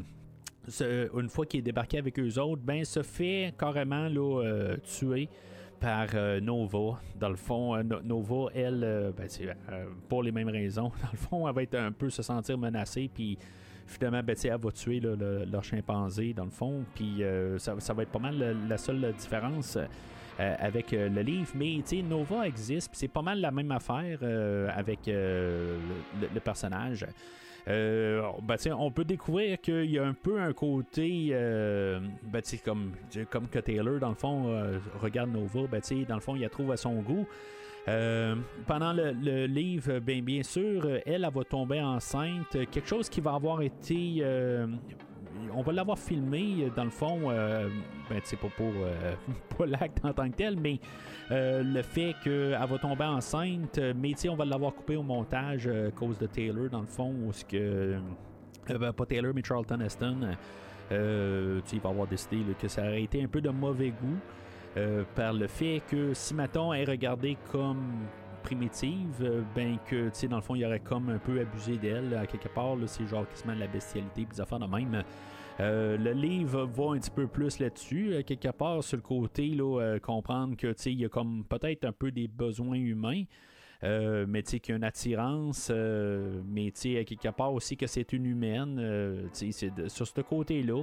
une fois qu'il est débarqué avec eux autres, ben se fait carrément là, euh, tuer par euh, Nova. Dans le fond, euh, Nova, elle, euh, ben, c'est, euh, pour les mêmes raisons. Dans le fond, elle va être un peu se sentir menacée, puis finalement, ben, elle va tuer là, le, leur chimpanzé, dans le fond. Puis euh, ça, ça va être pas mal la, la seule différence euh, avec euh, le livre. Mais Nova existe, puis c'est pas mal la même affaire euh, avec euh, le, le personnage. Euh, ben, on peut découvrir qu'il y a un peu un côté euh, ben, comme, comme que Taylor dans le fond euh, regarde Nova, ben, dans le fond il la trouve à son goût. Euh, pendant le, le livre, bien bien sûr, elle, elle va tomber enceinte, quelque chose qui va avoir été euh, on va l'avoir filmé dans le fond euh, ben, pas pour, euh, pour l'acte en tant que tel, mais euh, le fait qu'elle va tomber enceinte, mais on va l'avoir coupé au montage euh, à cause de Taylor dans le fond, où ce que euh, ben, pas Taylor mais Charlton Heston euh, il va avoir décidé là, que ça aurait été un peu de mauvais goût euh, par le fait que si Maton est regardé comme primitive, euh, ben que tu sais dans le fond il aurait comme un peu abusé d'elle à quelque part là, c'est genre quasiment de la bestialité puis des affaires de même. Euh, le livre va un petit peu plus là-dessus, euh, quelque part sur le côté là, euh, comprendre que tu sais il y a comme peut-être un peu des besoins humains. Euh, mais tu sais qu'il y a une attirance, euh, mais tu sais quelque part aussi que c'est une humaine, euh, tu sais c'est de, sur ce côté-là.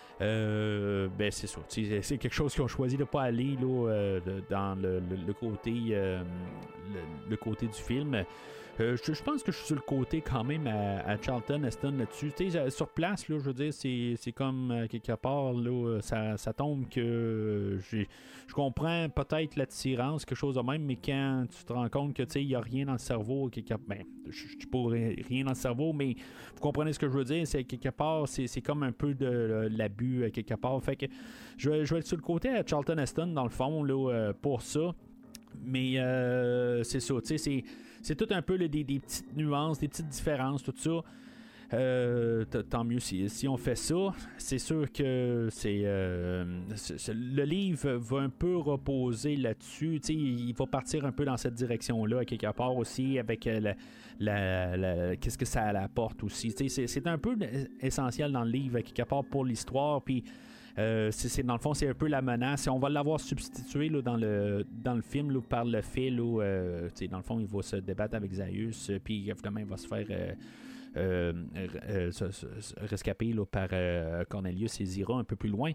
Euh, ben c'est ça, c'est, c'est quelque chose qu'ils ont choisi de pas aller là, euh, dans le, le, le côté euh, le, le côté du film. Euh, je, je pense que je suis sur le côté quand même à, à Charlton Heston là-dessus. Tu sais, sur place, là, je veux dire, c'est, c'est comme euh, quelque part, là, ça, ça tombe que euh, j'ai, je comprends peut-être l'attirance, quelque chose de même, mais quand tu te rends compte que tu sais, il n'y a rien dans le cerveau, quelque, ben, je ne dis pas rien dans le cerveau, mais vous comprenez ce que je veux dire, c'est quelque part, c'est, c'est comme un peu de euh, l'abus, quelque part. Fait que je vais, je vais être sur le côté à Charlton Heston, dans le fond, là, euh, pour ça. Mais euh, c'est ça, tu sais, c'est, c'est tout un peu là, des, des petites nuances, des petites différences, tout ça. Euh, t- tant mieux si, si on fait ça. C'est sûr que c'est, euh, c'est, c'est le livre va un peu reposer là-dessus. Tu sais, il va partir un peu dans cette direction-là, à quelque part aussi, avec euh, la, la, la, qu'est-ce que ça apporte aussi. Tu sais, c'est, c'est un peu essentiel dans le livre, à quelque part, pour l'histoire. Puis Euh, c'est, c'est, dans le fond, c'est un peu la menace. On va l'avoir substitué là, dans, le, dans le film là, par le fait, là, euh, dans le fond, il va se débattre avec Zaius, euh, puis évidemment, il va se faire euh, euh, euh, se, se, se rescaper là, par euh, Cornelius et Zira un peu plus loin.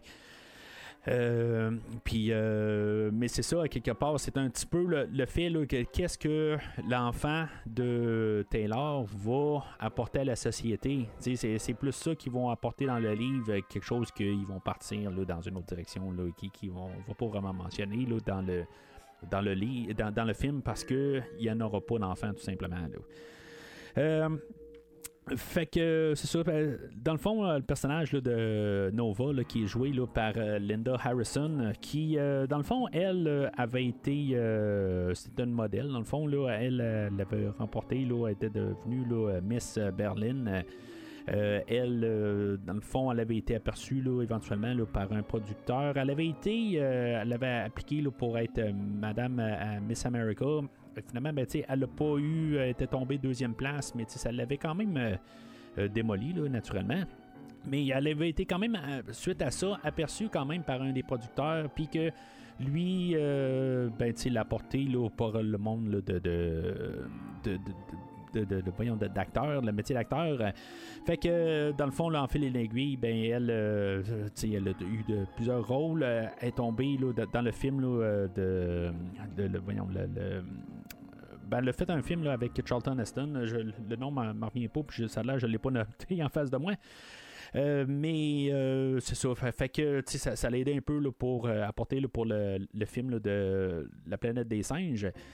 Euh, puis, euh, mais c'est ça, à quelque part, c'est un petit peu le, le fait là, que qu'est-ce que l'enfant de Taylor va apporter à la société. C'est, c'est plus ça qu'ils vont apporter dans le livre, quelque chose qu'ils vont partir là, dans une autre direction, là, qui, qui vont, va pas vraiment mentionner là, dans le dans le li- dans, dans le film, parce que il y en aura pas d'enfant tout simplement. Là. Euh, Fait que c'est ça. Dans le fond, le personnage là, de Nova, là, qui est joué là, par euh, Linda Harrison, qui, euh, dans le fond, elle euh, avait été. Euh, c'était une modèle. Dans le fond, là, elle, elle avait remporté, là, elle était devenue là, Miss Berlin. Euh, elle, euh, dans le fond, elle avait été aperçue là, éventuellement là, par un producteur. Elle avait été. Euh, elle avait appliqué là, pour être euh, Madame à Miss America. Finalement, ben, elle n'a pas eu, elle était tombée deuxième place, mais ça l'avait quand même euh, euh, démoli, là, naturellement. Mais elle avait été quand même, euh, suite à ça, aperçue quand même par un des producteurs, puis que lui, euh, ben, l'a porté là, pour le monde là, de, de, de, de, de, de, de, voyons, de, d'acteur, le métier d'acteur. Fait que, dans le fond, là, en fil et l'aiguille, ben, elle, euh, elle a eu de, plusieurs rôles. Elle est tombée là, de, dans le film là, de, de, de, voyons, le... le Ben, le fait un film là, avec Charlton Heston, je, le nom ne m'en revient pas, puis ça là, je ne l'ai pas noté en face de moi. Euh, mais euh, c'est ça. Fait, fait que ça, ça l'a aidé un peu là, pour euh, apporter là, pour le, le film là, de La planète des singes.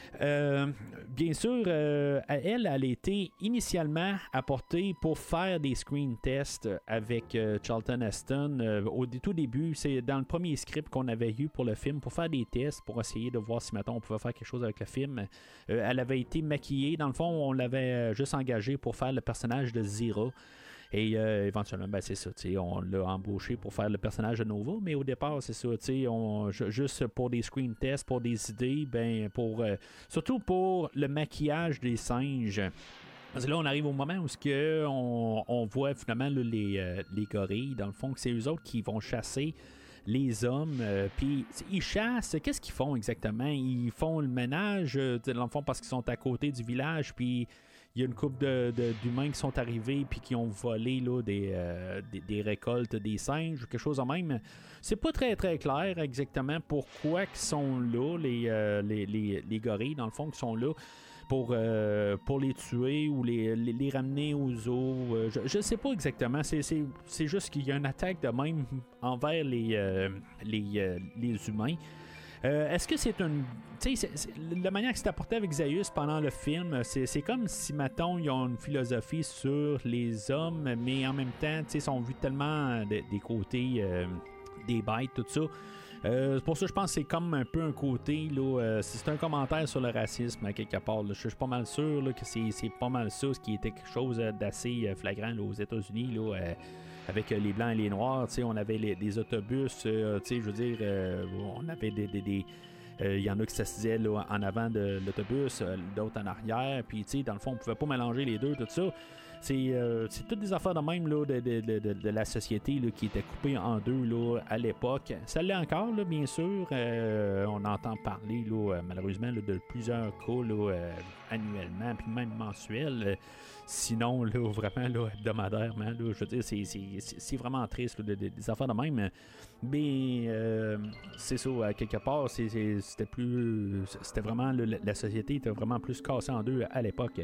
Euh, bien sûr, euh, elle, elle a été initialement apportée pour faire des screen tests avec euh, Charlton Heston. Euh, au tout début, c'est dans le premier script qu'on avait eu pour le film, pour faire des tests, pour essayer de voir si, mettons, on pouvait faire quelque chose avec le film. Euh, elle avait été maquillée. Dans le fond, on l'avait juste engagée pour faire le personnage de Zira. Et euh, éventuellement, ben, c'est ça, on l'a embauché pour faire le personnage de Nova, mais au départ, c'est ça, on, juste pour des screen tests, pour des idées, ben, pour euh, surtout pour le maquillage des singes. Parce que là, on arrive au moment où que on, on voit finalement là, les, euh, les gorilles, dans le fond, que c'est eux autres qui vont chasser les hommes, euh, puis ils chassent. Qu'est-ce qu'ils font exactement? Ils font le ménage, euh, dans le fond, parce qu'ils sont à côté du village, puis il y a une couple de, de, d'humains qui sont arrivés puis qui ont volé là, des, euh, des, des récoltes des singes ou quelque chose de même. C'est pas très très clair exactement pourquoi ils sont là, les, euh, les, les, les gorilles, dans le fond, qui sont là pour, euh, pour les tuer ou les, les, les ramener aux zoos. Euh, je, je sais pas exactement. C'est, c'est, c'est juste qu'il y a une attaque de même envers les, euh, les, euh, les humains. Euh, est-ce que c'est une... Tu sais, la manière que c'est apporté avec Zaius pendant le film, c'est, c'est comme si, mettons, ils ont une philosophie sur les hommes, mais en même temps, tu sais, ils sont vus tellement de, des côtés euh, des bêtes, tout ça. Euh, pour ça, je pense que c'est comme un peu un côté, là, euh, c'est un commentaire sur le racisme, à quelque part. Là. Je suis pas mal sûr là, que c'est, c'est pas mal ça, ce qui était quelque chose d'assez flagrant là, aux États-Unis, là, euh, avec les Blancs et les Noirs. On avait les, des autobus, euh, je veux dire, euh, on avait des... des, des il euh, y en a qui s'assisaient là, en avant de l'autobus, euh, d'autres en arrière. Puis, tu sais, dans le fond, on pouvait pas mélanger les deux, tout ça. C'est, euh, c'est toutes des affaires de même là, de, de, de, de, de la société là, qui était coupée en deux là, à l'époque. Ça l'est encore, là, bien sûr. Euh, on entend parler, là, malheureusement, là, de plusieurs cas là, euh, annuellement, puis même mensuels. Sinon, là, vraiment, là, hebdomadairement, là, je veux dire, c'est, c'est, c'est vraiment triste, là, de, de, des affaires de même. Mais euh, c'est ça, à quelque part, c'est, c'est, c'était plus. C'était vraiment. Là, la société était vraiment plus cassée en deux à l'époque.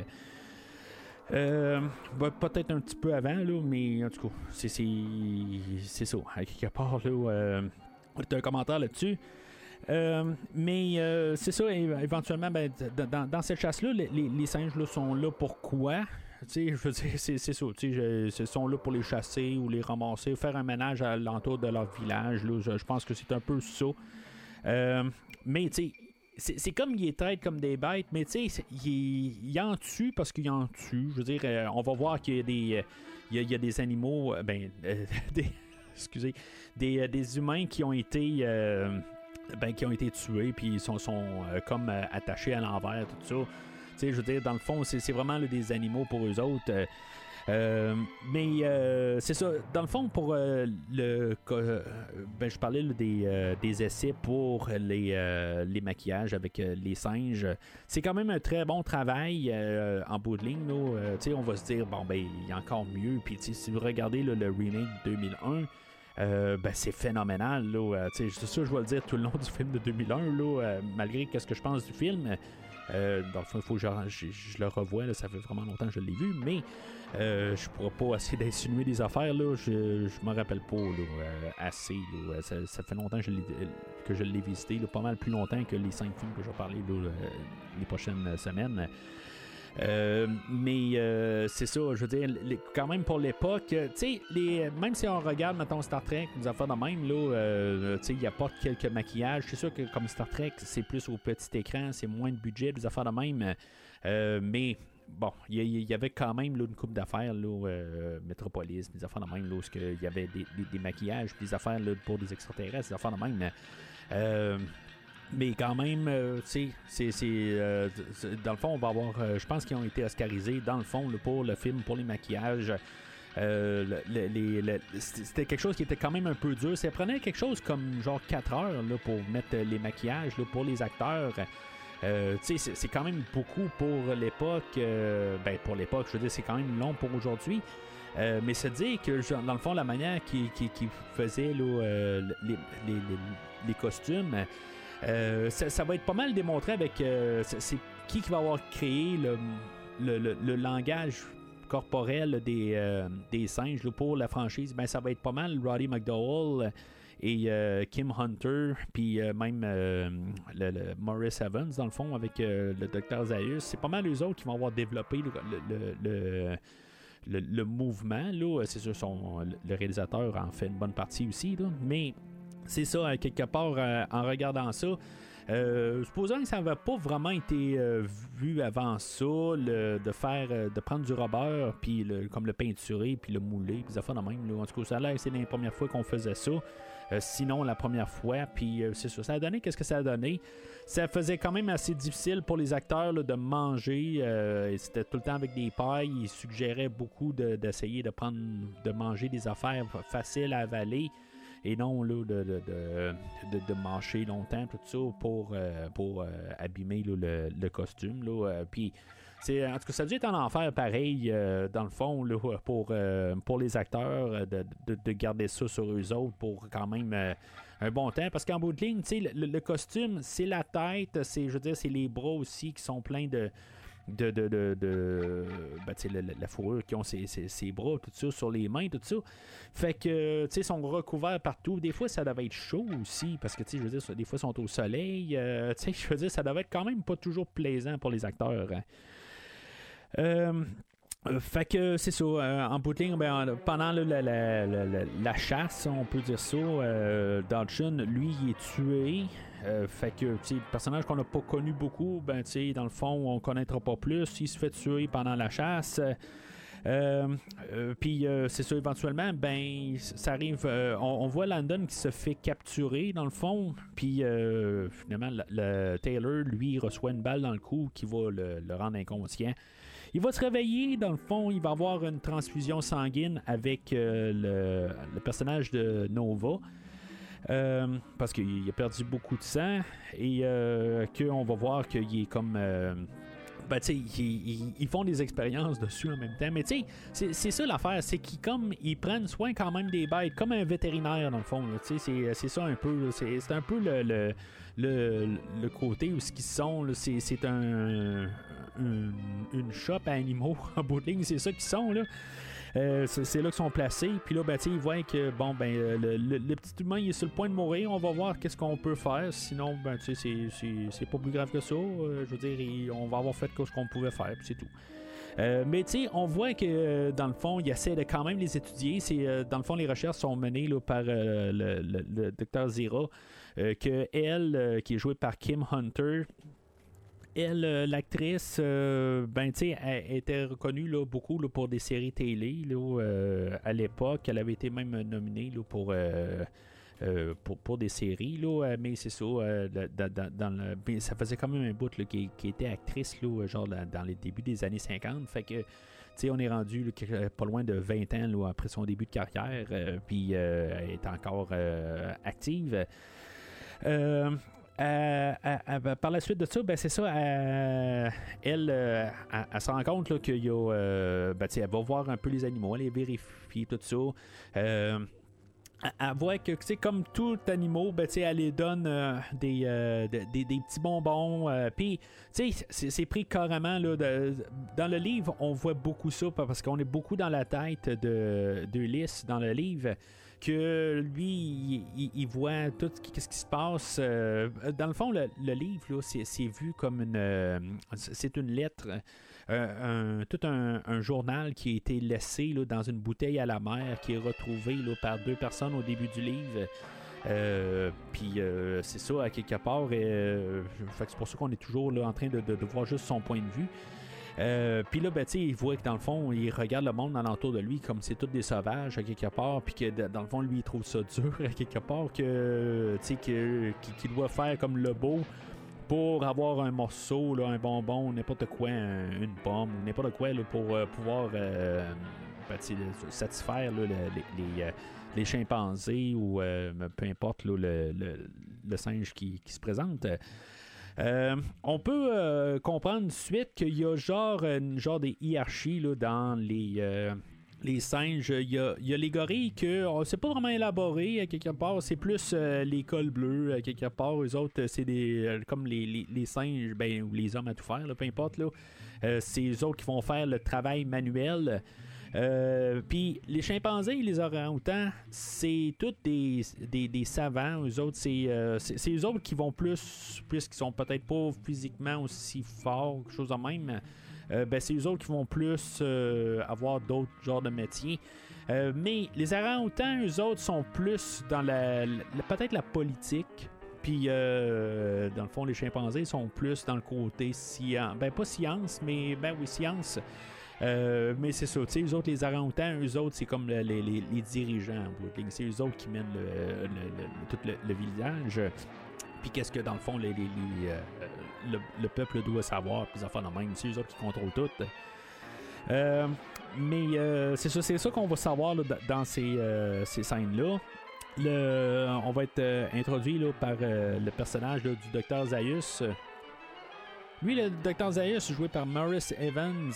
Euh, bah, peut-être un petit peu avant, là, mais en tout cas, c'est, c'est, c'est ça. À quelque part, là, euh, on a un commentaire là-dessus. Euh, mais euh, c'est ça, éventuellement, ben, dans, dans cette chasse-là, les, les singes là, sont là pourquoi? Tu sais, je veux dire, c'est, c'est ça. Tu sais, ils sont là pour les chasser ou les ramasser, faire un ménage à l'entour de leur village. Là, je, je pense que c'est un peu ça. Euh, mais, tu sais, c'est, c'est comme ils traitent comme des bêtes, mais tu sais, ils, ils en tuent parce qu'ils en tuent. Je veux dire, euh, on va voir qu'il y a des, euh, il y a, il y a des animaux, euh, ben, euh, des, excusez, des, euh, des humains qui ont été, euh, ben, qui ont été tués, puis ils sont, sont euh, comme euh, attachés à l'envers, tout ça. Tu sais, je veux dire, dans le fond, c'est, c'est vraiment là, des animaux pour eux autres. Euh, euh, mais euh, c'est ça. Dans le fond, pour euh, le... Euh, ben, je parlais là, des, euh, des essais pour les, euh, les maquillages avec euh, les singes. C'est quand même un très bon travail euh, en bout de ligne. Euh, tu sais, on va se dire, bon, ben, il y a encore mieux. Puis, si vous regardez là, le remake deux mille un, Euh, ben c'est phénoménal là, euh, c'est ça je vais le dire tout le long du film de deux mille un là, euh, malgré ce que je pense du film. Euh, dans le fond, il faut que je, je, je le revoie, là, ça fait vraiment longtemps que je l'ai vu, mais euh, je pourrais pas essayer d'insinuer des affaires, là, je, je me rappelle pas là, euh, assez. Là, ça, ça fait longtemps que je l'ai, que je l'ai visité, là, pas mal plus longtemps que les cinq films que je vais parler là, les prochaines semaines. Euh, mais euh, c'est ça, je veux dire, les, quand même pour l'époque, tu sais, même si on regarde, mettons, Star Trek, des affaires de même, là, euh, tu sais, il y a pas quelques maquillages. C'est sûr que comme Star Trek, c'est plus au petit écran, c'est moins de budget, des affaires de même. Euh, mais bon, il y, y avait quand même là, une couple d'affaires, là, euh, Metropolis, des affaires de même, là, où il y avait des, des, des maquillages, des affaires là, pour des extraterrestres, des affaires de même. Euh, Mais quand même, euh, tu sais, c'est, c'est, euh, dans le fond, on va avoir, euh, je pense qu'ils ont été oscarisés, dans le fond, là, pour le film, pour les maquillages. Euh, le, les, le, c'était quelque chose qui était quand même un peu dur. Ça prenait quelque chose comme genre quatre heures là, pour mettre les maquillages là, pour les acteurs. Euh, tu sais, c'est, c'est quand même beaucoup pour l'époque. Euh, ben, pour l'époque, je veux dire, c'est quand même long pour aujourd'hui. Euh, mais se dire que, dans le fond, la manière qu'ils qui, qui faisaient là, euh, les, les, les, les costumes... Euh, ça, ça va être pas mal démontré avec euh, c'est, c'est qui qui va avoir créé le, le, le, le langage corporel des, euh, des singes là, pour la franchise. Ben, ça va être pas mal Roddy McDowall et euh, Kim Hunter, puis euh, même euh, le, le Maurice Evans, dans le fond, avec euh, le docteur Zaius. C'est pas mal eux autres qui vont avoir développé le, le, le, le, le mouvement. Là. C'est sûr, son, le réalisateur en fait une bonne partie aussi, là. Mais c'est ça, quelque part, euh, en regardant ça, Euh, supposons que ça n'avait pas vraiment été euh, vu avant ça, le, de faire, euh, de prendre du rubber, puis le, comme le peinturer, puis le mouler, puis ça fait de même. Là. En tout cas, ça a l'air, c'est la première fois qu'on faisait ça. Euh, sinon, la première fois, puis euh, c'est ça. Ça a donné, qu'est-ce que ça a donné? Ça faisait quand même assez difficile pour les acteurs là, de manger. Euh, et c'était tout le temps avec des pailles. Ils suggéraient beaucoup de, d'essayer de prendre, de manger des affaires faciles à avaler. Et non là, de, de, de, de, de mâcher longtemps, tout ça, pour, euh, pour euh, abîmer là, le, le costume. Là. Euh, puis, c'est, en tout cas, ça a dû être un enfer pareil, euh, dans le fond, là, pour, euh, pour les acteurs, de, de, de garder ça sur eux autres pour quand même euh, un bon temps. Parce qu'en bout de ligne, le, le, le costume, c'est la tête, c'est, je veux dire, c'est les bras aussi qui sont pleins de... de, de, de, de ben, la, la fourrure qui ont ses, ses, ses bras, tout ça, sur les mains, tout ça. Fait que, tu sais, ils sont recouverts partout. Des fois, ça devait être chaud aussi, parce que, tu sais, je veux dire, des fois, ils sont au soleil. Euh, tu sais, je veux dire, ça devait être quand même pas toujours plaisant pour les acteurs. Hein. Euh... Euh, fait que c'est ça, euh, en bout de ligne, ben, pendant là, la, la, la, la, la chasse, on peut dire ça, euh, Dodson, lui, il est tué. Euh, fait que, tu sais, le personnage qu'on n'a pas connu beaucoup, ben, tu sais, dans le fond, on connaîtra pas plus. Il se fait tuer pendant la chasse. Euh, euh, Puis, euh, c'est ça, éventuellement, ben, ça arrive. Euh, on, on voit Landon qui se fait capturer, dans le fond. Puis, euh, finalement, le, le Taylor, lui, reçoit une balle dans le cou qui va le, le rendre inconscient. Il va se réveiller, dans le fond, il va avoir une transfusion sanguine avec euh, le, le personnage de Nova. Euh, parce qu'il a perdu beaucoup de sang et euh, qu'on va voir qu'il est comme... Euh, ben, tu sais, ils, ils, ils font des expériences dessus en même temps. Mais tu sais, c'est, c'est ça l'affaire, c'est qu'ils comme ils prennent soin quand même des bêtes, comme un vétérinaire dans le fond. Tu sais, c'est, c'est ça un peu. Là, c'est, c'est un peu le, le, le, le côté où ce qu'ils sont. Là, c'est, c'est un, un, une shop à animaux en bout de ligne, c'est ça qu'ils sont là. Euh, c'est, c'est là qu'ils sont placés. Puis là, ben, ils voient que bon, ben, le, le, le petit humain il est sur le point de mourir. On va voir qu'est-ce qu'on peut faire. Sinon, ben, c'est, c'est, c'est pas plus grave que ça. Euh, je veux dire, il, on va avoir fait ce qu'on pouvait faire. Puis c'est tout. Euh, mais tu sais, on voit que euh, dans le fond, il essaie de quand même les étudier. C'est, euh, dans le fond, les recherches sont menées là, par euh, le, le, le docteur Zira. Euh, que elle, euh, qui est jouée par Kim Hunter. Elle, euh, l'actrice, euh, ben, tu sais, elle, elle était reconnue là, beaucoup là, pour des séries télé là, euh, à l'époque. Elle avait été même nominée là, pour, euh, euh, pour, pour des séries, là, mais c'est ça. Euh, dans, dans, dans le, ben, ça faisait quand même un bout là, qui, qui était actrice là, genre dans, dans les débuts des années cinquante. Fait que, tu sais, on est rendu là, pas loin de vingt ans là, après son début de carrière, euh, puis euh, elle est encore euh, active. Euh, Euh, euh, euh, par la suite de ça, ben c'est ça, euh, elle, euh, elle, elle se rend compte là, qu'il y a, euh, ben, elle va voir un peu les animaux, elle les vérifie, tout ça. Euh, elle voit que, comme tout animal, ben, elle les donne euh, des, euh, des, des, des petits bonbons. Euh, Puis, c'est, c'est pris carrément. Là, de, dans le livre, on voit beaucoup ça parce qu'on est beaucoup dans la tête de, d'Ulysse dans le livre. Que lui, il, il, il voit tout ce qui se passe. Euh, dans le fond, le, le livre, là, c'est, c'est vu comme une... Euh, c'est une lettre, euh, un, tout un, un journal qui a été laissé là, dans une bouteille à la mer, qui est retrouvé là, par deux personnes au début du livre. Euh, Puis euh, c'est ça, à quelque part. Euh, fait que c'est pour ça qu'on est toujours là, en train de, de, de voir juste son point de vue. Euh, puis là, ben, tu sais, il voit que dans le fond, il regarde le monde alentour de lui comme c'est tous des sauvages à quelque part, puis que dans le fond, lui, il trouve ça dur à quelque part, que, tu sais, que, qu'il doit faire comme le beau pour avoir un morceau, là, un bonbon, n'importe quoi, un, une pomme, n'importe quoi, là, pour euh, pouvoir euh, ben, satisfaire là, le, les, les, euh, les chimpanzés ou euh, peu importe là, le, le, le singe qui, qui se présente. Euh, on peut euh, comprendre tout de suite qu'il y a genre une genre des hiérarchies là, dans les, euh, les singes. Il y a, il y a les gorilles que oh, c'est pas vraiment élaboré à quelque part, c'est plus euh, les cols bleus à quelque part. Eux autres, c'est des euh, comme les, les, les singes, ben, ou les hommes à tout faire, là, peu importe. Là. Euh, c'est eux autres qui vont faire le travail manuel. Euh, Puis les chimpanzés et les orang-outans, c'est tous des, des, des savants. Eux autres, c'est, euh, c'est, c'est eux autres qui vont plus, puisqu'ils sont peut-être pas physiquement aussi forts, quelque chose de même. Euh, ben, c'est eux autres qui vont plus euh, avoir d'autres genres de métiers. Euh, mais les orang-outans, eux autres, sont plus dans la, la peut-être la politique. Puis, euh, dans le fond, les chimpanzés sont plus dans le côté science. Ben, pas science, mais ben oui, science. Euh, mais c'est ça, tu sais, eux autres, les orang-outans, eux autres, c'est comme le, les, les, les dirigeants en bout de ligne. C'est eux autres qui mènent le, le, le, tout le, le village. Puis qu'est-ce que, dans le fond, les, les, les, euh, le, le peuple doit savoir, puis les enfants de même, c'est eux autres qui contrôlent tout. Euh, mais euh, c'est ça, c'est ça qu'on va savoir là, dans ces, euh, ces scènes-là. Le, on va être euh, introduit là, par euh, le personnage là, du docteur Zaius. Lui, le docteur Zaius, joué par Maurice Evans,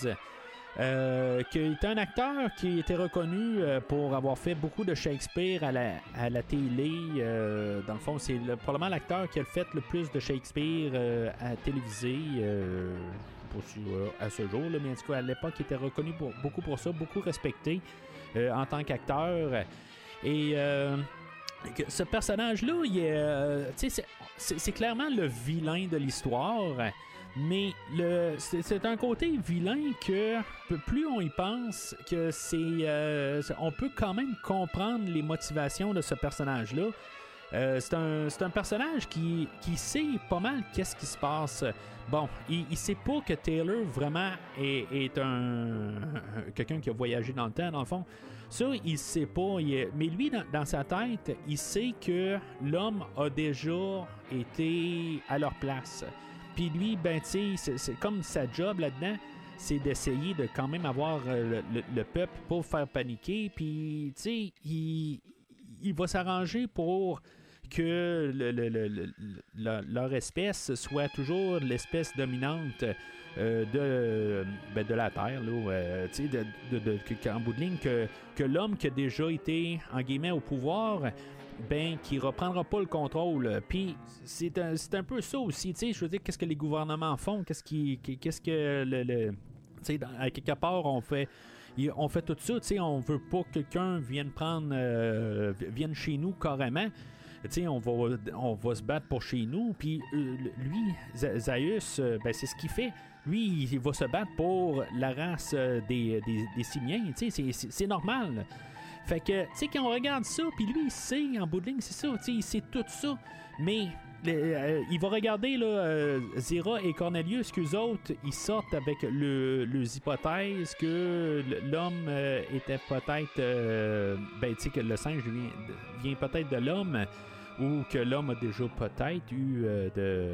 euh, qui est un acteur qui était reconnu euh, pour avoir fait beaucoup de Shakespeare à la, à la télé. Euh, dans le fond, c'est le, probablement l'acteur qui a fait le plus de Shakespeare euh, à télévisé. Euh, pas sûr, euh, à ce jour, là, mais en tout cas, à l'époque, il était reconnu pour, beaucoup pour ça, beaucoup respecté euh, en tant qu'acteur. Et euh, ce personnage-là, il est, euh, c'est, c'est, c'est clairement le vilain de l'histoire, mais le, c'est, c'est un côté vilain que plus on y pense, que c'est, euh, on peut quand même comprendre les motivations de ce personnage-là. Euh, c'est, un, c'est un personnage qui, qui sait pas mal qu'est-ce qui se passe. Bon, il, il sait pas que Taylor vraiment est, est un quelqu'un qui a voyagé dans le temps, dans le fond. Ça, il sait pas. Il est, mais lui, dans, dans sa tête, il sait que l'homme a déjà été à leur place. Puis lui, ben, tu sais, c'est, c'est comme sa job là-dedans, c'est d'essayer de quand même avoir euh, le, le peuple pour faire paniquer. Puis, tu sais, il, il va s'arranger pour que le, le, le, le, le, leur espèce soit toujours l'espèce dominante euh, de, ben de la Terre, là, euh, tu sais, de, de, de, de, en bout de ligne, que, que l'homme qui a déjà été, en guillemets, au pouvoir, ben, qui reprendra pas le contrôle. Puis c'est un, c'est un peu ça aussi, tu sais, je veux dire, qu'est-ce que les gouvernements font, qu'est-ce qui, qu'est-ce que le, le tu sais, à quelque part, on fait... On fait tout ça, tu sais, on veut pas que quelqu'un vienne prendre, euh, vienne chez nous carrément. Tu sais, on va, on va se battre pour chez nous. Puis euh, lui, Zaius, euh, ben, c'est ce qu'il fait. Lui, il va se battre pour la race euh, des, des, des simiens. Tu sais, c'est, c'est, c'est normal. Fait que, tu sais, quand on regarde ça, puis lui, il sait, en bout de ligne, c'est ça, tu sais, il sait tout ça. Mais le, euh, il va regarder, là, euh, Zira et Cornelius, qu'eux autres, ils sortent avec le, les hypothèses que l'homme euh, était peut-être, euh, ben, tu sais, que le singe vient, vient peut-être de l'homme, ou que l'homme a déjà peut-être eu euh,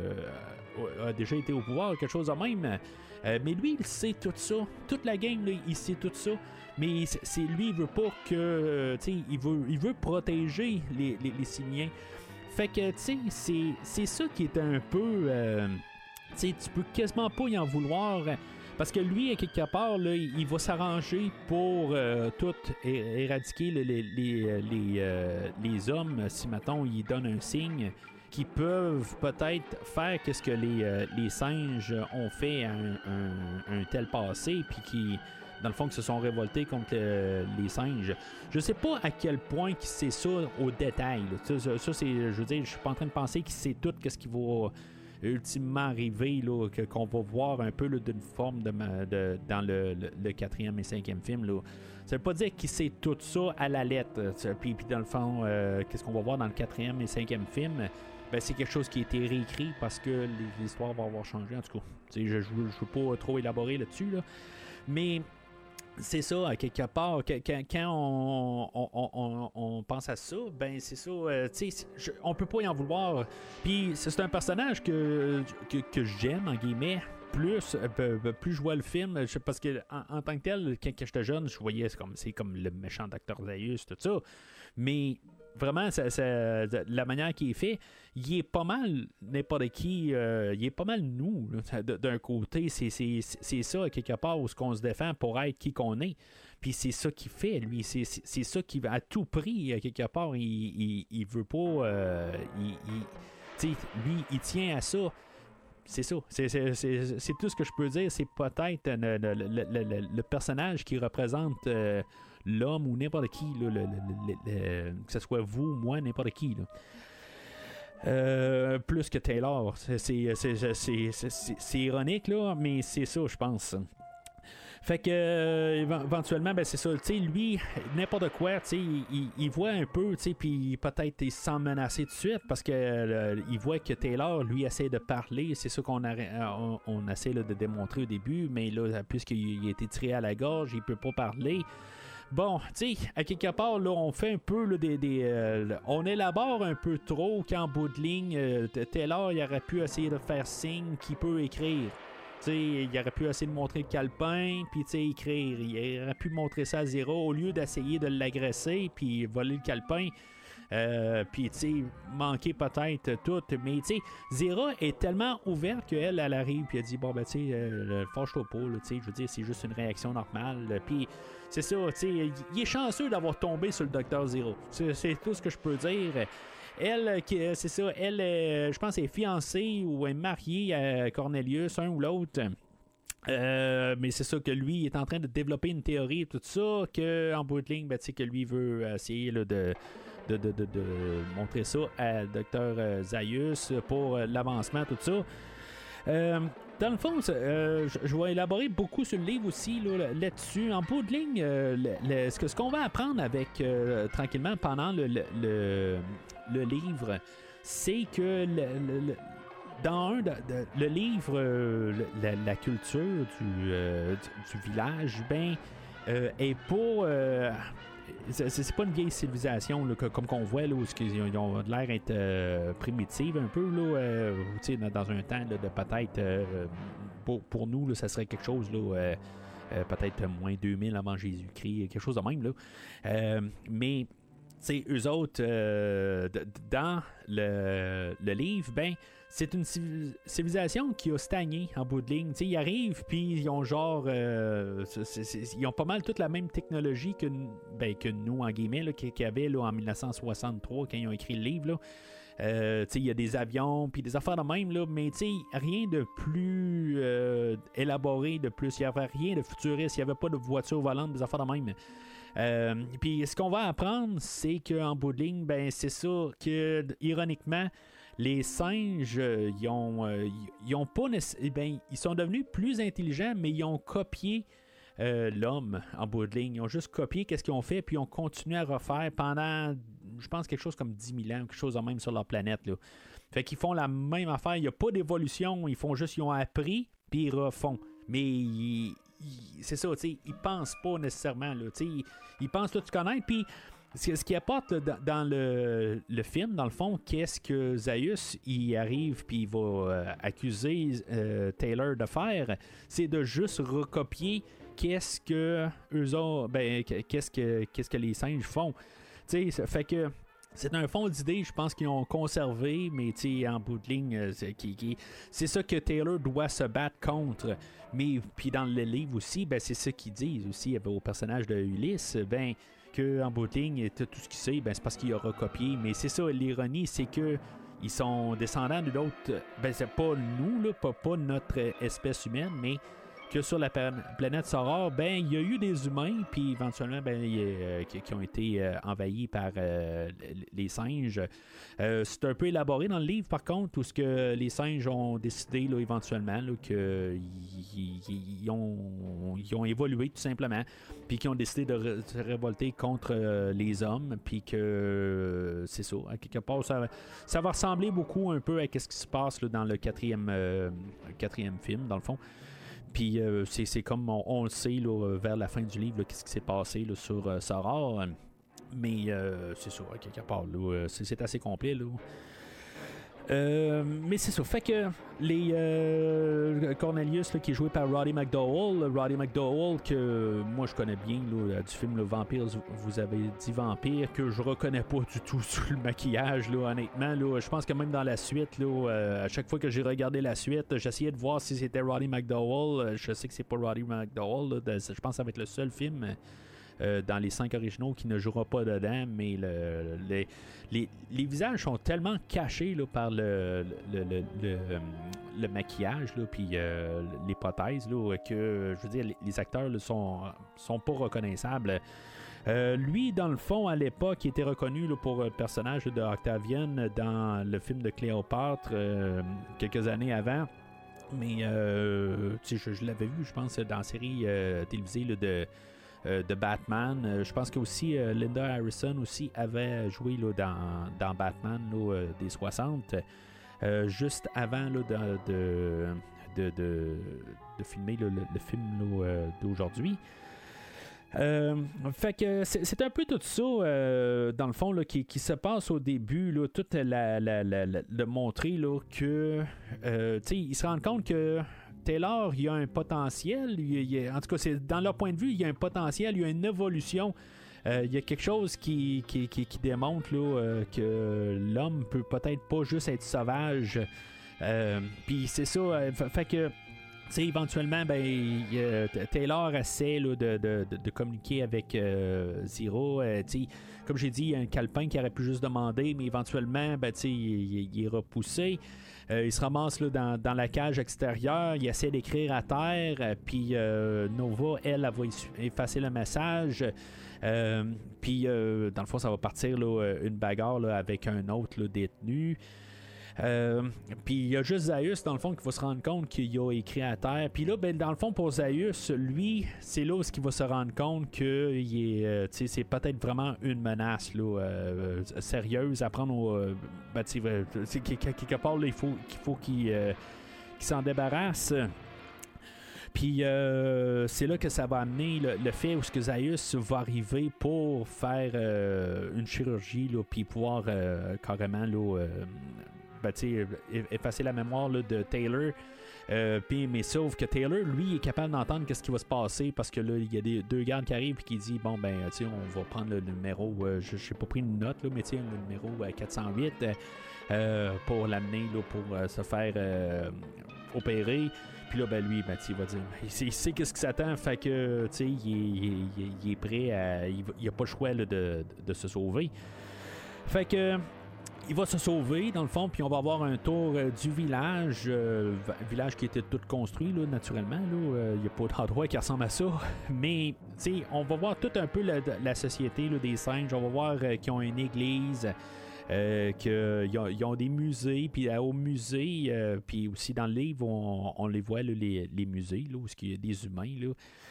de, a déjà été au pouvoir, quelque chose de même. Euh, mais lui, il sait tout ça. Toute la gang, là, il sait tout ça. Mais c'est, c'est lui, il veut pas que, euh, tu sais, il veut, il veut protéger les, les, les simiens. Fait que, tu sais, c'est, c'est ça qui est un peu... Euh, tu sais, tu peux quasiment pas y en vouloir. Parce que lui, à quelque part, là, il va s'arranger pour euh, tout é- éradiquer les, les, les, les, euh, les hommes, si, mettons, ils donnent un signe, qui peuvent peut-être faire qu'est-ce que les, euh, les singes ont fait à un, un, un tel passé, puis qui... dans le fond, qui se sont révoltés contre le, les singes. Je sais pas à quel point qu'il sait ça au détail. Ça, ça, ça, c'est, je veux dire, je suis pas en train de penser qu'il sait tout qu'est-ce qui va ultimement arriver, là, que, qu'on va voir un peu là, d'une forme de, de, dans le, le, le quatrième et cinquième film. Là. Ça veut pas dire qu'il sait tout ça à la lettre. Puis, puis dans le fond, euh, qu'est-ce qu'on va voir dans le quatrième et cinquième film? Ben, c'est quelque chose qui a été réécrit parce que l'histoire va avoir changé. En tout cas, je ne veux pas trop élaborer là-dessus. Là. Mais... c'est ça, à quelque part, quand, quand on, on, on, on pense à ça, ben c'est ça, euh, tu sais, on peut pas y en vouloir. Puis c'est un personnage que, que, que j'aime, en guillemets, plus, euh, plus je vois le film, parce que en, en tant que tel, quand, quand j'étais jeune, je voyais c'est comme, c'est comme le méchant docteur Zaius, tout ça. Mais vraiment, ça, ça, la manière qu'il est fait, il est pas mal n'importe qui, euh, il est pas mal nous, là, d'un côté. C'est, c'est, c'est ça, quelque part, où on se défend pour être qui qu'on est. Puis c'est ça qu'il fait, lui. C'est, c'est, c'est ça qui va à tout prix, quelque part, il, il, il veut pas... Euh, il, il, tu sais, lui, il tient à ça. c'est ça. C'est, c'est, c'est, c'est tout ce que je peux dire. C'est peut-être le, le, le, le, le personnage qui représente euh, l'homme ou n'importe qui, là, le, le, le, le, que ce soit vous, moi, n'importe qui. Là. Euh, plus que Taylor. C'est, c'est, c'est, c'est, c'est, c'est, c'est ironique, là, mais c'est ça, je pense. Fait que euh, éventuellement, ben c'est ça, tu sais, lui, n'importe quoi, tu sais, il, il voit un peu, tu sais, puis peut-être il se sent menacé tout de suite parce que euh, il voit que Taylor, lui, essaie de parler, c'est ça qu'on a, on, on essaie là, de démontrer au début, mais là, puisqu'il a été tiré à la gorge, il peut pas parler. Bon, tu sais, à quelque part, là, on fait un peu là, des. des euh, on élabore un peu trop qu'en bout de ligne, euh, Taylor, il aurait pu essayer de faire signe qu'il peut écrire. T'sais, il aurait pu essayer de montrer le calepin, puis écrire. Il aurait pu montrer ça à Zira au lieu d'essayer de l'agresser, puis voler le calepin. Euh, puis, tu sais, manquer peut-être tout. Mais, tu sais, Zira est tellement ouverte qu'elle, elle arrive, puis elle dit, bon, ben, tu sais, euh, fâche-toi pas, tu sais, je veux dire, c'est juste une réaction normale. Puis, c'est ça, tu sais, il est chanceux d'avoir tombé sur le docteur Zira. C'est, c'est tout ce que je peux dire. Elle, c'est ça, elle, je pense, est fiancée ou est mariée à Cornelius, un ou l'autre. Euh, mais c'est ça que lui est en train de développer une théorie et tout ça, qu'en bout de ligne, ben, tu sais, que lui veut essayer là, de, de, de, de, de montrer ça à Dr Zaius pour l'avancement, tout ça. Euh, dans le fond, euh, je, je vais élaborer beaucoup sur le livre aussi là, là-dessus. En bout de ligne, euh, le, le, ce, que, ce qu'on va apprendre avec euh, tranquillement pendant le, le, le, le livre, c'est que le, le, le, dans un de, de, le livre, euh, la, la culture du, euh, du, du village, ben, euh, est pas. Euh, c'est, c'est pas une vieille civilisation là, que, comme qu'on voit, là, où ils, ils ont l'air d'être euh, primitifs un peu, là, euh, dans, dans un temps là, de peut-être, euh, pour, pour nous, là, ça serait quelque chose, là, euh, euh, peut-être moins deux mille avant Jésus-Christ, quelque chose de même. Là. Euh, mais, tu sais, eux autres, euh, d- dans le, le livre, ben, c'est une civilisation qui a stagné en bout de ligne. T'sais, ils arrivent, puis ils ont genre... Euh, c'est, c'est, ils ont pas mal toute la même technologie que, ben, que nous, en guillemets, là, qu'ils, qu'ils avaient là, en dix-neuf cent soixante-trois, quand ils ont écrit le livre. Là. Euh, il y a des avions, puis des affaires de même, là, mais rien de plus euh, élaboré, de plus. Il n'y avait rien de futuriste, il n'y avait pas de voiture volante, des affaires de même. Euh, puis ce qu'on va apprendre, c'est qu'en bout de ligne, ben, c'est ça que, ironiquement, les singes, euh, ils ont, euh, ils ont pas nécess- ben, ils sont devenus plus intelligents, mais ils ont copié euh, l'homme en bout de ligne. Ils ont juste copié qu'est-ce qu'ils ont fait, puis ils ont continué à refaire pendant, je pense, quelque chose comme dix mille ans, quelque chose de même sur leur planète. Là. Fait qu'ils font la même affaire. Il n'y a pas d'évolution. Ils font juste, ils ont appris, puis ils refont. Mais ils, ils, c'est ça, tu sais, ils pensent pas nécessairement. Là, ils, ils pensent tout connaître, puis ce qui apporte dans, dans le, le film, dans le fond, qu'est-ce que Zaius il arrive puis il va euh, accuser euh, Taylor de faire, c'est de juste recopier qu'est-ce que eux ont, ben, qu'est-ce que qu'est-ce que les singes font. Tu sais, ça fait que c'est un fond d'idée, je pense qu'ils ont conservé, mais en bout de ligne, c'est, qui, qui, c'est ça que Taylor doit se battre contre. Mais puis dans le livre aussi, ben, c'est ça qu'ils disent aussi au personnage de Ulysse, ben qu'en bout de ligne, tout ce qu'il sait, ben, c'est parce qu'il a recopié. Mais c'est ça, l'ironie, c'est que ils sont descendants d'autres. Ben, c'est pas nous, là, pas, pas notre espèce humaine, mais que sur la planète Soror, ben, il y a eu des humains, puis éventuellement, ben, y, euh, qui, qui ont été euh, envahis par euh, les singes. Euh, c'est un peu élaboré dans le livre, par contre, où ce que les singes ont décidé, là, éventuellement, là, qu'ils ils ont, ils ont évolué, tout simplement, puis qu'ils ont décidé de re- se révolter contre euh, les hommes, puis que euh, c'est ça, à quelque part, ça, ça va ressembler beaucoup un peu à ce qui se passe là, dans le quatrième, euh, quatrième film, dans le fond. Puis euh, c'est, c'est comme on, on le sait là, vers la fin du livre, là, qu'est-ce qui s'est passé là, sur euh, Soror. Mais euh, c'est ça, à quelque part, là, c'est, c'est assez complet. Là. Euh, mais c'est ça. Fait que les euh, Cornelius là, qui est joué par Roddy McDowall, Roddy McDowall que moi je connais bien là, du film le Vampire, vous avez dit Vampire, que je reconnais pas du tout sur le maquillage là, honnêtement là, je pense que même dans la suite là, euh, à chaque fois que j'ai regardé la suite, j'essayais de voir si c'était Roddy McDowall. Je sais que c'est pas Roddy McDowall là, de, je pense que ça va être le seul film euh, dans les cinq originaux qui ne jouera pas dedans, mais le, le, les, les visages sont tellement cachés là, par le, le, le, le, le maquillage, puis euh, les prothèses, là, que je veux dire, les, les acteurs ne sont, sont pas reconnaissables. Euh, lui, dans le fond, à l'époque, il était reconnu là, pour le personnage de Octavian dans le film de Cléopâtre euh, quelques années avant. Mais euh, je, je l'avais vu, je pense, dans la série euh, télévisée là, de, euh, de Batman. Euh, je pense que aussi euh, Linda Harrison aussi avait joué là, dans, dans Batman là, euh, des soixante, euh, juste avant là, de, de, de, de, de filmer là, le, le film là, euh, d'aujourd'hui. Euh, fait que c'est, c'est un peu tout ça euh, dans le fond là, qui, qui se passe au début là, toute la, la, la, la de montrer là, que euh, tu sais, ils se rendent compte que Taylor il y a un potentiel, il, il, en tout cas c'est dans leur point de vue il y a un potentiel, il y a une évolution, euh, il y a quelque chose qui, qui, qui, qui démontre là, euh, que l'homme peut peut-être pas juste être sauvage, euh, puis c'est ça, euh, fait que t'sais, éventuellement, ben, euh, Taylor essaie là, de, de, de, de communiquer avec euh, Zero. Euh, comme j'ai dit, il y a un calepin qui aurait pu juste demander, mais éventuellement, ben, il, il, il est repoussé. Euh, il se ramasse là, dans, dans la cage extérieure. Il essaie d'écrire à terre. Euh, puis euh, Nova, elle, elle va effacer le message. Euh, puis, euh, dans le fond, ça va partir là, une bagarre là, avec un autre là, détenu. Euh, puis il y a juste Zaius dans le fond qui va se rendre compte qu'il a écrit à terre. Puis là, ben, dans le fond, pour Zaius, lui, c'est là où il va se rendre compte que il est, euh, c'est peut-être vraiment une menace là, euh, sérieuse à prendre au. Euh, ben, c'est quelque part là, il faut qu'il faut qu'il, euh, qu'il s'en débarrasse. Puis euh, c'est là que ça va amener le, le fait où ce que Zaius va arriver pour faire euh, une chirurgie, là, puis pouvoir euh, carrément là, euh, ben, effacer la mémoire là, de Taylor. Euh, pis, mais sauf que Taylor, lui, est capable d'entendre qu'est-ce qui va se passer parce que là, il y a des, deux gardes qui arrivent et qui disent bon, ben, tu sais, on va prendre le numéro, euh, je n'ai pas pris une note, là, mais tu sais, le numéro euh, quatre cent huit euh, pour l'amener là, pour euh, se faire euh, opérer. Puis là, ben, lui, ben, il va dire il sait, il sait qu'est-ce qui s'attend, fait que, tu sais, il, il, il, il est prêt à. Il n'a pas le choix là, de, de, de se sauver. Fait que. Il va se sauver, dans le fond, puis on va avoir un tour euh, du village. Euh, village qui était tout construit, là, naturellement. Il euh, n'y a pas d'endroit qui ressemble à ça. Mais, tu sais, on va voir tout un peu la, la société là, des singes. On va voir euh, qu'ils ont une église, euh, qu'ils ont, ils ont des musées. Puis euh, au musée, euh, puis aussi dans le livre, on, on les voit, là, les, les musées, là, où il y a des humains, là.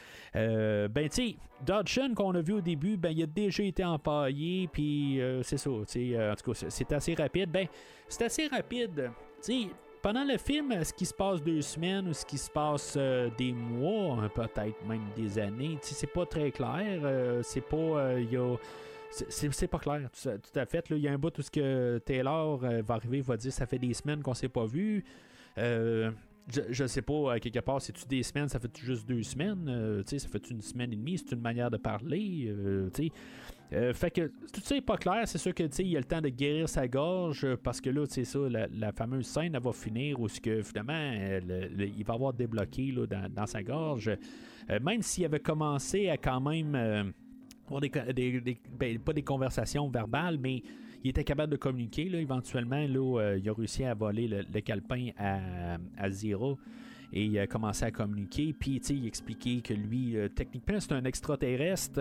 Euh, ben, tu sais, Dodson qu'on a vu au début, ben, il a déjà été empaillé, puis euh, c'est ça, tu sais, euh, en tout cas, c'est, c'est assez rapide. Ben, c'est assez rapide. Tu sais, pendant le film, est-ce qu'il se passe deux semaines ou est-ce qu'il se passe euh, des mois, hein, peut-être même des années? Tu sais, c'est pas très clair. Euh, c'est pas. Euh, y a, c'est, c'est, c'est pas clair, tout, tout à fait. Il y a un bout où ce que Taylor euh, va arriver, va dire ça fait des semaines qu'on s'est pas vu. Euh. Je, je sais pas, à quelque part, c'est-tu des semaines, ça fait juste deux semaines, euh, tu sais, ça fait une semaine et demie, c'est une manière de parler, euh, tu sais. Euh, fait que tout ça est pas clair, c'est sûr que, tu sais, il a le temps de guérir sa gorge, parce que là, tu sais ça, la, la fameuse scène, elle va finir où, que, finalement, elle, le, il va avoir débloqué, là, dans, dans sa gorge, euh, même s'il avait commencé à quand même euh, avoir des, des, des ben, pas des conversations verbales, mais il était capable de communiquer, là, éventuellement, là, euh, il a réussi à voler le, le calepin à, à Zero et il a commencé à communiquer. Puis, tu sais, il expliquait que lui, euh, techniquement, c'est un extraterrestre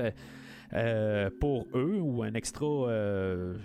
euh, pour eux ou un extra euh,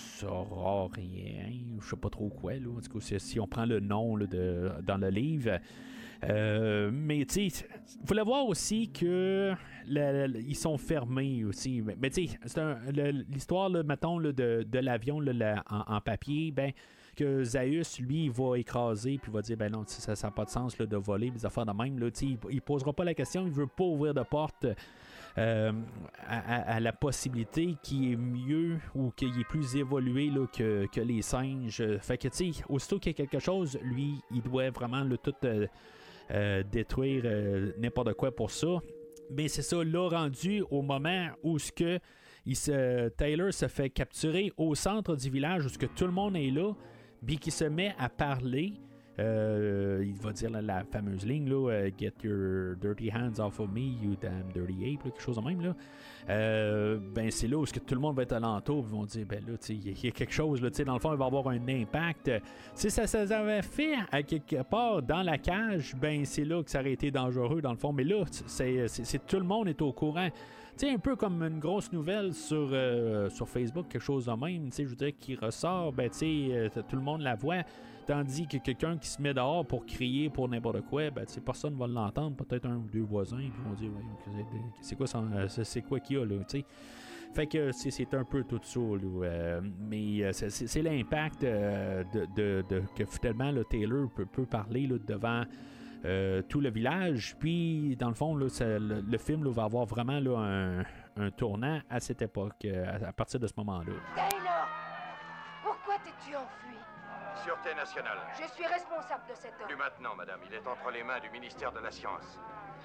saurorien, je sais pas trop quoi, là, en tout cas, si on prend le nom là, de, dans le livre. Euh, mais tu sais, il faut le voir aussi que la, la, ils sont fermés aussi. Mais, mais tu sais, c'est un, le, l'histoire, là, mettons, là, de, de l'avion là, la, en, en papier, ben que Zaius, lui, il va écraser puis va dire ben non, ça n'a pas de sens là, de voler des affaires de même. Là, il, il posera pas la question, il veut pas ouvrir de porte euh, à, à, à la possibilité qui est mieux ou qu'il est plus évolué là, que, que les singes. Fait que tu sais, aussitôt qu'il y a quelque chose, lui, il doit vraiment là, tout euh, Euh, détruire euh, n'importe quoi pour ça. Mais c'est ça, là, rendu au moment où ce que il se, Taylor se fait capturer au centre du village, où ce que tout le monde est là, puis qui se met à parler. Euh, il va dire là, la fameuse ligne là, euh, Get your dirty hands off of me, you damn dirty ape, là, quelque chose de même. Là. Euh, ben c'est là où que tout le monde va être alentour, ils vont dire ben là, il y, y a quelque chose, là, dans le fond, il va avoir un impact. Si ça s'avait fait à quelque part dans la cage, ben c'est là que ça aurait été dangereux dans le fond. Mais là, c'est, c'est, c'est tout le monde est au courant. T'sais, un peu comme une grosse nouvelle sur, euh, sur Facebook, quelque chose de même, je veux dire, qui ressort, ben tu sais, tout le monde la voit. Tandis que quelqu'un qui se met dehors pour crier pour n'importe quoi, ben, personne ne va l'entendre, peut-être un ou deux voisins, puis vont dire ouais, c'est quoi ça, c'est quoi qu'il y a là, tu sais. Fait que c'est, c'est un peu tout ça, là, euh, mais c'est, c'est, c'est l'impact euh, de, de, de, que finalement le Taylor peut, peut parler là, devant euh, tout le village. Puis dans le fond, là, ça, le, le film là, va avoir vraiment là, un, un tournant à cette époque, à, à partir de ce moment-là. Taylor, pourquoi t'es-tu enfui? Sûreté nationale. Je suis responsable de cet homme. Plus maintenant, madame. Il est entre les mains du ministère de la Science.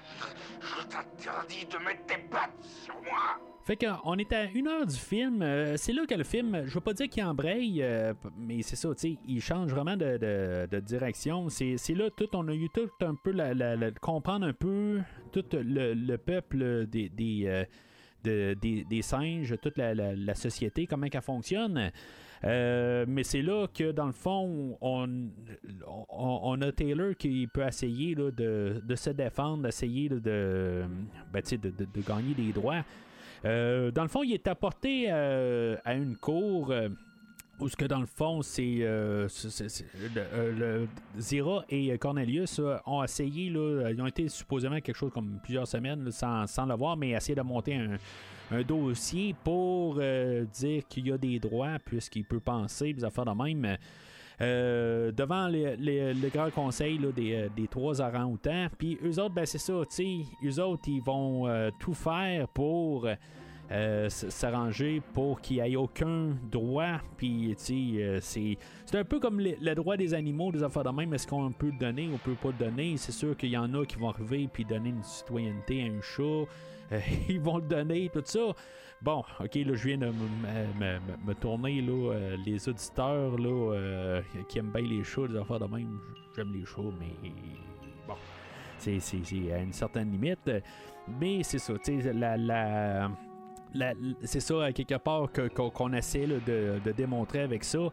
Je t'interdis de mettre tes pattes sur moi! Fait qu'on est à une heure du film. Euh, c'est là que le film, je veux pas dire qu'il embraye, euh, mais c'est ça, tu sais, il change vraiment de, de, de direction. C'est, c'est là tout, on a eu tout un peu, la, la, la, comprendre un peu tout le, le peuple des, des, euh, de, des, des singes, toute la, la, la société, comment elle fonctionne. Euh, mais c'est là que, dans le fond, on, on, on a Taylor qui peut essayer là, de, de se défendre, d'essayer là, de, ben, de, de, de gagner des droits. Euh, dans le fond, il est apporté euh, à une cour euh, où ce que, dans le fond, c'est, euh, c'est, c'est, c'est le, le, Zira et Cornelius euh, ont essayé, là, ils ont été supposément quelque chose comme plusieurs semaines là, sans, sans le voir, mais essayer de monter un un dossier pour euh, dire qu'il y a des droits puisqu'il peut penser, des affaires de même. Euh, devant les, les, le grand conseil là, des, des trois orang-outans. Puis eux autres, ben c'est ça, tu sais, eux autres, ils vont euh, tout faire pour euh, s'arranger pour qu'il n'y ait aucun droit. Puis, tu sais, euh, c'est, c'est un peu comme le, le droit des animaux, des affaires de même. Est-ce qu'on peut le donner ou on peut pas le donner? C'est sûr qu'il y en a qui vont arriver puis donner une citoyenneté à un chat. Euh, ils vont le donner, tout ça. Bon, ok, là, je viens de me, me, me, me tourner, là, euh, les auditeurs, là, euh, qui aiment bien les chats, des affaires de même. J'aime les chats, mais bon, c'est, c'est, c'est à une certaine limite. Mais c'est ça, tu sais, la, la, la, c'est ça, à quelque part, que, qu'on, qu'on essaie là, de, de démontrer avec ça.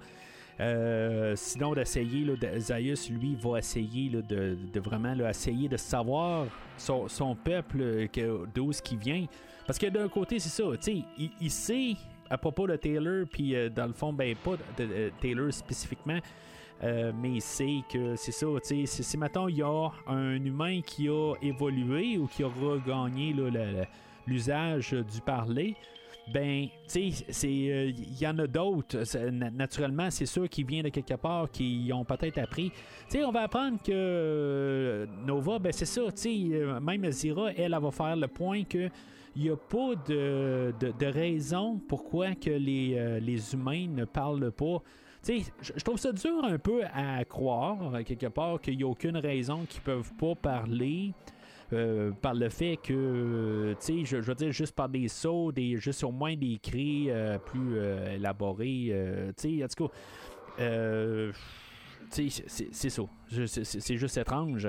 Euh, sinon d'essayer là, de, Zaius lui va essayer là, de, de vraiment là, essayer de savoir son, son peuple que, d'où ce qui vient, parce que d'un côté c'est ça, tu sais, il, il sait à propos de Taylor, puis euh, dans le fond ben pas de, de, de Taylor spécifiquement, euh, mais il sait que c'est ça, tu sais, si maintenant il y a un humain qui a évolué ou qui a regagné là, le, le, l'usage du parler, ben, tu sais, il euh, y en a d'autres. C'est, naturellement, c'est sûr qu'ils viennent de quelque part, qui ont peut-être appris. Tu sais, on va apprendre que euh, Nova, ben c'est ça, tu sais, même Zira, elle, elle va faire le point que il n'y a pas de, de, de raison pourquoi que les, euh, les humains ne parlent pas. Tu sais, je trouve ça dur un peu à croire, quelque part, qu'il n'y a aucune raison qu'ils ne peuvent pas parler. Euh, par le fait que, tu sais, je, je veux dire, juste par des sauts, des, juste au moins des cris euh, plus euh, élaborés, euh, tu sais, en tout cas, euh, tu sais, c'est, c'est ça. Je, c'est, c'est juste étrange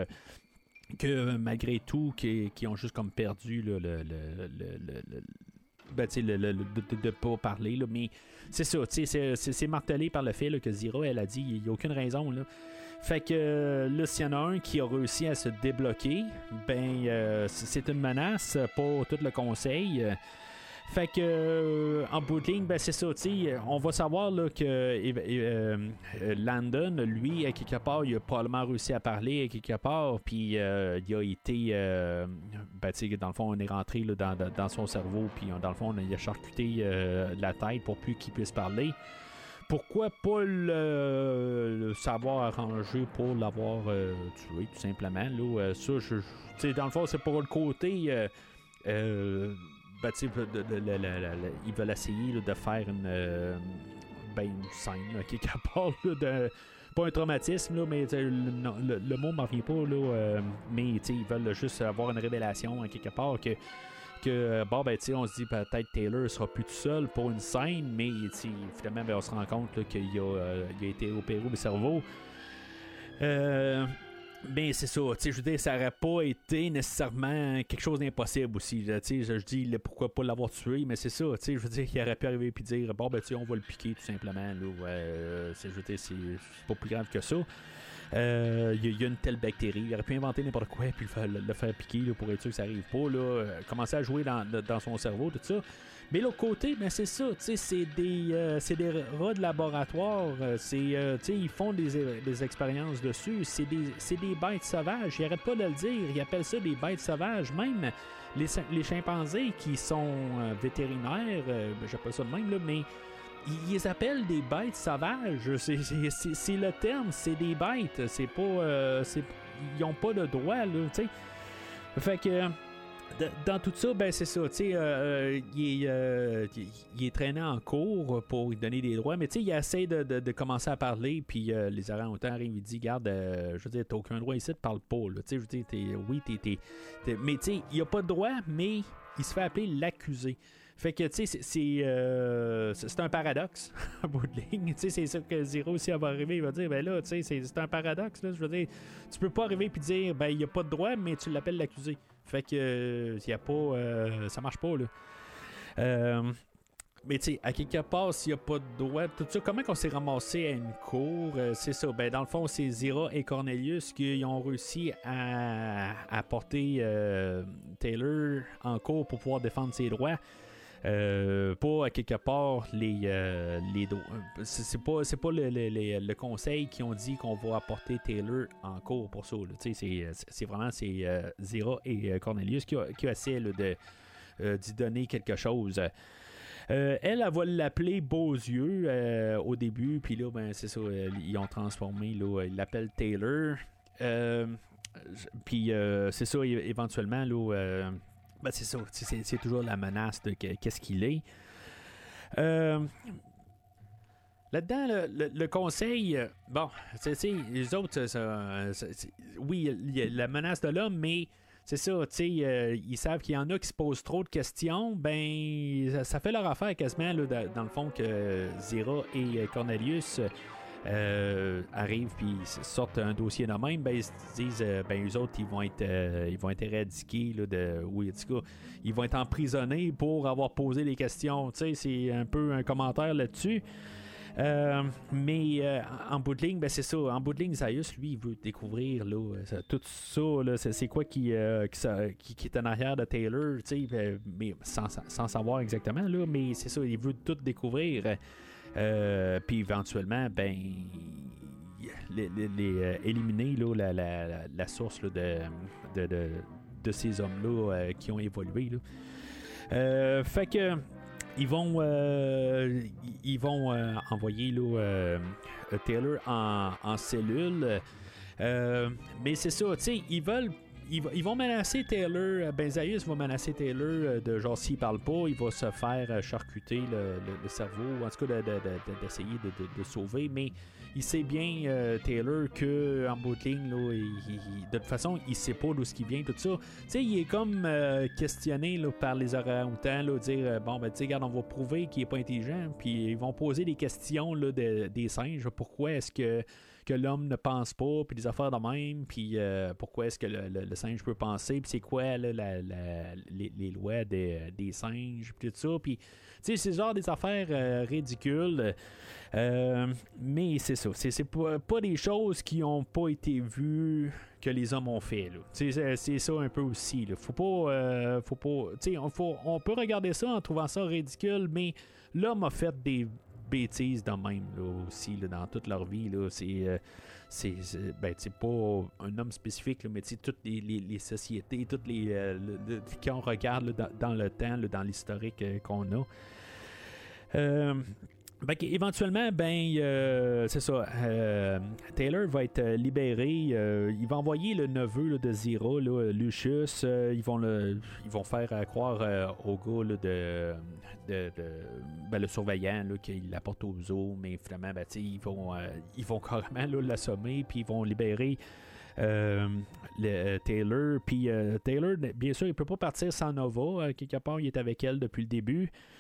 que malgré tout, qu'ils qui ont juste comme perdu là, le, le, le, le, le ben, tu sais, le, le, le, de ne pas parler, là, mais c'est ça, tu sais, c'est, c'est, c'est martelé par le fait là, que Zira, elle a dit, il n'y a aucune raison, là. Fait que là, s'il y en a un qui a réussi à se débloquer, ben euh, c'est une menace pour tout le conseil. Fait que euh, en bout de ligne, ben c'est ça, tu sais, on va savoir là, que euh, Landon, lui, à quelque part, il a probablement réussi à parler à quelque part, puis euh, il a été, euh, ben tu sais, dans le fond, on est rentré là, dans, dans son cerveau, puis dans le fond, on a charcuté euh, la tête pour plus qu'il puisse parler. Pourquoi pas le, le savoir arranger pour l'avoir euh, tué, tout simplement. Là, euh, ça, je, je, dans le fond, c'est pour le côté... Euh, euh, ben, de, de, de, de, de, de, ils veulent essayer là, de faire une, euh, ben, une scène, là, quelque part, là, de, pas un traumatisme, là, mais le, le, le mot m'en vient pas, là, euh, mais ils veulent juste avoir une révélation, à quelque part, que... que bon ben tu sais on se dit peut-être Taylor sera plus tout seul pour une scène, mais finalement ben, on se rend compte là, qu'il a, euh, il a été opéré au cerveau. Euh, ben c'est ça, tu sais, je veux dire, ça aurait pas été nécessairement quelque chose d'impossible aussi. Tu sais, je, je dis là, pourquoi pas l'avoir tué, mais c'est ça, tu sais, je veux dire, il aurait pu arriver et dire bon ben tu sais, on va le piquer tout simplement. Là, ouais, euh, c'est, je veux dire, c'est, c'est pas plus grave que ça. Il euh, y, y a une telle bactérie, il aurait pu inventer n'importe quoi puis le, le, le faire piquer là, pour être sûr que ça arrive pas. Là, euh, commencer à jouer dans, dans son cerveau, tout ça. Mais l'autre côté, ben c'est ça, tu sais, c'est des, euh, c'est des rats de laboratoire, euh, c'est, euh, tu sais, ils font des, des expériences dessus, c'est des, c'est des bêtes sauvages, ils arrêtent pas de le dire, ils appellent ça des bêtes sauvages, même les, les chimpanzés qui sont euh, vétérinaires, euh, j'appelle ça de même, là, mais ils les appellent des bêtes sauvages, c'est, c'est, c'est, c'est le terme, c'est des bêtes, c'est pas, euh, c'est, ils ont pas de droit, là, tu sais, fait que... Dans tout ça, ben c'est ça, tu sais, euh, il, euh, il est traîné en cours pour lui donner des droits, mais tu sais, il essaie de, de, de commencer à parler, puis euh, les orang-outans arrivent, il dit, garde, euh, je veux dire, t'as aucun droit ici, tu parles pas, tu sais, je veux dire, t'es, oui, t'es, t'es, t'es mais tu sais, il a pas de droit, mais il se fait appeler l'accusé. Fait que, tu sais, c'est, c'est, euh, c'est un paradoxe, à bout de ligne. Tu sais, c'est ça que Zero aussi va arriver, il va dire, ben là, tu sais, c'est, c'est un paradoxe, là, je veux dire, tu peux pas arriver puis dire, ben, il n'y a pas de droit, mais tu l'appelles l'accusé. Fait que, euh, y a pas, euh, ça marche pas, là. Euh, mais tu sais, à quelque part, s'il n'y a pas de droit, tout ça, comment on s'est ramassé à une cour, euh, c'est ça. Ben, dans le fond, c'est Zira et Cornelius qui ont réussi à, à porter euh, Taylor en cour pour pouvoir défendre ses droits. Euh, pas à quelque part les, euh, les do- c'est, c'est pas c'est pas le, le, le, le conseil qui ont dit qu'on va apporter Taylor en cours pour ça là. C'est, c'est vraiment c'est euh, Zira et euh, Cornelius qui, a, qui essaient là, de euh, d'y donner quelque chose. Euh, elle, elle va l'appeler Beauzieux euh, au début, puis là ben c'est ça, euh, ils ont transformé là, ils l'appellent Taylor. Euh, puis euh, c'est ça, éventuellement là. Euh, Ben c'est ça, c'est, c'est toujours la menace de que, qu'est-ce qu'il est. Euh, là-dedans, le, le, le conseil, euh, bon, c'est, c'est, les autres, ça, c'est, c'est, oui, il y a la menace de l'homme, mais c'est ça, tu sais, euh, ils savent qu'il y en a qui se posent trop de questions, ben, ça, ça fait leur affaire quasiment, là, dans le fond, que Zira et Cornelius... Euh, arrivent puis sortent un dossier de même, ben ils se disent euh, ben eux autres ils vont être euh, ils vont être éradiqués là, de oui en tout cas ils vont être emprisonnés pour avoir posé des questions, tu sais, c'est un peu un commentaire là-dessus. Euh, mais euh, en bout de ligne, ben c'est ça. En bout de ligne, Zaius, lui, il veut découvrir là, tout ça. Là, c'est, c'est quoi qui, euh, qui, qui, qui est en arrière de Taylor, tu sais, mais sans, sans savoir exactement, là, mais c'est ça, il veut tout découvrir. Euh, puis éventuellement, ben, les, les, les, euh, éliminer là, la, la, la, la source là, de, de, de, de ces hommes-là euh, qui ont évolué. Là. Euh, fait que ils vont, euh, ils vont euh, envoyer là, euh, Taylor en, en cellule. Euh, mais c'est ça, tu sais, ils veulent. Ils, ils vont menacer Taylor, Ben Zaius va menacer Taylor de genre s'il parle pas, il va se faire charcuter le, le, le cerveau, en tout cas de, de, de, d'essayer de, de, de sauver, mais il sait bien euh, Taylor que en bout de ligne, là, il, il, de toute façon, il sait pas d'où ce qui vient, tout ça. Tu sais, il est comme euh, questionné là, par les orang-outans, là, dire euh, bon ben tu sais, regarde, on va prouver qu'il est pas intelligent, puis ils vont poser des questions là, de, des singes, pourquoi est-ce que que l'homme ne pense pas, puis des affaires de même, puis euh, pourquoi est-ce que le, le, le singe peut penser, puis c'est quoi là, la, la, les, les lois des, des singes, puis tout ça, puis tu sais, c'est genre des affaires euh, ridicules, euh, mais c'est ça, c'est, c'est pas, pas des choses qui ont pas été vues que les hommes ont fait, là. C'est, c'est ça un peu aussi, là. Faut pas, euh, faut pas, tu sais, on, faut, on peut regarder ça en trouvant ça ridicule, mais l'homme a fait des bêtises de même là, aussi là, dans toute leur vie là. C'est, euh, c'est, c'est, ben, c'est pas un homme spécifique là, mais toutes les, les, les sociétés, toutes les euh, le, le, quand on regarde là, dans, dans le temps là, dans l'historique euh, qu'on a euh, ben, éventuellement ben euh, c'est ça euh, Taylor va être libéré, euh, il va envoyer le neveu là, de Zira là, Lucius, euh, ils vont le, ils vont faire euh, croire euh, au gars là, de, de, de ben, le surveillant là, qu'il l'apporte aux zoo, mais finalement ben, ils vont euh, ils vont carrément là, l'assommer puis ils vont libérer euh, le, Taylor, puis euh, Taylor bien sûr il peut pas partir sans Nova, euh, quelque part il est avec elle depuis le début.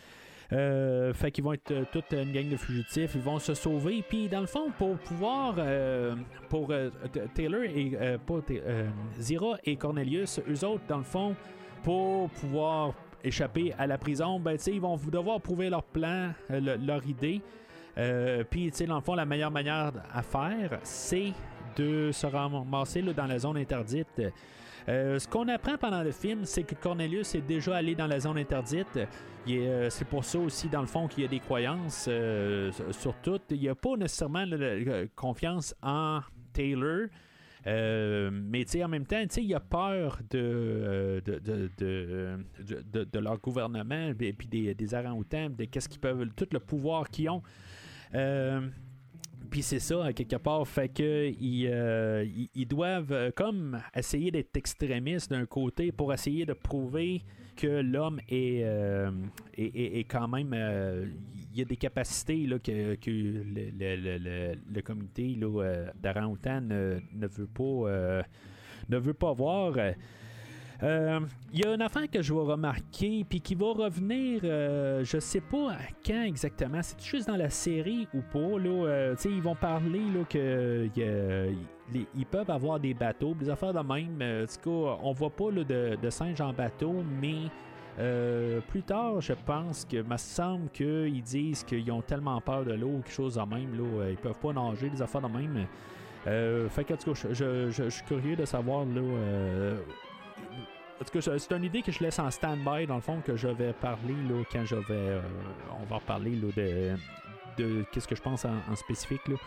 Euh, fait qu'ils vont être euh, toute une gang de fugitifs, ils vont se sauver. Puis dans le fond, pour pouvoir, euh, pour euh, Taylor et euh, pas euh, Zira et Cornelius, eux autres, dans le fond, pour pouvoir échapper à la prison, ben tu sais, ils vont devoir prouver leur plan, euh, le, leur idée. Euh, Puis tu sais, dans le fond, la meilleure manière à faire, c'est de se ramasser là, dans la zone interdite. Euh, ce qu'on apprend pendant le film, c'est que Cornelius est déjà allé dans la zone interdite. Il est, euh, c'est pour ça aussi, dans le fond, qu'il y a des croyances euh, sur tout. Il n'y a pas nécessairement là, la confiance en Taylor. Euh, mais en même temps, il a peur de, de, de, de, de, de, de leur gouvernement et puis des, des orang-outans, de qu'est-ce qu'ils peuvent, tout le pouvoir qu'ils ont. Euh, Puis c'est ça, à quelque part, fait que ils, euh, ils, ils doivent euh, comme essayer d'être extrémistes d'un côté pour essayer de prouver que l'homme est, euh, est, est, est quand même... Euh, il y a des capacités là, que, que le, le, le, le, le comité là, euh, d'Orang-Outan ne, ne veut pas euh, ne veut pas voir. Il euh, y a une affaire que je vais remarquer puis qui va revenir, euh, je sais pas quand exactement, c'est juste dans la série ou pas. Là, euh, ils vont parler là, que euh, les, ils peuvent avoir des bateaux, des affaires de même. En tout cas, on voit pas là, de, de singes en bateau, mais euh, plus tard, je pense que me semble qu'ils disent qu'ils ont tellement peur de l'eau, quelque chose de même. Là, ils peuvent pas nager, des affaires de même. Euh, fait que, en tout cas, je, je, je, je suis curieux de savoir là. Euh, En tout cas, c'est une idée que je laisse en stand-by, dans le fond, que je vais parler là, quand je vais... Euh, on va reparler là, de, de qu'est-ce que je pense en, en spécifique. Là.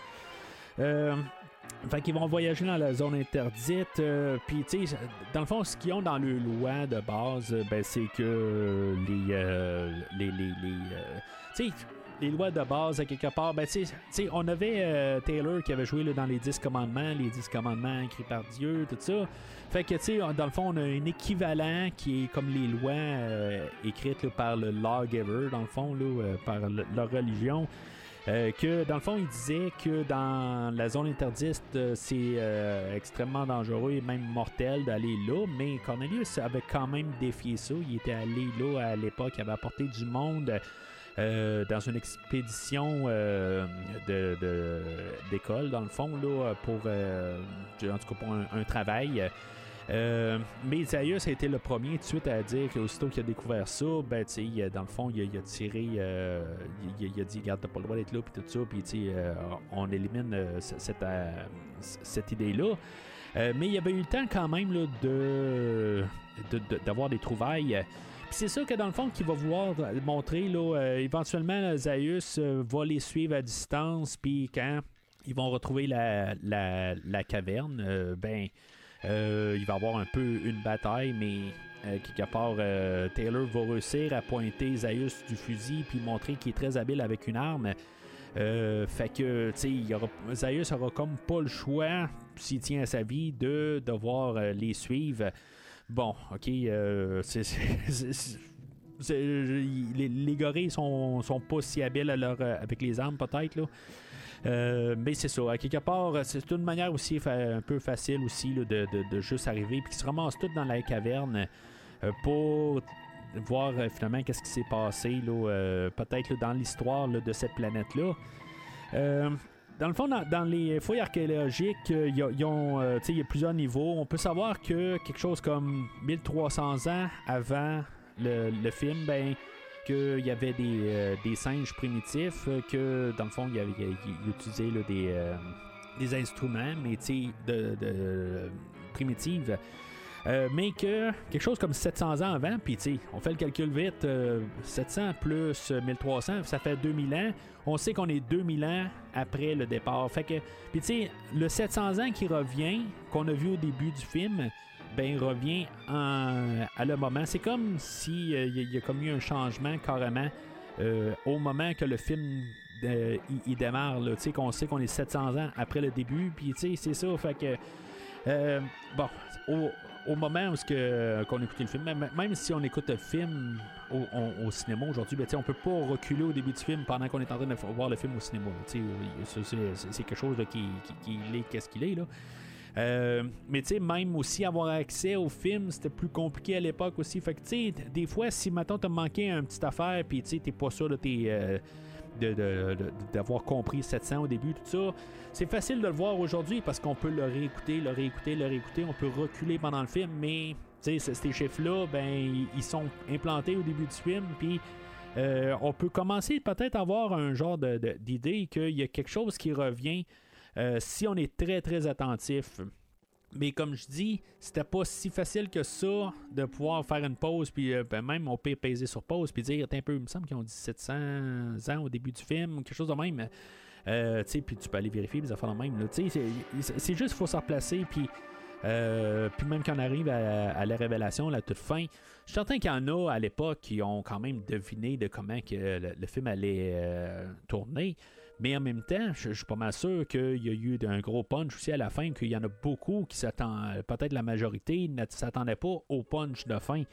Euh, fait qu'ils vont voyager dans la zone interdite. Euh, Puis, tu sais, dans le fond, ce qu'ils ont dans le loi de base, ben, c'est que les... Euh, les, les, les euh, tu sais... les lois de base, à quelque part, ben, tu sais, on avait euh, Taylor qui avait joué là, dans les dix commandements, les dix commandements écrits par Dieu, tout ça. Fait que, tu sais, dans le fond, on a un équivalent qui est comme les lois euh, écrites là, par le lawgiver, dans le fond, là, euh, par le, leur religion. Euh, que, dans le fond, il disait que dans la zone interdite, euh, c'est euh, extrêmement dangereux et même mortel d'aller là, mais Cornelius avait quand même défié ça. Il était allé là à l'époque, il avait apporté du monde... Euh, dans une expédition euh, de, de, d'école, dans le fond, là, pour, euh, en tout cas pour un, un travail. Euh, mais Isaïas a été le premier tout de suite à dire qu'aussitôt qu'il a découvert ça, ben, tu sais, dans le fond, il a, il a tiré, euh, il, il a dit, regarde, t'as pas le droit d'être là, puis tout ça, puis, tu sais, euh, on élimine euh, cette, euh, cette idée-là. Euh, mais il y avait eu le temps quand même là, de, de, de, d'avoir des trouvailles. C'est ça que dans le fond qu'il va vouloir montrer là, euh, éventuellement Zaius euh, va les suivre à distance, puis quand ils vont retrouver la, la, la caverne, euh, ben euh, il va y avoir un peu une bataille, mais euh, quelque part euh, Taylor va réussir à pointer Zaius du fusil puis montrer qu'il est très habile avec une arme. Euh, fait que tu sais, Zaius aura comme pas le choix, s'il tient à sa vie, de devoir euh, les suivre. Bon, ok, euh, c'est, c'est, c'est, c'est, les, les gorilles sont, sont pas si habiles à leur, avec les armes, peut-être, là. Euh, mais c'est ça, à quelque part, c'est une manière aussi fa- un peu facile aussi là, de, de, de juste arriver, puis qu'ils se ramassent tous dans la caverne euh, pour voir euh, finalement qu'est-ce qui s'est passé, là, euh, peut-être là, dans l'histoire là, de cette planète-là. Euh, Dans le fond, dans, dans les fouilles archéologiques, il euh, y, y, euh, y a plusieurs niveaux. On peut savoir que quelque chose comme mille trois cents ans avant le, le film, ben, qu'il y avait des, euh, des singes primitifs, euh, que dans le fond, il, avait, il, il utilisait là, des, euh, des instruments, mais de, de primitifs. Euh, mais que quelque chose comme sept cents ans avant, puis tu sais, on fait le calcul vite, euh, sept cents plus mille trois cents, ça fait deux mille ans. On sait qu'on est deux mille ans après le départ. Fait que, puis tu sais, le sept cents ans qui revient, qu'on a vu au début du film, ben revient en, à le moment. C'est comme si il euh, y, y a comme eu un changement carrément euh, au moment que le film euh, il, il démarre. Tu sais, qu'on sait qu'on est sept cents ans après le début, puis tu sais, c'est ça. Fait que, euh, bon, au Au moment où que, qu'on écoutait le film, même, même si on écoute le film au, on, au cinéma aujourd'hui, ben, on peut pas reculer au début du film pendant qu'on est en train de voir le film au cinéma. C'est, c'est, c'est quelque chose là, qui, qui, qui est qu'est-ce qu'il est. Là. Euh, mais tu sais, même aussi avoir accès au film, c'était plus compliqué à l'époque aussi. Fait que tu sais, des fois, si maintenant t'as manqué une petite affaire, puis tu sais, t'es pas sûr de tes. Euh, De, de, de, d'avoir compris sept cents au début, tout ça. C'est facile de le voir aujourd'hui parce qu'on peut le réécouter, le réécouter, le réécouter, on peut reculer pendant le film, mais tu sais, ces chiffres-là, ben, ils sont implantés au début du film, puis euh, on peut commencer peut-être à avoir un genre de, de, d'idée qu'il y a quelque chose qui revient euh, si on est très, très attentif. Mais comme je dis, c'était pas si facile que ça de pouvoir faire une pause, puis euh, ben même on peut peser sur pause, puis dire, un peu, il me semble qu'ils ont dit sept cents ans au début du film, ou quelque chose de même. Euh, tu sais, puis tu peux aller vérifier les affaires de même. Tu sais, c'est, c'est juste qu'il faut se replacer, puis euh, puis même quand on arrive à, à la révélation, la toute fin, je suis certain qu'il y en a à l'époque qui ont quand même deviné de comment que le, le film allait euh, tourner. Mais en même temps, je, je suis pas mal sûr qu'il y a eu un gros punch aussi à la fin, qu'il y en a beaucoup qui s'attendent, peut-être la majorité ne s'attendait pas au punch de fin.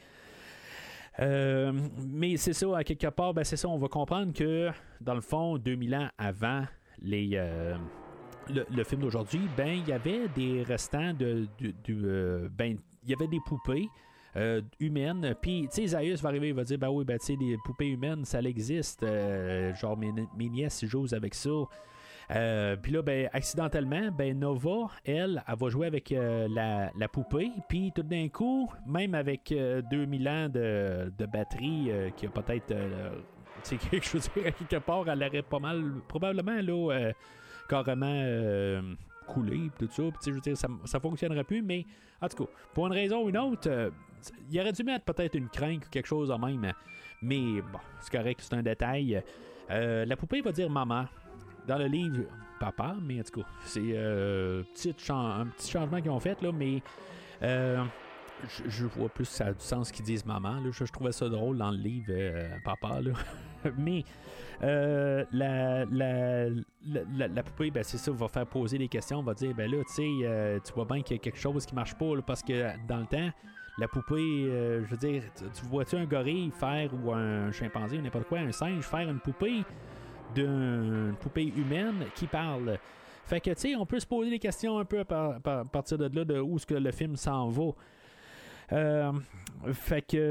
Euh, mais c'est ça, à quelque part, ben c'est ça, on va comprendre que, dans le fond, deux mille ans avant les, euh, le, le film d'aujourd'hui, ben il y avait des restants de... de, de euh, ben, il y avait des poupées Euh, humaines. Puis, tu sais, Zaius va arriver, il va dire, ben oui, ben tu sais, des poupées humaines, ça existe. Euh, genre, mes, mes nièces jouent avec ça. Euh, puis là, ben, accidentellement, ben Nova, elle, elle va jouer avec euh, la, la poupée. Puis tout d'un coup, même avec euh, deux mille ans de, de batterie, euh, qui a peut-être, euh, tu sais, quelque chose à quelque part, elle aurait pas mal, probablement, là, euh, carrément euh, coulé, tout ça. Puis, je veux dire, ça, ça fonctionnerait plus, mais en tout cas, pour une raison ou une autre, euh, il aurait dû mettre peut-être une crinque ou quelque chose de même. Mais bon, c'est correct, c'est un détail. Euh, la poupée va dire maman. Dans le livre, papa, mais en tout cas, c'est euh, petit chan- un petit changement qu'ils ont fait, là, mais euh, je, je vois plus ça a du sens qu'ils disent maman. Là, je, je trouvais ça drôle dans le livre, euh, papa. Là. mais euh, la, la, la, la, la poupée, ben, c'est ça, va faire poser des questions, va dire, ben là, tu sais, euh, tu vois bien qu'il y a quelque chose qui marche pas, là, parce que dans le temps, la poupée, euh, je veux dire, tu, tu vois-tu un gorille faire, ou un chimpanzé, ou n'importe quoi, un singe faire une poupée d'une poupée humaine qui parle. Fait que, tu sais, on peut se poser des questions un peu à, par, à partir de là, de où est-ce que le film s'en va. Euh, fait que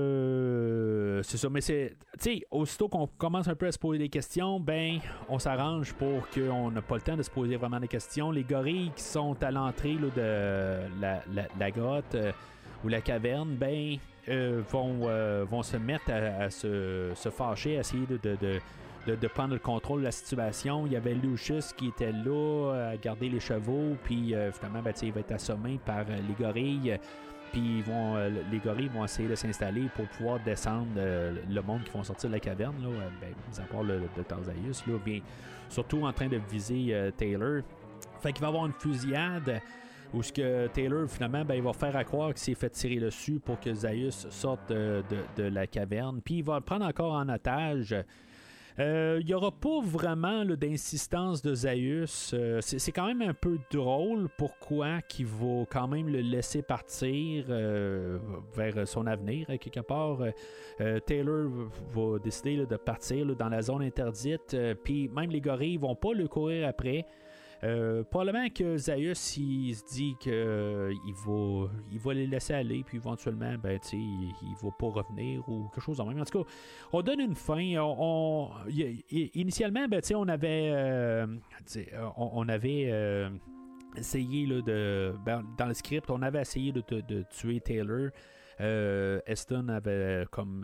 euh, c'est ça, mais c'est, tu sais, aussitôt qu'on commence un peu à se poser des questions, ben, on s'arrange pour qu'on n'a pas le temps de se poser vraiment des questions. Les gorilles qui sont à l'entrée là, de la, la, la grotte euh, ou la caverne, ben, euh, vont, euh, vont se mettre à, à se, se fâcher, à essayer de, de, de De, de prendre le contrôle de la situation. Il y avait Lucius qui était là à garder les chevaux, puis euh, finalement, ben, il va être assommé par euh, les gorilles, puis ils vont, euh, les gorilles vont essayer de s'installer pour pouvoir descendre euh, le monde qui vont sortir de la caverne, là, euh, ben, mis à part le, le docteur Zaius, là, bien, surtout en train de viser euh, Taylor. Fait qu'il va y avoir une fusillade où ce que Taylor, finalement, ben, il va faire à croire qu'il s'est fait tirer dessus pour que Zaius sorte de, de, de la caverne, puis il va le prendre encore en otage. Il euh, n'y aura pas vraiment là, d'insistance de Zaius. Euh, c'est, c'est quand même un peu drôle pourquoi qu'il va quand même le laisser partir euh, vers son avenir, quelque part. Euh, Taylor va décider là, de partir là, dans la zone interdite, euh, puis même les gorilles ne vont pas le courir après. Euh, probablement que Zaius il se dit qu'il euh, va, il va les laisser aller, puis éventuellement ben, il, il va pas revenir ou quelque chose de même. En tout cas, on donne une fin. On, on, y, y, initialement, ben, on avait, euh, on, on avait euh, essayé là, de. Ben, dans le script, on avait essayé de, de, de tuer Taylor. Euh, Eston avait comme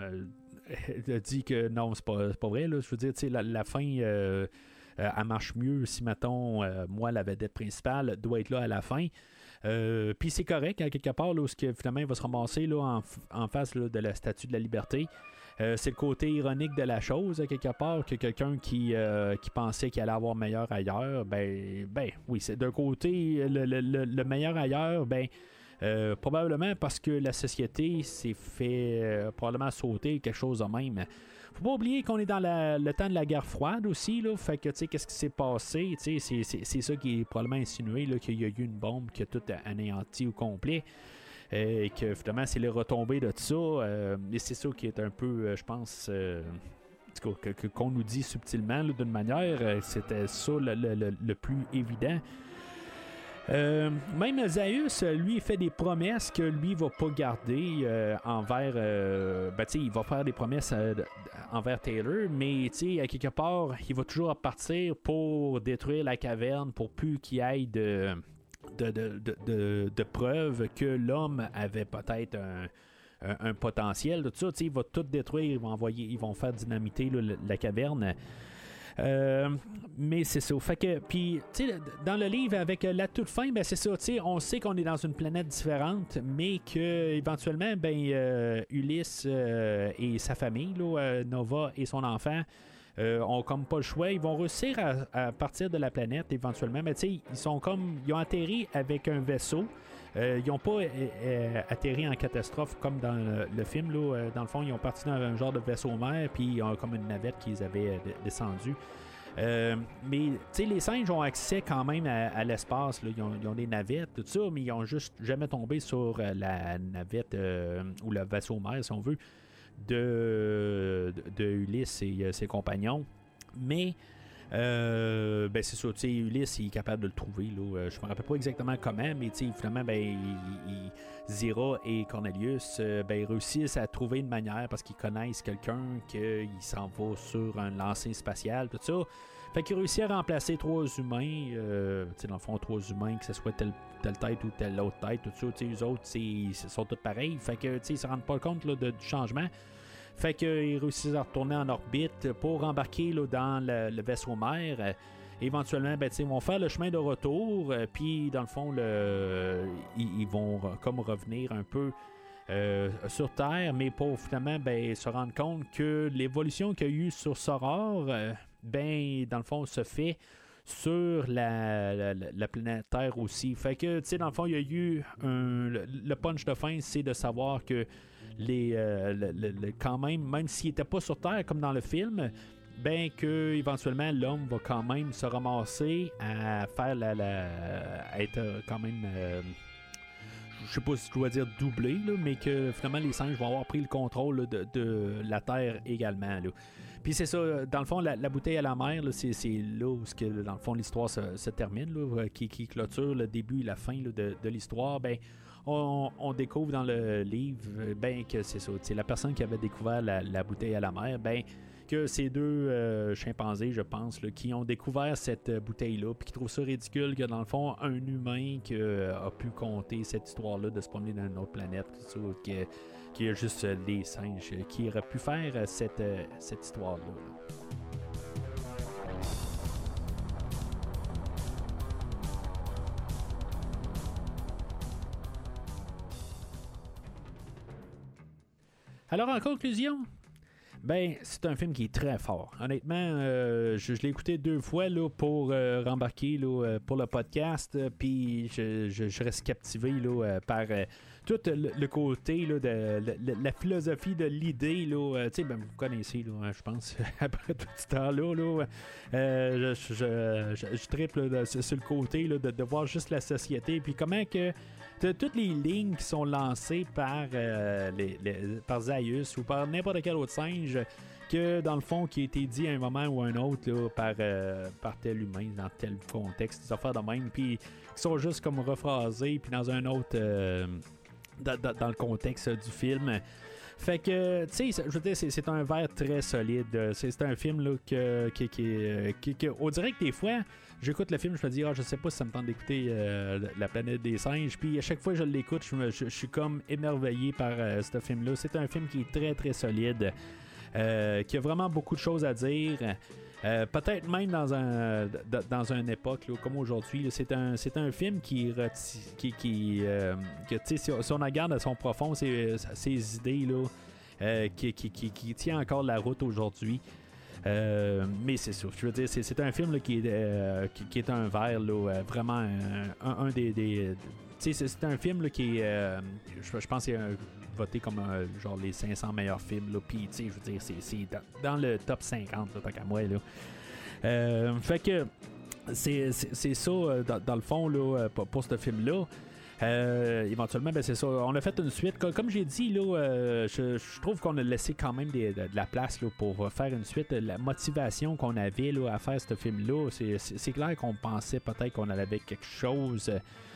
euh, dit que non, c'est pas, c'est pas vrai. Là. Je veux dire, la, la fin. Euh, Euh, elle marche mieux si, mettons, euh, moi, la vedette principale doit être là à la fin. Euh, Puis c'est correct, hein, quelque part, là, où que, finalement, il va se ramasser là, en, en face là, de la Statue de la Liberté. Euh, c'est le côté ironique de la chose, hein, quelque part, que quelqu'un qui, euh, qui pensait qu'il allait avoir meilleur ailleurs, ben, ben oui, c'est d'un côté, le, le, le, le meilleur ailleurs, ben, euh, probablement parce que la société s'est fait euh, probablement sauter quelque chose de même. Faut pas oublier qu'on est dans la, le temps de la guerre froide aussi, là. Fait que, tu sais, qu'est-ce qui s'est passé? C'est, c'est, c'est ça qui est probablement insinué, là, qu'il y a eu une bombe qui a tout anéanti au complet. Euh, et que, finalement, c'est les retombées de tout ça. Euh, et c'est ça qui est un peu, euh, je pense, euh, que, que, qu'on nous dit subtilement, là, d'une manière. Euh, c'était ça le, le, le, le plus évident. Euh, même Zaius, lui, fait des promesses que lui va pas garder euh, envers. Euh, ben, tu sais, il va faire des promesses euh, envers Taylor, mais tu sais, à quelque part, il va toujours partir pour détruire la caverne, pour plus qu'il y ait de, de, de, de, de, de preuves que l'homme avait peut-être un. Un, un potentiel, tout ça, il va tout détruire, ils vont envoyer, ils vont faire dynamiter là, la, la caverne. Euh, mais c'est ça. Fait que, puis, tu sais, dans le livre, avec la toute fin, ben c'est ça, tu sais, on sait qu'on est dans une planète différente, mais que éventuellement, ben, euh, Ulysse euh, et sa famille, là, euh, Nova et son enfant, euh, ont comme pas le choix. Ils vont réussir à, à partir de la planète éventuellement, mais tu sais, ils sont comme, ils ont atterri avec un vaisseau. Euh, ils n'ont pas euh, euh, atterri en catastrophe comme dans le, le film. Là. Euh, dans le fond, ils ont parti dans un genre de vaisseau-mère, puis ils ont comme une navette qu'ils avaient euh, descendu. Euh, mais les singes ont accès quand même à, à l'espace. Là. Ils, ont, ils ont des navettes, tout ça, mais ils n'ont juste jamais tombé sur euh, la navette euh, ou le vaisseau-mère, si on veut, de, de, de Ulysse et euh, ses compagnons. Mais Euh, ben c'est ça, tu sais, Ulysse il est capable de le trouver là. Je me rappelle pas exactement comment, mais tu sais, finalement ben il, il, Zira et Cornelius euh, ben ils réussissent à trouver une manière parce qu'ils connaissent quelqu'un qu'il s'en va sur un lancer spatial, tout ça. Fait qu'ils réussissent à remplacer trois humains, euh, tu sais, dans le fond trois humains, que ce soit telle, telle tête ou telle autre tête, tout ça, tu sais, eux autres ils sont tous pareils. Fait que tu sais, ils se rendent pas compte là, de, du changement. Fait qu'ils réussissent à retourner en orbite pour embarquer là, dans le, le vaisseau-mère. Euh, éventuellement, ben, ils vont faire le chemin de retour. Euh, Puis, dans le fond, le, ils, ils vont comme revenir un peu euh, sur Terre, mais pour finalement ben, se rendre compte que l'évolution qu'il y a eu sur Soror, euh, ben, dans le fond, se fait sur la, la, la planète Terre aussi. Fait que, tu sais, dans le fond, il y a eu un, le, le punch de fin, c'est de savoir que les euh, le, le, le, quand même, même s'il n'était pas sur Terre comme dans le film, ben que éventuellement l'homme va quand même se ramasser à faire la, la à être quand même euh, je sais pas si je dois dire doublé, là, mais que finalement les singes vont avoir pris le contrôle là, de, de la Terre également. Là. Puis c'est ça, dans le fond, la, la bouteille à la mer, là, c'est, c'est là où que, dans le fond l'histoire se, se termine, là, qui, qui clôture le début et la fin là, de, de l'histoire. Ben On, on découvre dans le livre ben, que c'est ça. C'est la personne qui avait découvert la, la bouteille à la mer, ben, que ces deux euh, chimpanzés, je pense, là, qui ont découvert cette bouteille-là, puis qui trouvent ça ridicule que, dans le fond, un humain qui euh, a pu compter cette histoire-là de se promener dans une autre planète, tout ça, qui, qui a juste euh, des singes, qui auraient pu faire euh, cette, euh, cette histoire-là. Là. Alors, en conclusion, ben, c'est un film qui est très fort. Honnêtement, euh, je, je l'ai écouté deux fois là, pour euh, rembarquer là, pour le podcast, puis je, je, je reste captivé là, euh, par euh, tout le, le côté là, de, de, de la philosophie de l'idée. Là, euh, ben, vous connaissez, là, je pense, après tout ce temps-là, là, euh, je, je, je, je triple là, sur, sur le côté là, de, de voir juste la société, puis comment que de toutes les lignes qui sont lancées par, euh, les, les, par Zaius ou par n'importe quel autre singe, que dans le fond, qui a été dit à un moment ou à un autre là, par, euh, par tel humain, dans tel contexte, des affaires de même, puis qui sont juste comme rephrasées, puis dans un autre, euh, dans, dans, dans le contexte du film. Fait que, tu sais, je veux dire, c'est, c'est un verre très solide. C'est, c'est un film là, que, qui, qui, qui, qui, on dirait que des fois, j'écoute le film, je me dis, ah, je sais pas si ça me tente d'écouter euh, La planète des singes. Puis à chaque fois que je l'écoute, je, me, je, je suis comme émerveillé par euh, ce film-là. C'est un film qui est très, très solide, euh, qui a vraiment beaucoup de choses à dire. Euh, peut-être même dans un dans une époque là, comme aujourd'hui, là, c'est un c'est un film qui qui, qui euh, que tu sais si, si on regarde à son profond ses, ses idées là, euh, qui, qui, qui, qui tient encore la route aujourd'hui. Euh, mais c'est ça, je veux dire, c'est, c'est un film là, qui, est, euh, qui, qui est un verre là, vraiment un, un, un des, des tu sais, c'est, c'est un film là, qui est euh, je, je pense qu'il est un, voté comme euh, genre les cinq cents meilleurs films là, puis tu sais je veux dire c'est, c'est dans, dans le top cinquante là, tant qu'à moi là. Euh, fait que c'est, c'est, c'est ça euh, dans, dans le fond là pour, pour ce film là. Euh, éventuellement, ben c'est ça. On a fait une suite. Comme j'ai dit, là, euh, je, je trouve qu'on a laissé quand même des, de, de la place là, pour faire une suite. La motivation qu'on avait là, à faire ce film-là, c'est, c'est, c'est clair qu'on pensait peut-être qu'on avait quelque chose.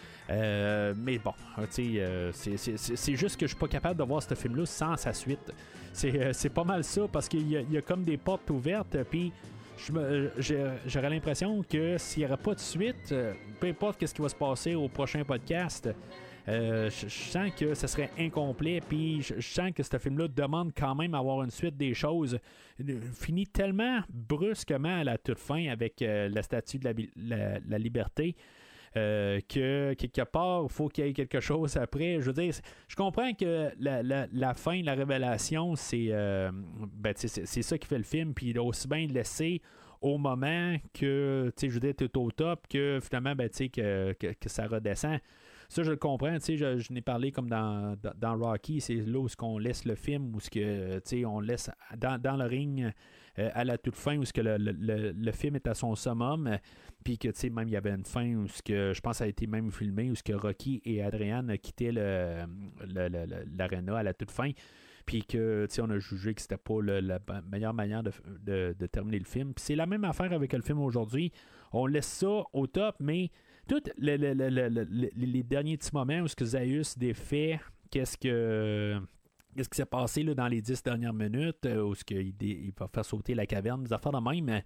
Euh, mais bon, tu sais, euh, c'est, c'est, c'est juste que je suis pas capable de voir ce film-là sans sa suite. C'est, euh, c'est pas mal ça, parce qu'il y a, il y a comme des portes ouvertes, puis je me, j'aurais l'impression que s'il n'y aura pas de suite, euh, peu importe ce qui va se passer au prochain podcast, euh, je, je sens que ce serait incomplet, puis je, je sens que ce film-là demande quand même avoir une suite des choses. Finit tellement brusquement à la toute fin avec euh, la statue de la, la, la liberté. Euh, que quelque part, il faut qu'il y ait quelque chose après. Je veux dire, je comprends que la, la, la fin, la révélation, c'est, euh, ben, c'est, c'est ça qui fait le film, puis aussi bien le laisser au moment que, tu sais, je veux dire, tu es au top, que finalement, ben, tu sais, que, que, que ça redescend. Ça, je le comprends, tu sais, je, je n'ai parlé comme dans, dans, dans Rocky, c'est là où on laisse le film, où ce que, tu sais, on laisse dans, dans le ring euh, à la toute fin, où ce que le, le, le film est à son summum, puis que, tu sais, même il y avait une fin où ce que, je pense, ça a été même filmé, où ce que Rocky et Adrian quittaient le, le, le, le, l'aréna à la toute fin, puis que, tu sais, on a jugé que c'était pas le, la meilleure manière de, de, de terminer le film. Puis c'est la même affaire avec le film aujourd'hui. On laisse ça au top, mais tous le, le, le, le, le, les derniers petits moments où ce que Zaius défait, qu'est-ce que qu'est-ce qui s'est passé là, dans les dix dernières minutes, où ce qu'il il va faire sauter la caverne, des affaires de même,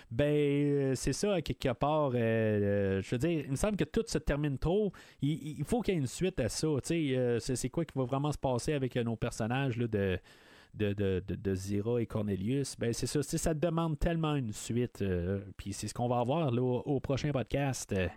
ben c'est ça, quelque part, euh, je veux dire, il me semble que tout se termine trop. Il, il faut qu'il y ait une suite à ça, tu sais, euh, c'est, c'est quoi qui va vraiment se passer avec euh, nos personnages là, de De, de, de, de Zira et Cornelius, ben c'est ça, ça demande tellement une suite, euh, puis c'est ce qu'on va avoir là, au, au prochain podcast. Euh,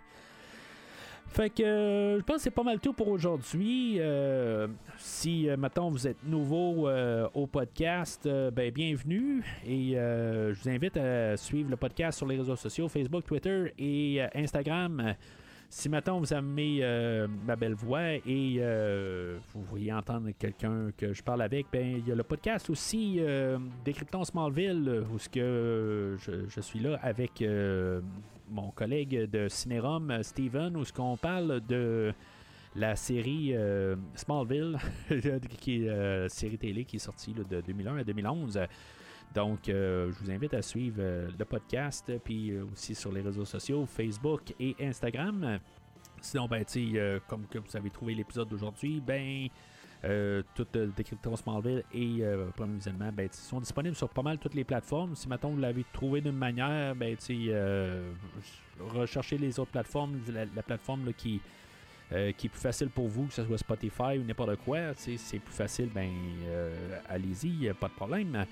fait que euh, je pense que c'est pas mal tout pour aujourd'hui. Euh, si, euh, mettons, vous êtes nouveau euh, au podcast, euh, ben bienvenue. Et euh, je vous invite à suivre le podcast sur les réseaux sociaux, Facebook, Twitter et euh, Instagram. Si maintenant vous aimez euh, ma belle voix et euh, vous voyez entendre quelqu'un que je parle avec, ben il y a le podcast aussi euh, Décryptons Smallville, où ce que euh, je, je suis là avec euh, mon collègue de Cinérum, Steven, où ce qu'on parle de la série euh, Smallville, qui est euh, série télé qui est sortie là, de deux mille un à deux mille onze. Donc, euh, je vous invite à suivre euh, le podcast, puis euh, aussi sur les réseaux sociaux, Facebook et Instagram. Sinon, ben, tu sais, euh, comme que vous avez trouvé l'épisode d'aujourd'hui, ben, euh, tout euh, Décryptons Smallville et euh, Premier Visionnement, ben, sont disponibles sur pas mal toutes les plateformes. Si, maintenant vous l'avez trouvé d'une manière, ben, tu sais, euh, recherchez les autres plateformes, la, la plateforme là, qui... Euh, qui est plus facile pour vous, que ce soit Spotify ou n'importe quoi, c'est plus facile, ben, euh, allez-y, pas de problème.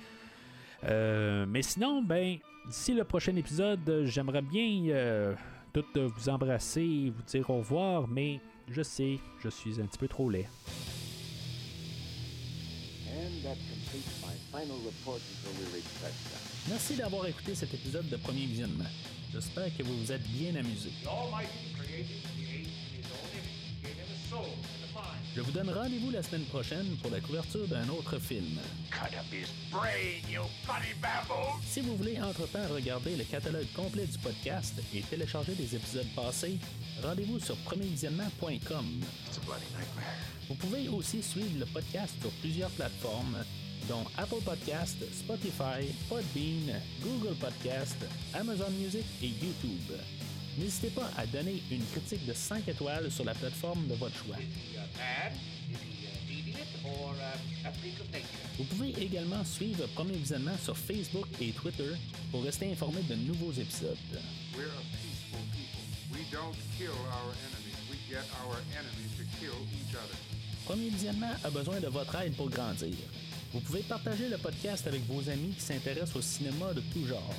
Euh, mais sinon, ben, d'ici le prochain épisode, j'aimerais bien euh, tout vous embrasser et vous dire au revoir, mais je sais, je suis un petit peu trop laid. Merci d'avoir écouté cet épisode de Premier Visionnement. J'espère que vous vous êtes bien amusés. Je vous donne rendez-vous la semaine prochaine pour la couverture d'un autre film. Cut up his brain, you bloody babble! Si vous voulez entre-temps regarder le catalogue complet du podcast et télécharger des épisodes passés, rendez-vous sur premier visionnement point com. Vous pouvez aussi suivre le podcast sur plusieurs plateformes, dont Apple Podcast, Spotify, Podbean, Google Podcast, Amazon Music et YouTube. N'hésitez pas à donner une critique de cinq étoiles sur la plateforme de votre choix. Vous pouvez également suivre Premier Visionnement sur Facebook et Twitter pour rester informé de nouveaux épisodes. Premier Visionnement a besoin de votre aide pour grandir. Vous pouvez partager le podcast avec vos amis qui s'intéressent au cinéma de tout genre.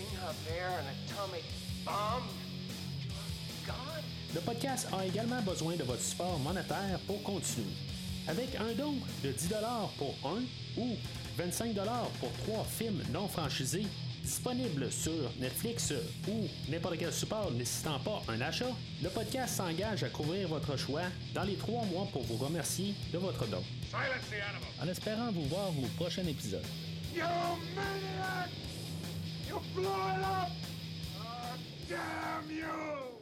Le podcast a également besoin de votre support monétaire pour continuer. Avec un don de dix dollars pour un ou vingt-cinq dollars pour trois films non franchisés disponibles sur Netflix ou n'importe quel support nécessitant pas un achat, le podcast s'engage à couvrir votre choix dans les trois mois pour vous remercier de votre don. En espérant vous voir au prochain épisode. You maniac! You blew it up! Oh, damn you!